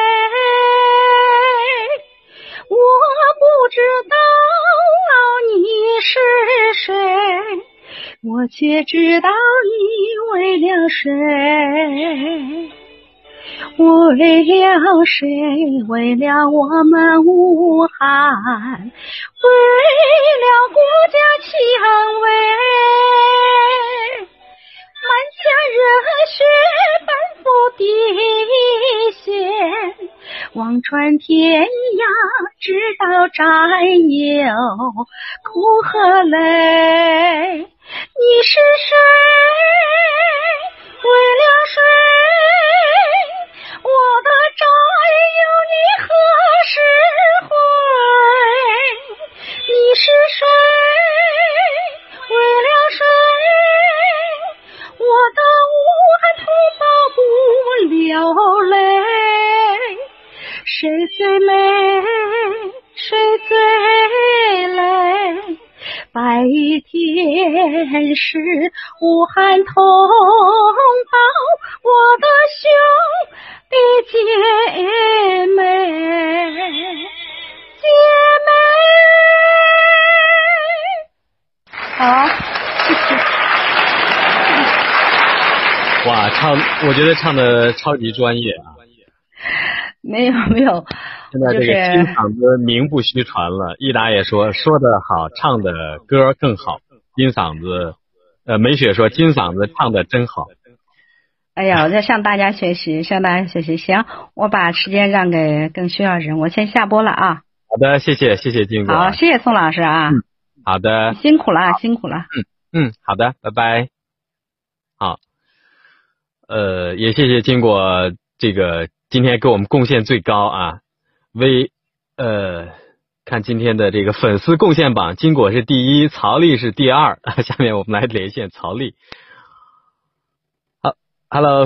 我不知道你是谁，我却知道你为了谁，为了谁，为了我们武汉，为了国家蔷薇，满腔热血奔赴地线，望穿天涯，直到战友苦和泪。你是谁？为了谁？我的战友你何时回？你是谁？为了谁？我的武汉同胞不流泪。谁最美？谁最累？白天是武汉同胞，我的兄弟姐妹，姐妹。好，谢谢。 哇，唱，我觉得唱的超级专业啊！ 没有没有， 现在这个金嗓子名不虚传了。益达也说，说的好，唱的歌更好。金嗓子，呃，梅雪说金嗓子唱的真好。 哎呀，我在向大家学习，向大家学习。行，我把时间让给更需要人，我先下播了啊。 好的，谢谢谢谢金哥。 好，谢谢宋老师啊。 嗯，好的。 辛苦了，辛苦了。 嗯嗯，好的，拜拜。好，呃，也谢谢金果这个。今天给我们贡献最高啊，微呃，看今天的这个粉丝贡献榜，金果是第一，曹丽是第二。下面我们来连线曹丽。好 ，Hello，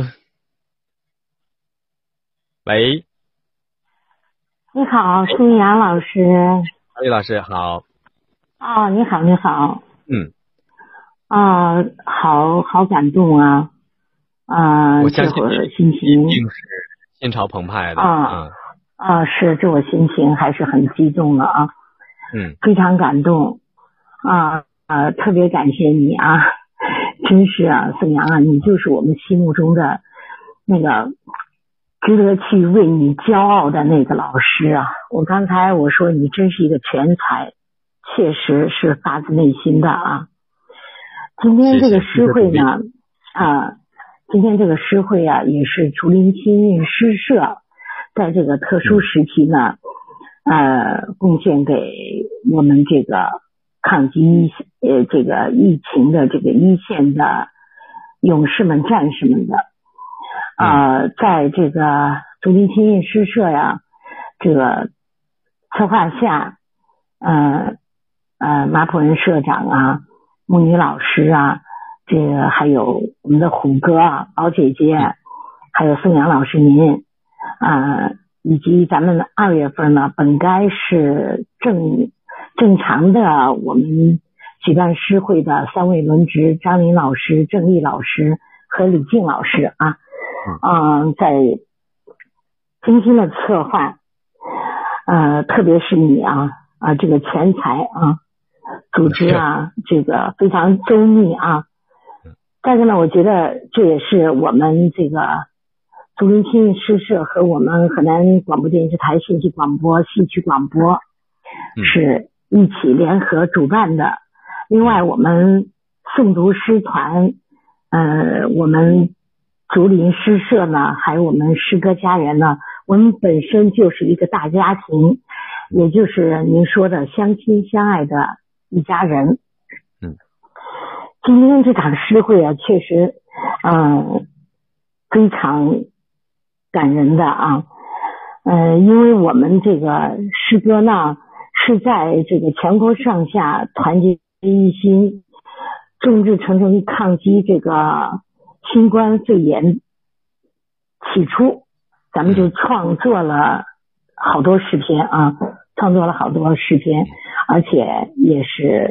喂， 你好，孙杨老师。 曹丽老师好。 哦，你好，你好。 嗯。 啊，好好感动啊！啊， 我相信这会儿心情一定是心潮澎湃的啊啊！是，这我心情还是很激动的啊， 嗯， 非常感动啊啊！特别感谢你啊，真是啊，孙杨啊，你就是我们心目中的那个值得去为你骄傲的那个老师啊！我刚才我说你真是一个全才，确实是发自内心的啊。今天这个诗会呢，啊。今天这个诗会啊，也是竹林青韵诗社在这个特殊时期呢，呃，贡献给我们这个抗击呃这个疫情的这个一线的勇士们、战士们的。呃，在这个竹林青韵诗社呀，这个策划下，呃呃，马普恩社长啊，木女老师啊。这个还有我们的虎哥啊，宝姐姐，还有宋阳老师您啊、呃，以及咱们二月份呢，本该是正正常的我们举办诗会的三位轮值张林老师、郑丽老师和李静老师啊，嗯、呃，在精心的策划，呃，特别是你啊啊这个全才啊，组织啊这个非常周密啊。再一个呢，我觉得这也是我们这个竹林青韵诗社和我们河南广播电视台信息广播、戏曲广播是一起联合主办的。另外，我们诵读诗团，呃，我们竹林诗社呢，还有我们诗歌家园呢，我们本身就是一个大家庭，也就是您说的相亲相爱的一家人。今天这场诗会啊，确实，嗯、呃，非常感人的啊，呃，因为我们这个诗歌呢，是在这个全国上下团结一心，众志成城抗击这个新冠肺炎。起初，咱们就创作了好多诗篇啊，创作了好多诗篇，而且也是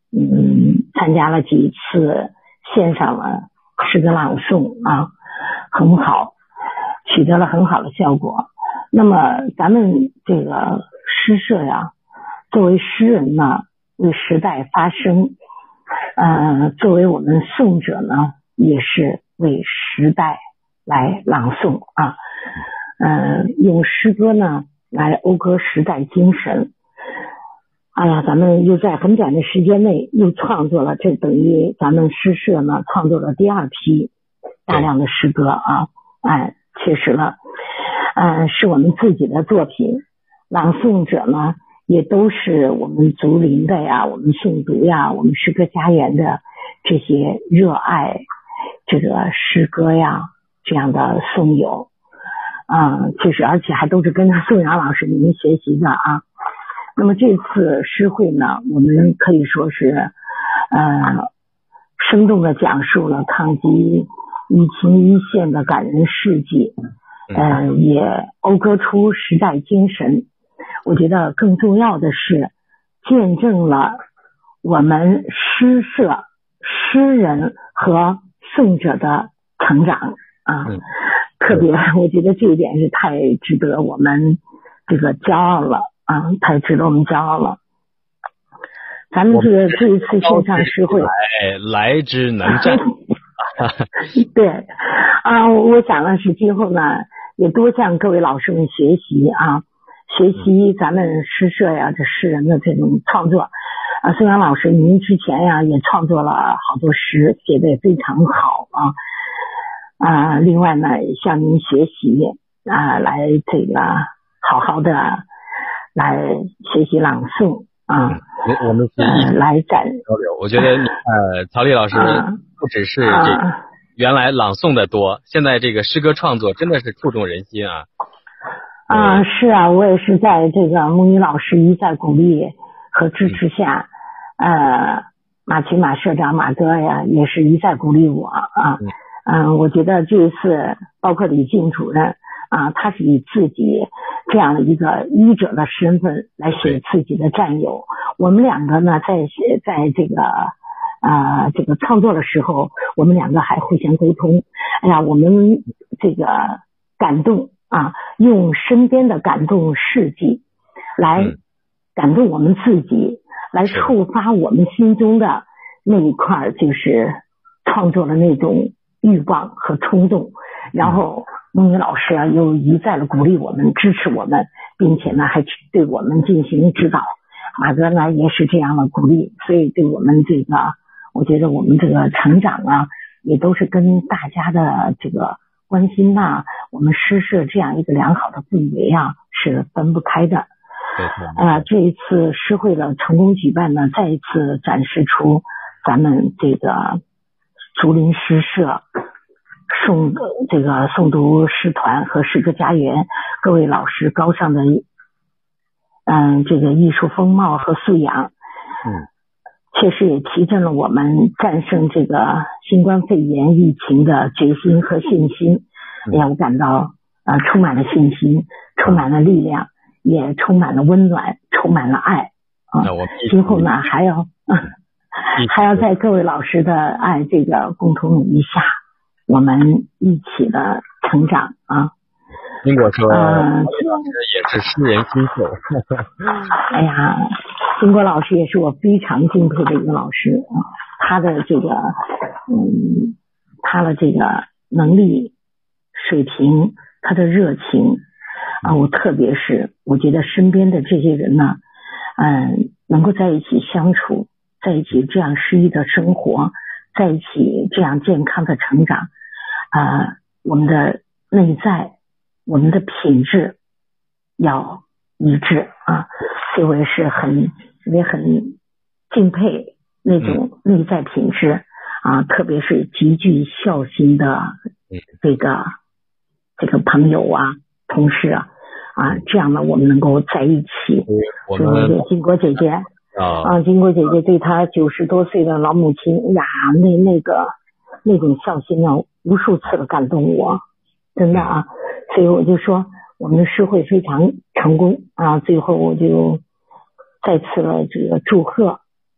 嗯参加了几次线上了诗歌朗诵啊，很好，取得了很好的效果。那么咱们这个诗社呀，作为诗人呢，为时代发声，呃，作为我们颂者呢，也是为时代来朗诵啊，呃，用诗歌呢来讴歌时代精神。哎呀，咱们又在很短的时间内又创作了，这等于咱们诗社呢创作了第二批大量的诗歌啊，哎，确实了，呃，是我们自己的作品，朗诵者呢也都是我们竹林的呀，我们诵读呀，我们诗歌家园的这些热爱这个诗歌呀这样的诵友啊，确实，而且还都是跟着宋阳老师您学习的啊。那么这次诗会呢，我们可以说是呃生动的讲述了抗击疫情一线的感人事迹，呃也讴歌出时代精神。我觉得更重要的是见证了我们诗社诗人和诵者的成长啊，特别我觉得这一点是太值得我们这个骄傲了啊，太值得我们骄傲了。咱们这个这一次线上诗会， 来来之能战。 对啊，我想呢是今后呢也多向各位老师们学习啊，学习咱们诗社呀这诗人的这种创作啊。孙阳老师您之前呀也创作了好多诗，写的也非常好啊啊。另外呢向您学习啊，来这个好好的来学习朗诵啊， 我我们是一呃、来展交流。我觉得呃，曹丽老师不只是这个、啊、原来朗诵的多，现在这个诗歌创作真的是触动人心啊。 啊，是啊，我也是在这个孟妮老师一再鼓励和支持下，嗯、呃，马群马社长马哥呀也是一再鼓励我啊。嗯、呃，我觉得这一次包括李静主任啊，他是以自己这样的一个医者的身份来写自己的战友。我们两个呢，在在这个啊、呃、这个创作的时候，我们两个还互相沟通。哎呀，我们这个感动啊，用身边的感动事迹来感动我们自己，来触发我们心中的那一块，就是创作的那种欲望和冲动。然后孟妮老师啊又一再的鼓励我们，支持我们，并且呢还对我们进行指导。马哥呢也是这样的鼓励，所以对我们这个，我觉得我们这个成长啊，也都是跟大家的这个关心呐、啊，我们诗社这样一个良好的氛围啊是分不开的。啊、呃，这一次诗会的成功举办呢，再一次展示出咱们这个竹林诗社诵这个诵读诗团和诗歌家园各位老师高尚的嗯这个艺术风貌和素养，嗯，确实也提振了我们战胜这个新冠肺炎疫情的决心和信心。哎呀，我感到呃充满了信心，充满了力量，也充满了温暖，充满了爱啊！今后呢还要、嗯、还要在各位老师的爱这个共同努力下，我们一起的成长啊！ 经过说，嗯，也是诗人新秀。 哎呀，金国老师也是我非常敬佩的一个老师啊，他的这个，嗯，他的这个能力水平，他的热情啊，我特别是我觉得身边的这些人呢，嗯，能够在一起相处，在一起这样诗意的生活，在一起这样健康的成长啊，我们的内在。我们的品质要一致啊，所以我也是很也很敬佩那种内在品质啊，特别是极具孝心的这个这个朋友啊、同事啊啊，这样呢，我们能够在一起。所以我们金国姐姐啊，金国姐姐对她九十多岁的老母亲呀，那那个那种孝心呢，无数次的感动我，真的啊。所以我就说我们的诗会非常成功啊！最后我就再次的这个祝贺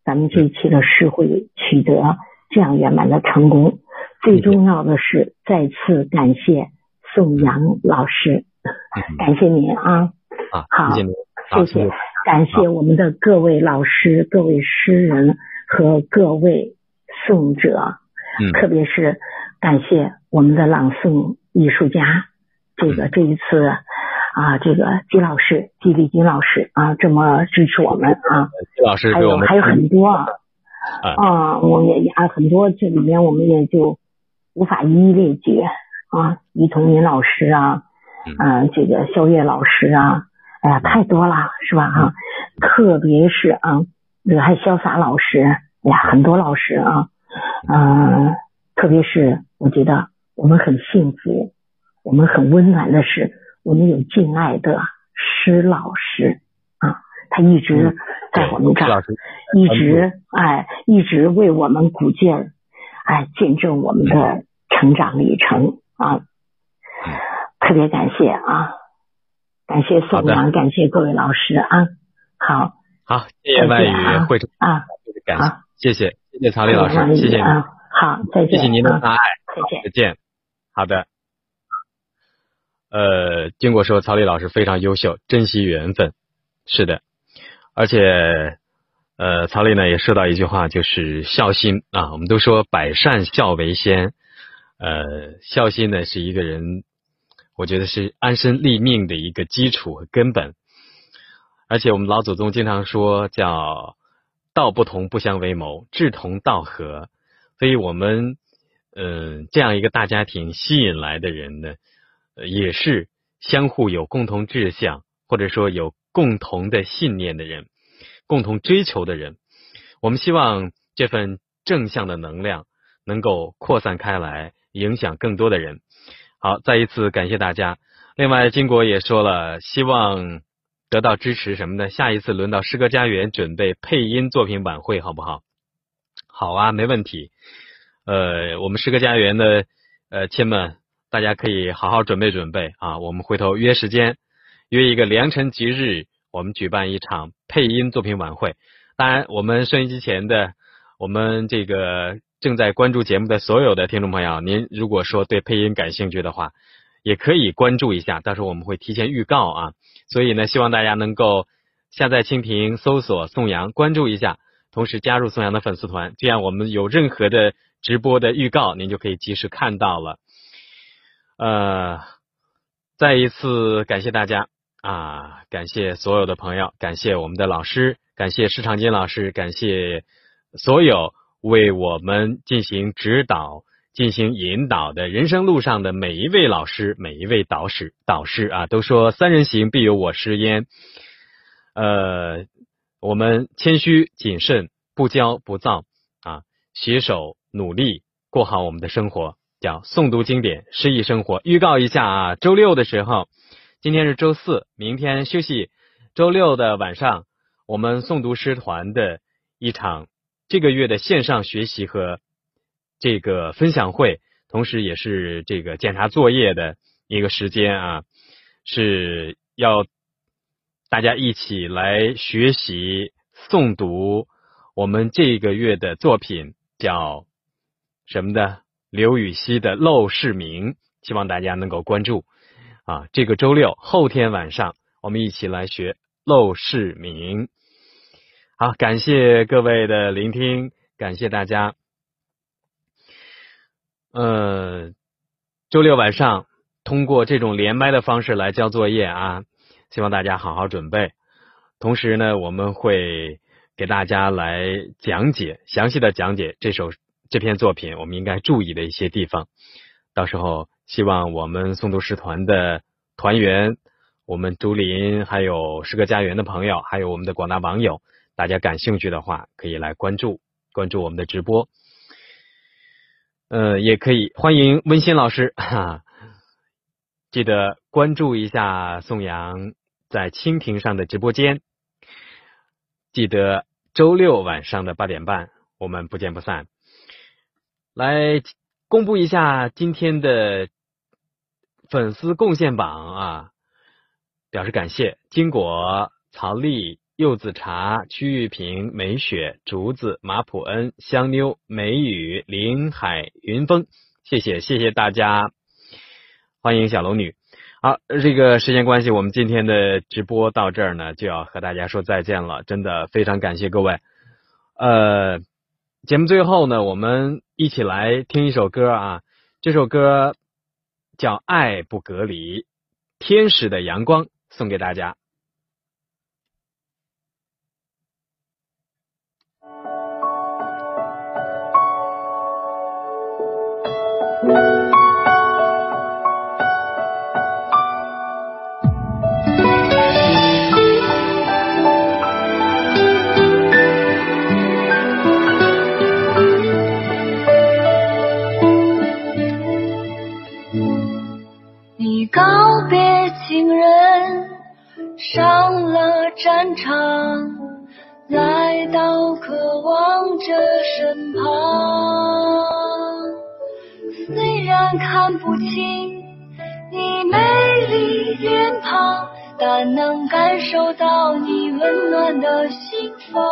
咱们这一期的诗会取得这样圆满的成功。最重要的是再次感谢宋阳老师，感谢您啊！ 啊， 好， 谢谢您， 谢谢，感谢我们的各位老师、各位诗人和各位诵者， 嗯， 特别是感谢我们的朗诵艺术家，这个这一次啊，这个季老师、季丽金老师啊，这么支持我们啊， 季老师还有还有很多啊， 啊， 我们也也很多，这里面我们也就无法一一列举啊，于同民老师啊，啊，这个肖月老师啊，哎呀，太多了，是吧？哈、啊，特别是啊，这个还潇洒老师，哎呀，很多老师啊，嗯、呃，特别是我觉得我们很幸福，我们很温暖的是，我们有敬爱的施老师啊，他一直在我们这儿，一直哎，一直为我们鼓劲儿，哎，见证我们的成长历程啊，特别感谢啊，感谢宋阳，感谢各位老师啊，好， 好，谢谢外语会长啊， 感谢，谢谢，谢谢曹丽老师，谢谢你， 啊，好，再见， 谢谢您的大爱， 再见， 再见，好的。呃，经过说曹丽老师非常优秀，珍惜缘分，是的，而且呃，曹丽呢也说到一句话，就是孝心啊，我们都说百善孝为先，呃，孝心呢是一个人，我觉得是安身立命的一个基础和根本，而且我们老祖宗经常说叫道不同不相为谋，志同道合，所以我们嗯、呃、这样一个大家庭吸引来的人呢。也是相互有共同志向，或者说有共同的信念的人，共同追求的人。我们希望这份正向的能量能够扩散开来，影响更多的人。好，再一次感谢大家。另外，金国也说了，希望得到支持什么的，下一次轮到诗歌家园准备配音作品晚会，好不好？好啊，没问题。呃，我们诗歌家园的呃亲们。大家可以好好准备准备啊！我们回头约时间，约一个良辰吉日，我们举办一场配音作品晚会。当然，我们收音机前的，我们这个正在关注节目的所有的听众朋友，您如果说对配音感兴趣的话，也可以关注一下，到时候我们会提前预告啊。所以呢，希望大家能够下载蜻蜓，搜索宋阳，关注一下，同时加入宋阳的粉丝团，这样我们有任何的直播的预告，您就可以及时看到了。呃，再一次感谢大家啊！感谢所有的朋友，感谢我们的老师，感谢施长金老师，感谢所有为我们进行指导、进行引导的人生路上的每一位老师、每一位导师、导师啊！都说三人行必有我师焉。呃，我们谦虚谨慎，不骄不躁啊，携手努力过好我们的生活。叫诵读经典，诗意生活。预告一下啊，周六的时候，今天是周四，明天休息。周六的晚上，我们诵读诗团的一场这个月的线上学习和这个分享会，同时也是这个检查作业的一个时间啊，是要大家一起来学习诵读我们这个月的作品，叫什么的？刘禹锡的《陋室铭》，希望大家能够关注啊！这个周六后天晚上，我们一起来学《陋室铭》。好，感谢各位的聆听，感谢大家。呃，周六晚上通过这种连麦的方式来交作业啊，希望大家好好准备。同时呢，我们会给大家来讲解，详细的讲解这首。这篇作品我们应该注意的一些地方，到时候希望我们诵读诗团的团员，我们竹林还有诗歌家园的朋友，还有我们的广大网友，大家感兴趣的话可以来关注关注我们的直播。呃，也可以欢迎温馨老师哈，记得关注一下宋阳在蜻蜓上的直播间，记得周六晚上的八点半我们不见不散。来公布一下今天的粉丝贡献榜啊，表示感谢：金果、曹丽、 柚子茶、曲玉萍、美雪、竹子、马普恩、香妞、美雨、林海、云峰，谢谢谢谢大家，欢迎小龙女。好，这个时间关系，我们今天的直播到这儿呢，就要和大家说再见了。真的非常感谢各位。呃，节目最后呢，我们一起来听一首歌啊，这首歌叫《爱不隔离》，天使的阳光，送给大家。 你告别亲人，上了战场，来到渴望者身旁。虽然看不清你美丽脸庞，但能感受到你温暖的心房。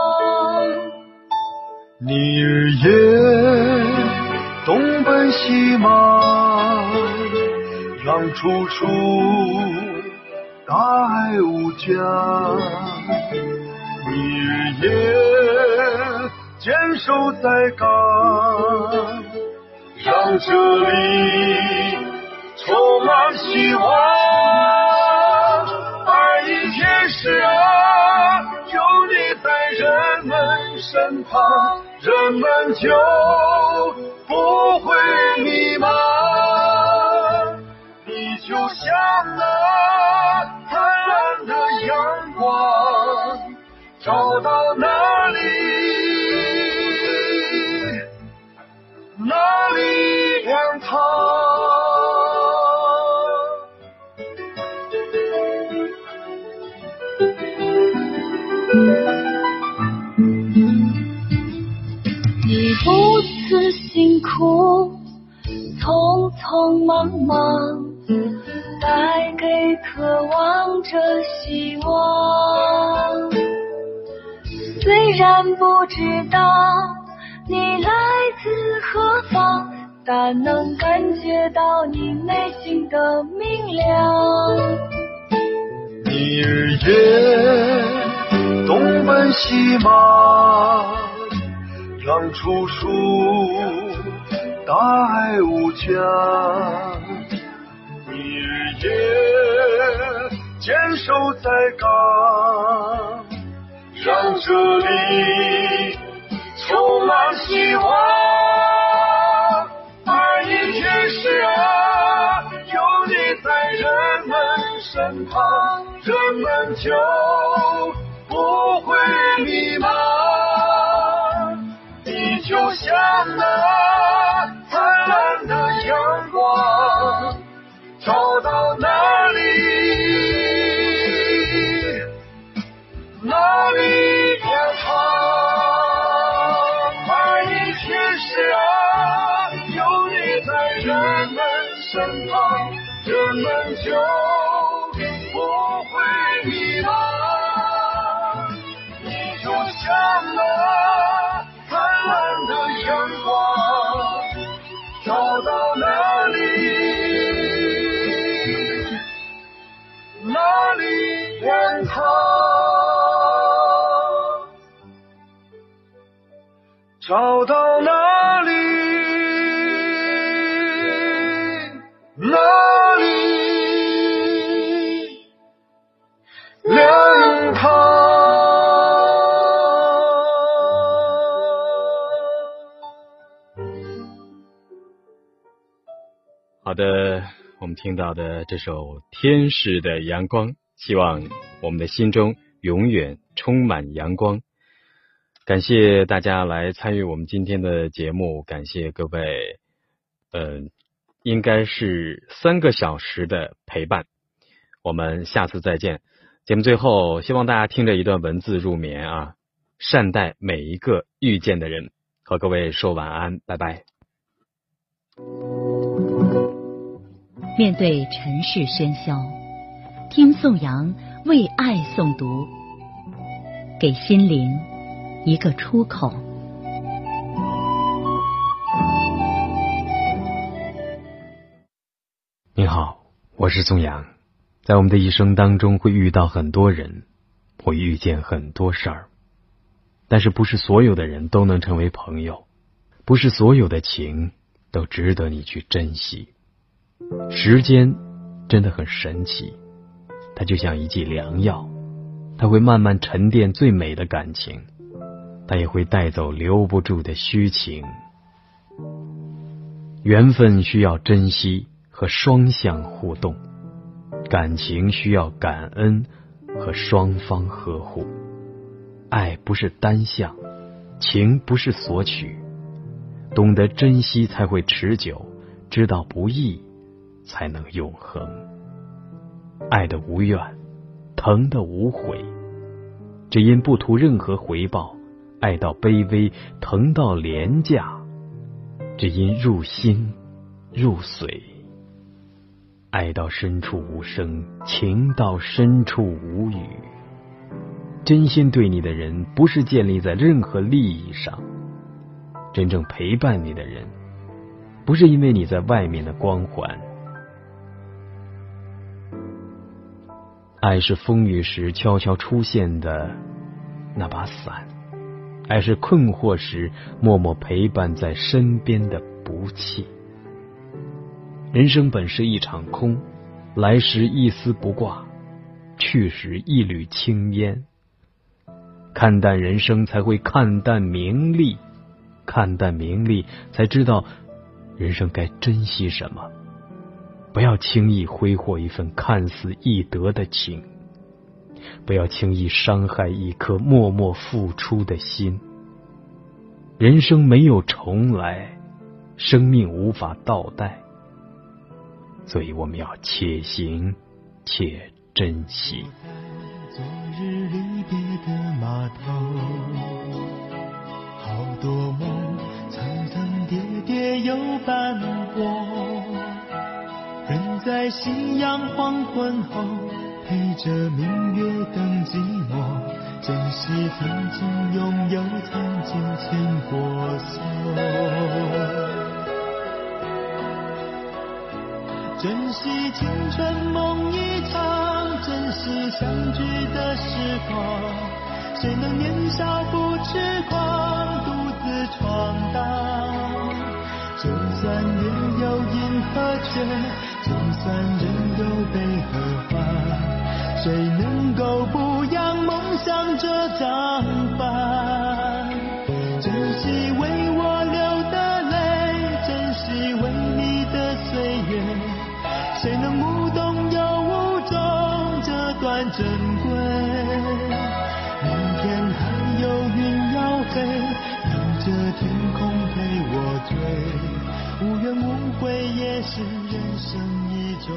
你日夜东奔西忙，让处处大爱无疆。你日夜坚守在岗，让这里充满希望。爱已天使啊，有你在人们身旁，人们就不会迷茫。你就像那灿烂的阳光，照到哪里哪里亮堂。 你不辞辛苦，匆匆忙忙，带给渴望着希望。虽然不知道你来自何方，但能感觉到你内心的明亮。 你日夜东奔西忙，让处处大爱无疆。你日夜坚守在岗，让这里充满希望。爱已天使啊，有你在人们身旁，人们就不会迷茫。你就像那灿烂的阳光，照到哪里哪里亮堂。爱已天使啊，有你在人们身旁，人们就不会迷茫。你就像那灿烂的阳光，照到哪里哪里亮堂。找到哪里哪里亮堂。 好的，我们听到的这首《天使的阳光》，希望我们的心中永远充满阳光。感谢大家来参与我们今天的节目，感谢各位呃，应该是三个小时的陪伴，我们下次再见。节目最后希望大家听着一段文字入眠啊，善待每一个遇见的人，和各位说晚安，拜拜。 面对尘世喧嚣，听宋阳为爱诵读。 给心灵一个出口。 你好，我是宋阳。在我们的一生当中会遇到很多人，会遇见很多事儿，但是不是所有的人都能成为朋友，不是所有的情都值得你去珍惜。时间真的很神奇，它就像一剂良药，它会慢慢沉淀最美的感情，它也会带走留不住的虚情。缘分需要珍惜和双向互动，感情需要感恩和双方呵护。爱不是单向，情不是索取，懂得珍惜才会持久，知道不易才能永恒。爱的无怨，疼的无悔，只因不图任何回报，爱到卑微，疼到廉价，只因入心入髓。爱到深处无声，情到深处无语。真心对你的人不是建立在任何利益上，真正陪伴你的人不是因为你在外面的光环。爱是风雨时悄悄出现的那把伞，爱是困惑时默默陪伴在身边的不弃。人生本是一场空，来时一丝不挂，去时一缕青烟。看淡人生才会看淡名利，看淡名利才知道人生该珍惜什么。不要轻易挥霍一份看似易得的情，不要轻易伤害一颗默默付出的心。人生没有重来，生命无法倒带，所以我们要且行且珍惜。 昨日离别的码头，好多梦层层叠叠又斑驳，人在夕阳黄昏后陪着明月等寂寞，珍惜曾经拥有，曾经牵过手，珍惜青春梦一场，珍惜相聚的时光。谁能年少不痴狂，独自闯荡？就算月有阴和缺，就算人有悲和欢，谁能够不扬梦想这张帆？珍惜为我流的泪，珍惜为你的岁月，谁能无动又无衷这段珍贵？明天还有云要飞，有着天空陪我追，无怨无悔也是人生一种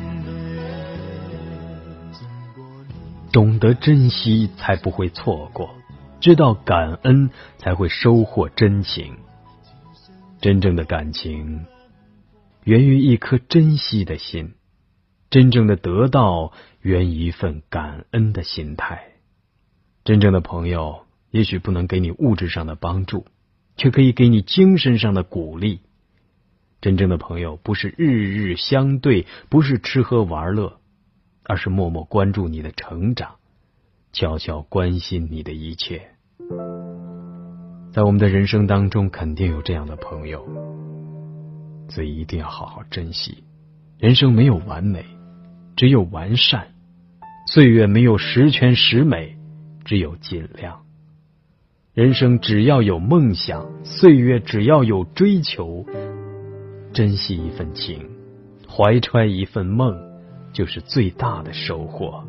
美。 懂得珍惜才不会错过，知道感恩才会收获真情。真正的感情源于一颗珍惜的心，真正的得到源于一份感恩的心态。真正的朋友也许不能给你物质上的帮助，却可以给你精神上的鼓励。真正的朋友不是日日相对，不是吃喝玩乐，而是默默关注你的成长，悄悄关心你的一切。在我们的人生当中肯定有这样的朋友，所以一定要好好珍惜。人生没有完美，只有完善；岁月没有十全十美，只有尽量。人生只要有梦想，岁月只要有追求，珍惜一份情，怀揣一份梦，就是最大的收获。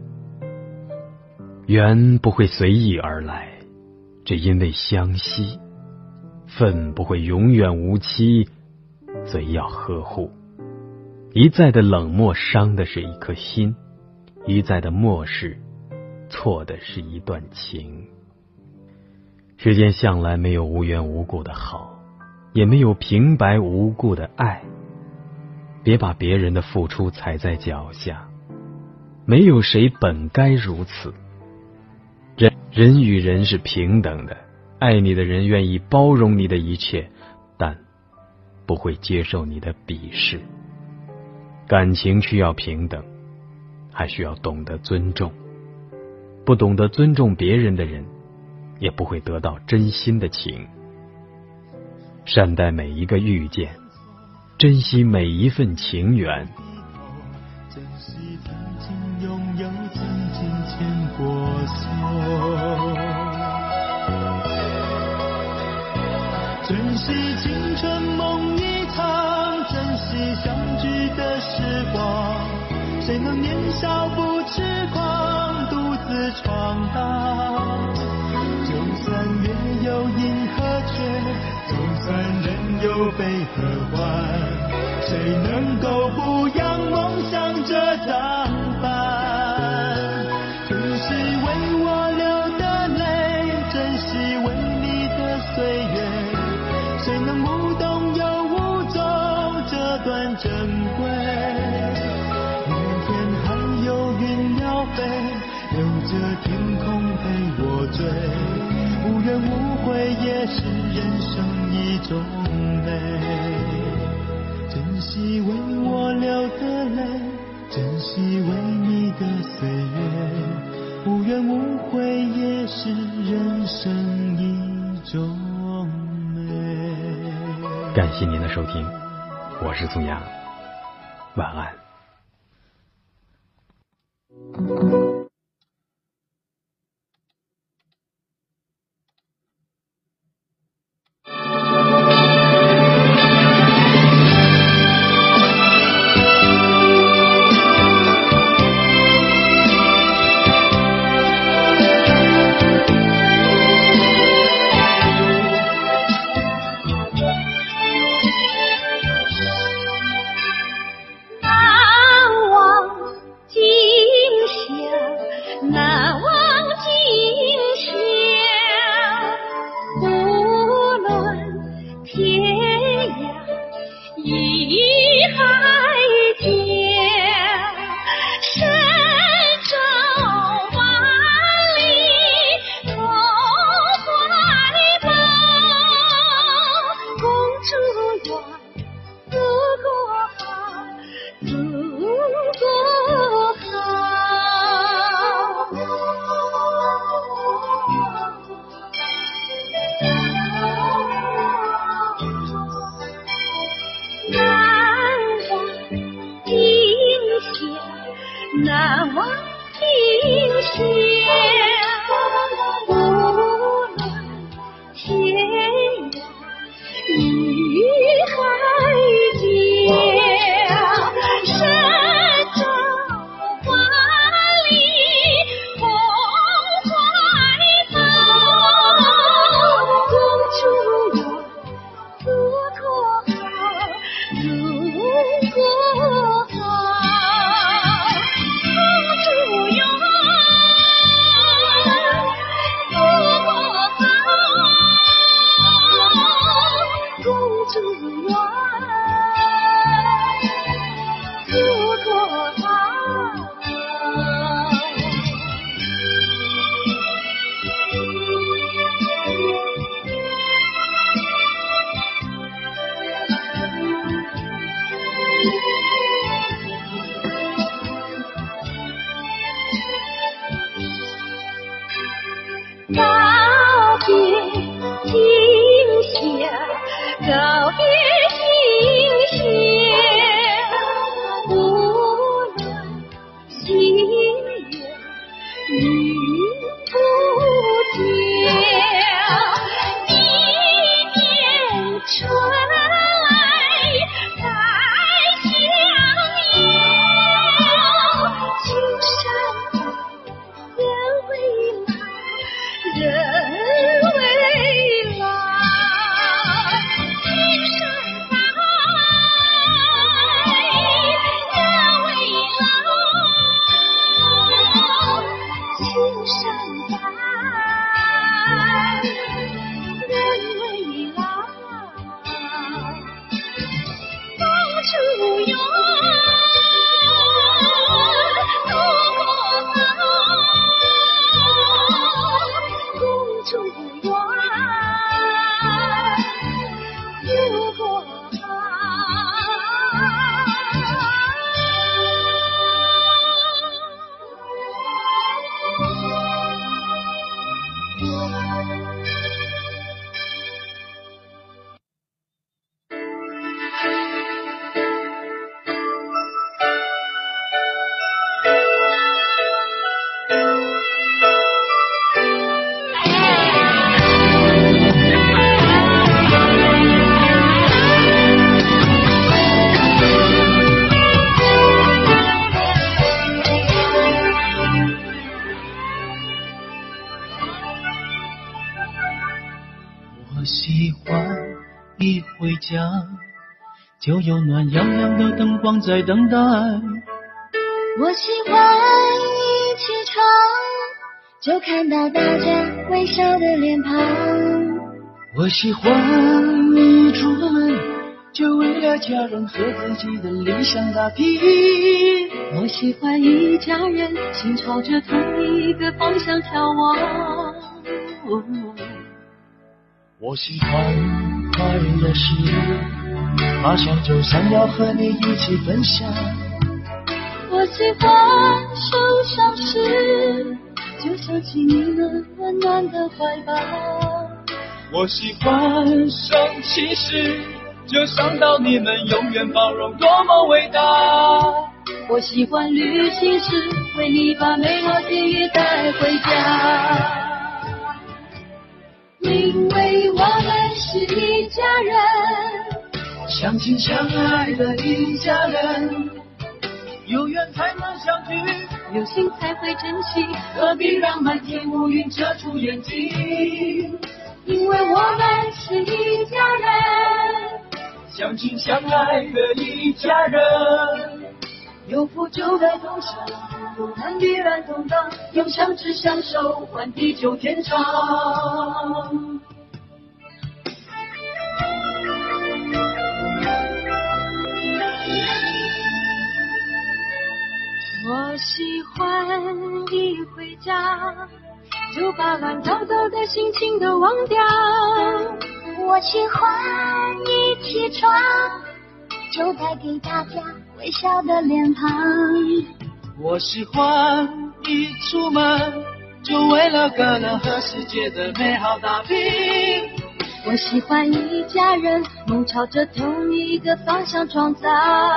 缘不会随意而来，只因为相惜；份不会永远无期，所以要呵护。一再的冷漠伤的是一颗心，一再的漠视错的是一段情。世间向来没有无缘无故的好，也没有平白无故的爱。别把别人的付出踩在脚下，没有谁本该如此。人人与人是平等的，爱你的人愿意包容你的一切，但不会接受你的鄙视。感情需要平等，还需要懂得尊重。不懂得尊重别人的人，也不会得到真心的情。善待每一个遇见，珍惜每一份情缘。 珍惜曾经拥有，曾经牵过手，珍惜青春梦一场，珍惜相聚的时光。谁能年少不痴狂，独自闯荡？就算月有阴和缺，就算人有悲和欢，谁能够不让梦想这张帆？珍惜为我流的泪，珍惜为你的岁月，谁能无动又无衷这段珍贵？留着天空陪我追，无怨无悔也是人生一种美。珍惜为我流的泪，珍惜为你的岁月，无怨无悔也是人生一种美。 感谢您的收听，我是宋阳，晚安。 难忘今宵，无论天涯与海角，神州万里共怀抱。公主哟，如果好，如果好。告别今宵，告别今宵，无论心远与不交，一年春来再相邀，青山人未老，人未老，青山在，人未老，青山在，人未老。公主哟，如果好。 不远。如果我喜欢一回家就有暖洋洋的灯光在等待， 我喜欢一起床就看到大家微笑的脸庞， 我喜欢一出门就为了家人和自己的理想打拼， 我喜欢一家人心朝着同一个方向眺望，哦， 我喜欢快乐时马上就想要和你一起分享， 我喜欢受伤时就想起你们温暖的怀抱， 我喜欢生气时就想到你们永远包容多么伟大， 我喜欢旅行时为你把美好记忆带回家，因为我们是一家人， 相亲相爱的一家人，有缘才能相聚， 有心才会珍惜， 何必让满天乌云遮住眼睛， 因为我们是一家人， 相亲相爱的一家人， 有福就该同享，有难必然同当，用相知相守换地久天长。我喜欢一回家就把乱糟糟的心情都忘掉， 我喜欢一起床就带给大家微笑的脸庞， 我喜欢一出门就为了个人和世界的美好打拼， 我喜欢一家人梦朝着同一个方向创造，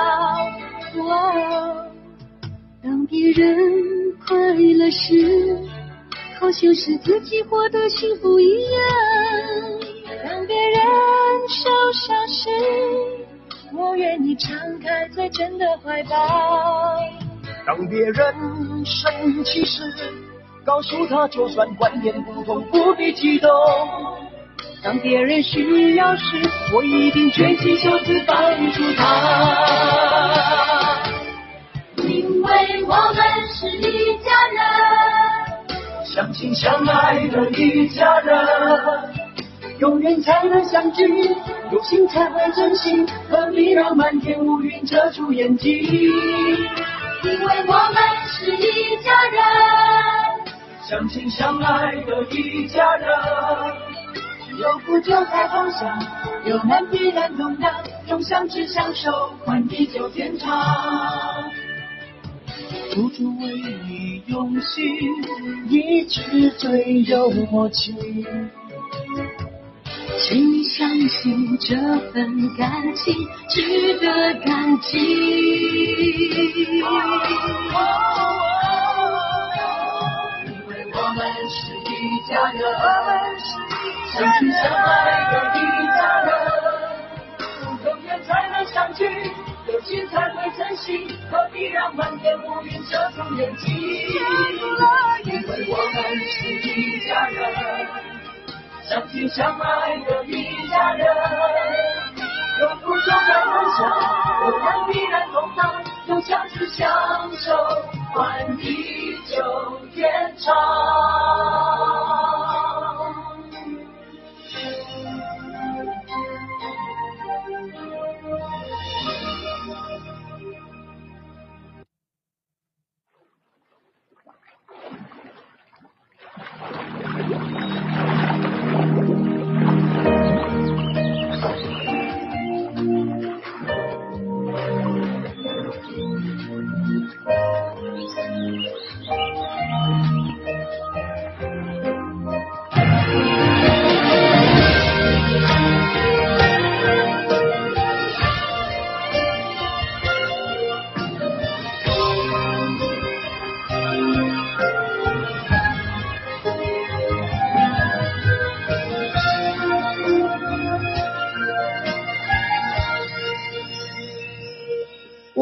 哦，当别人快乐时好像是自己获得幸福一样，当别人受伤时我愿意敞开最真的怀抱， 当别人生气时告诉他就算观念不同不必激动， 当别人需要时我一定卷起袖子帮助他，因为我们是一家人， 相亲相爱的一家人， 有缘才能相聚，有心才会珍惜，何必让满天乌云遮住眼睛，因为我们是一家人， 相亲相爱的一家人， 有福就该同享，有难必然同当，用相知相守换地久天长， 处处为你用心，一直最有默契， 请你相信这份感情值得感激， 因为我们是一家人，相亲相爱的一家人，有缘才能相聚，有心才会珍惜，何必让满天乌云遮住眼睛，因为我们是一家人，相亲相爱的一家人，有福就该分享，有难必然同当，用相知相守换地久天长。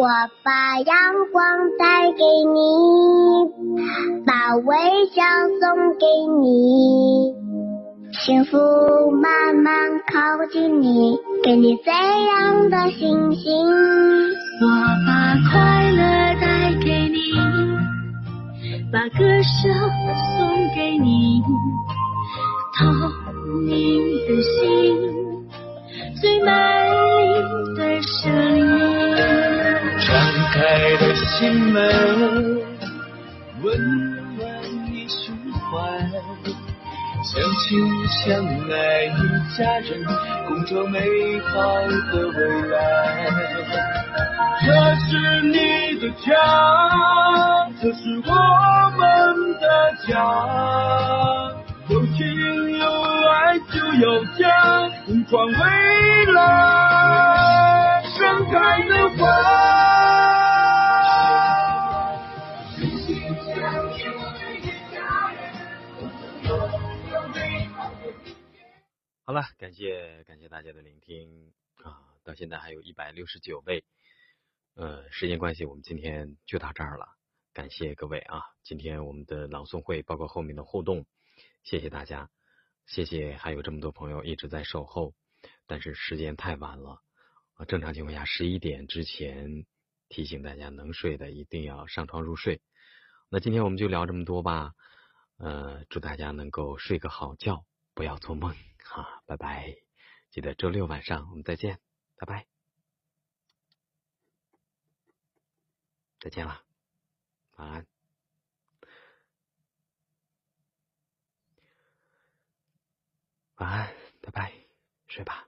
我把阳光带给你，把微笑送给你，幸福慢慢靠近你，给你最亮的星星。 我把快乐带给你，把歌声送给你，透你的心最美丽的声音。 敞开的心门，温暖你胸怀，相亲相爱一家人，共创美好的未来。这是你的家，这是我们的家，有情有爱就有家，共创未来。盛开的花， 好了，感谢感谢大家的聆听啊！到现在还有一百六十九位，呃，时间关系，我们今天就到这儿了。感谢各位啊！今天我们的朗诵会，包括后面的互动，谢谢大家，谢谢还有这么多朋友一直在守候。但是时间太晚了啊！正常情况下十一点之前提醒大家能睡的一定要上床入睡。那今天我们就聊这么多吧，呃，祝大家能够睡个好觉，不要做梦。好，拜拜！记得周六晚上我们再见，拜拜，再见了，晚安，晚安，拜拜，睡吧。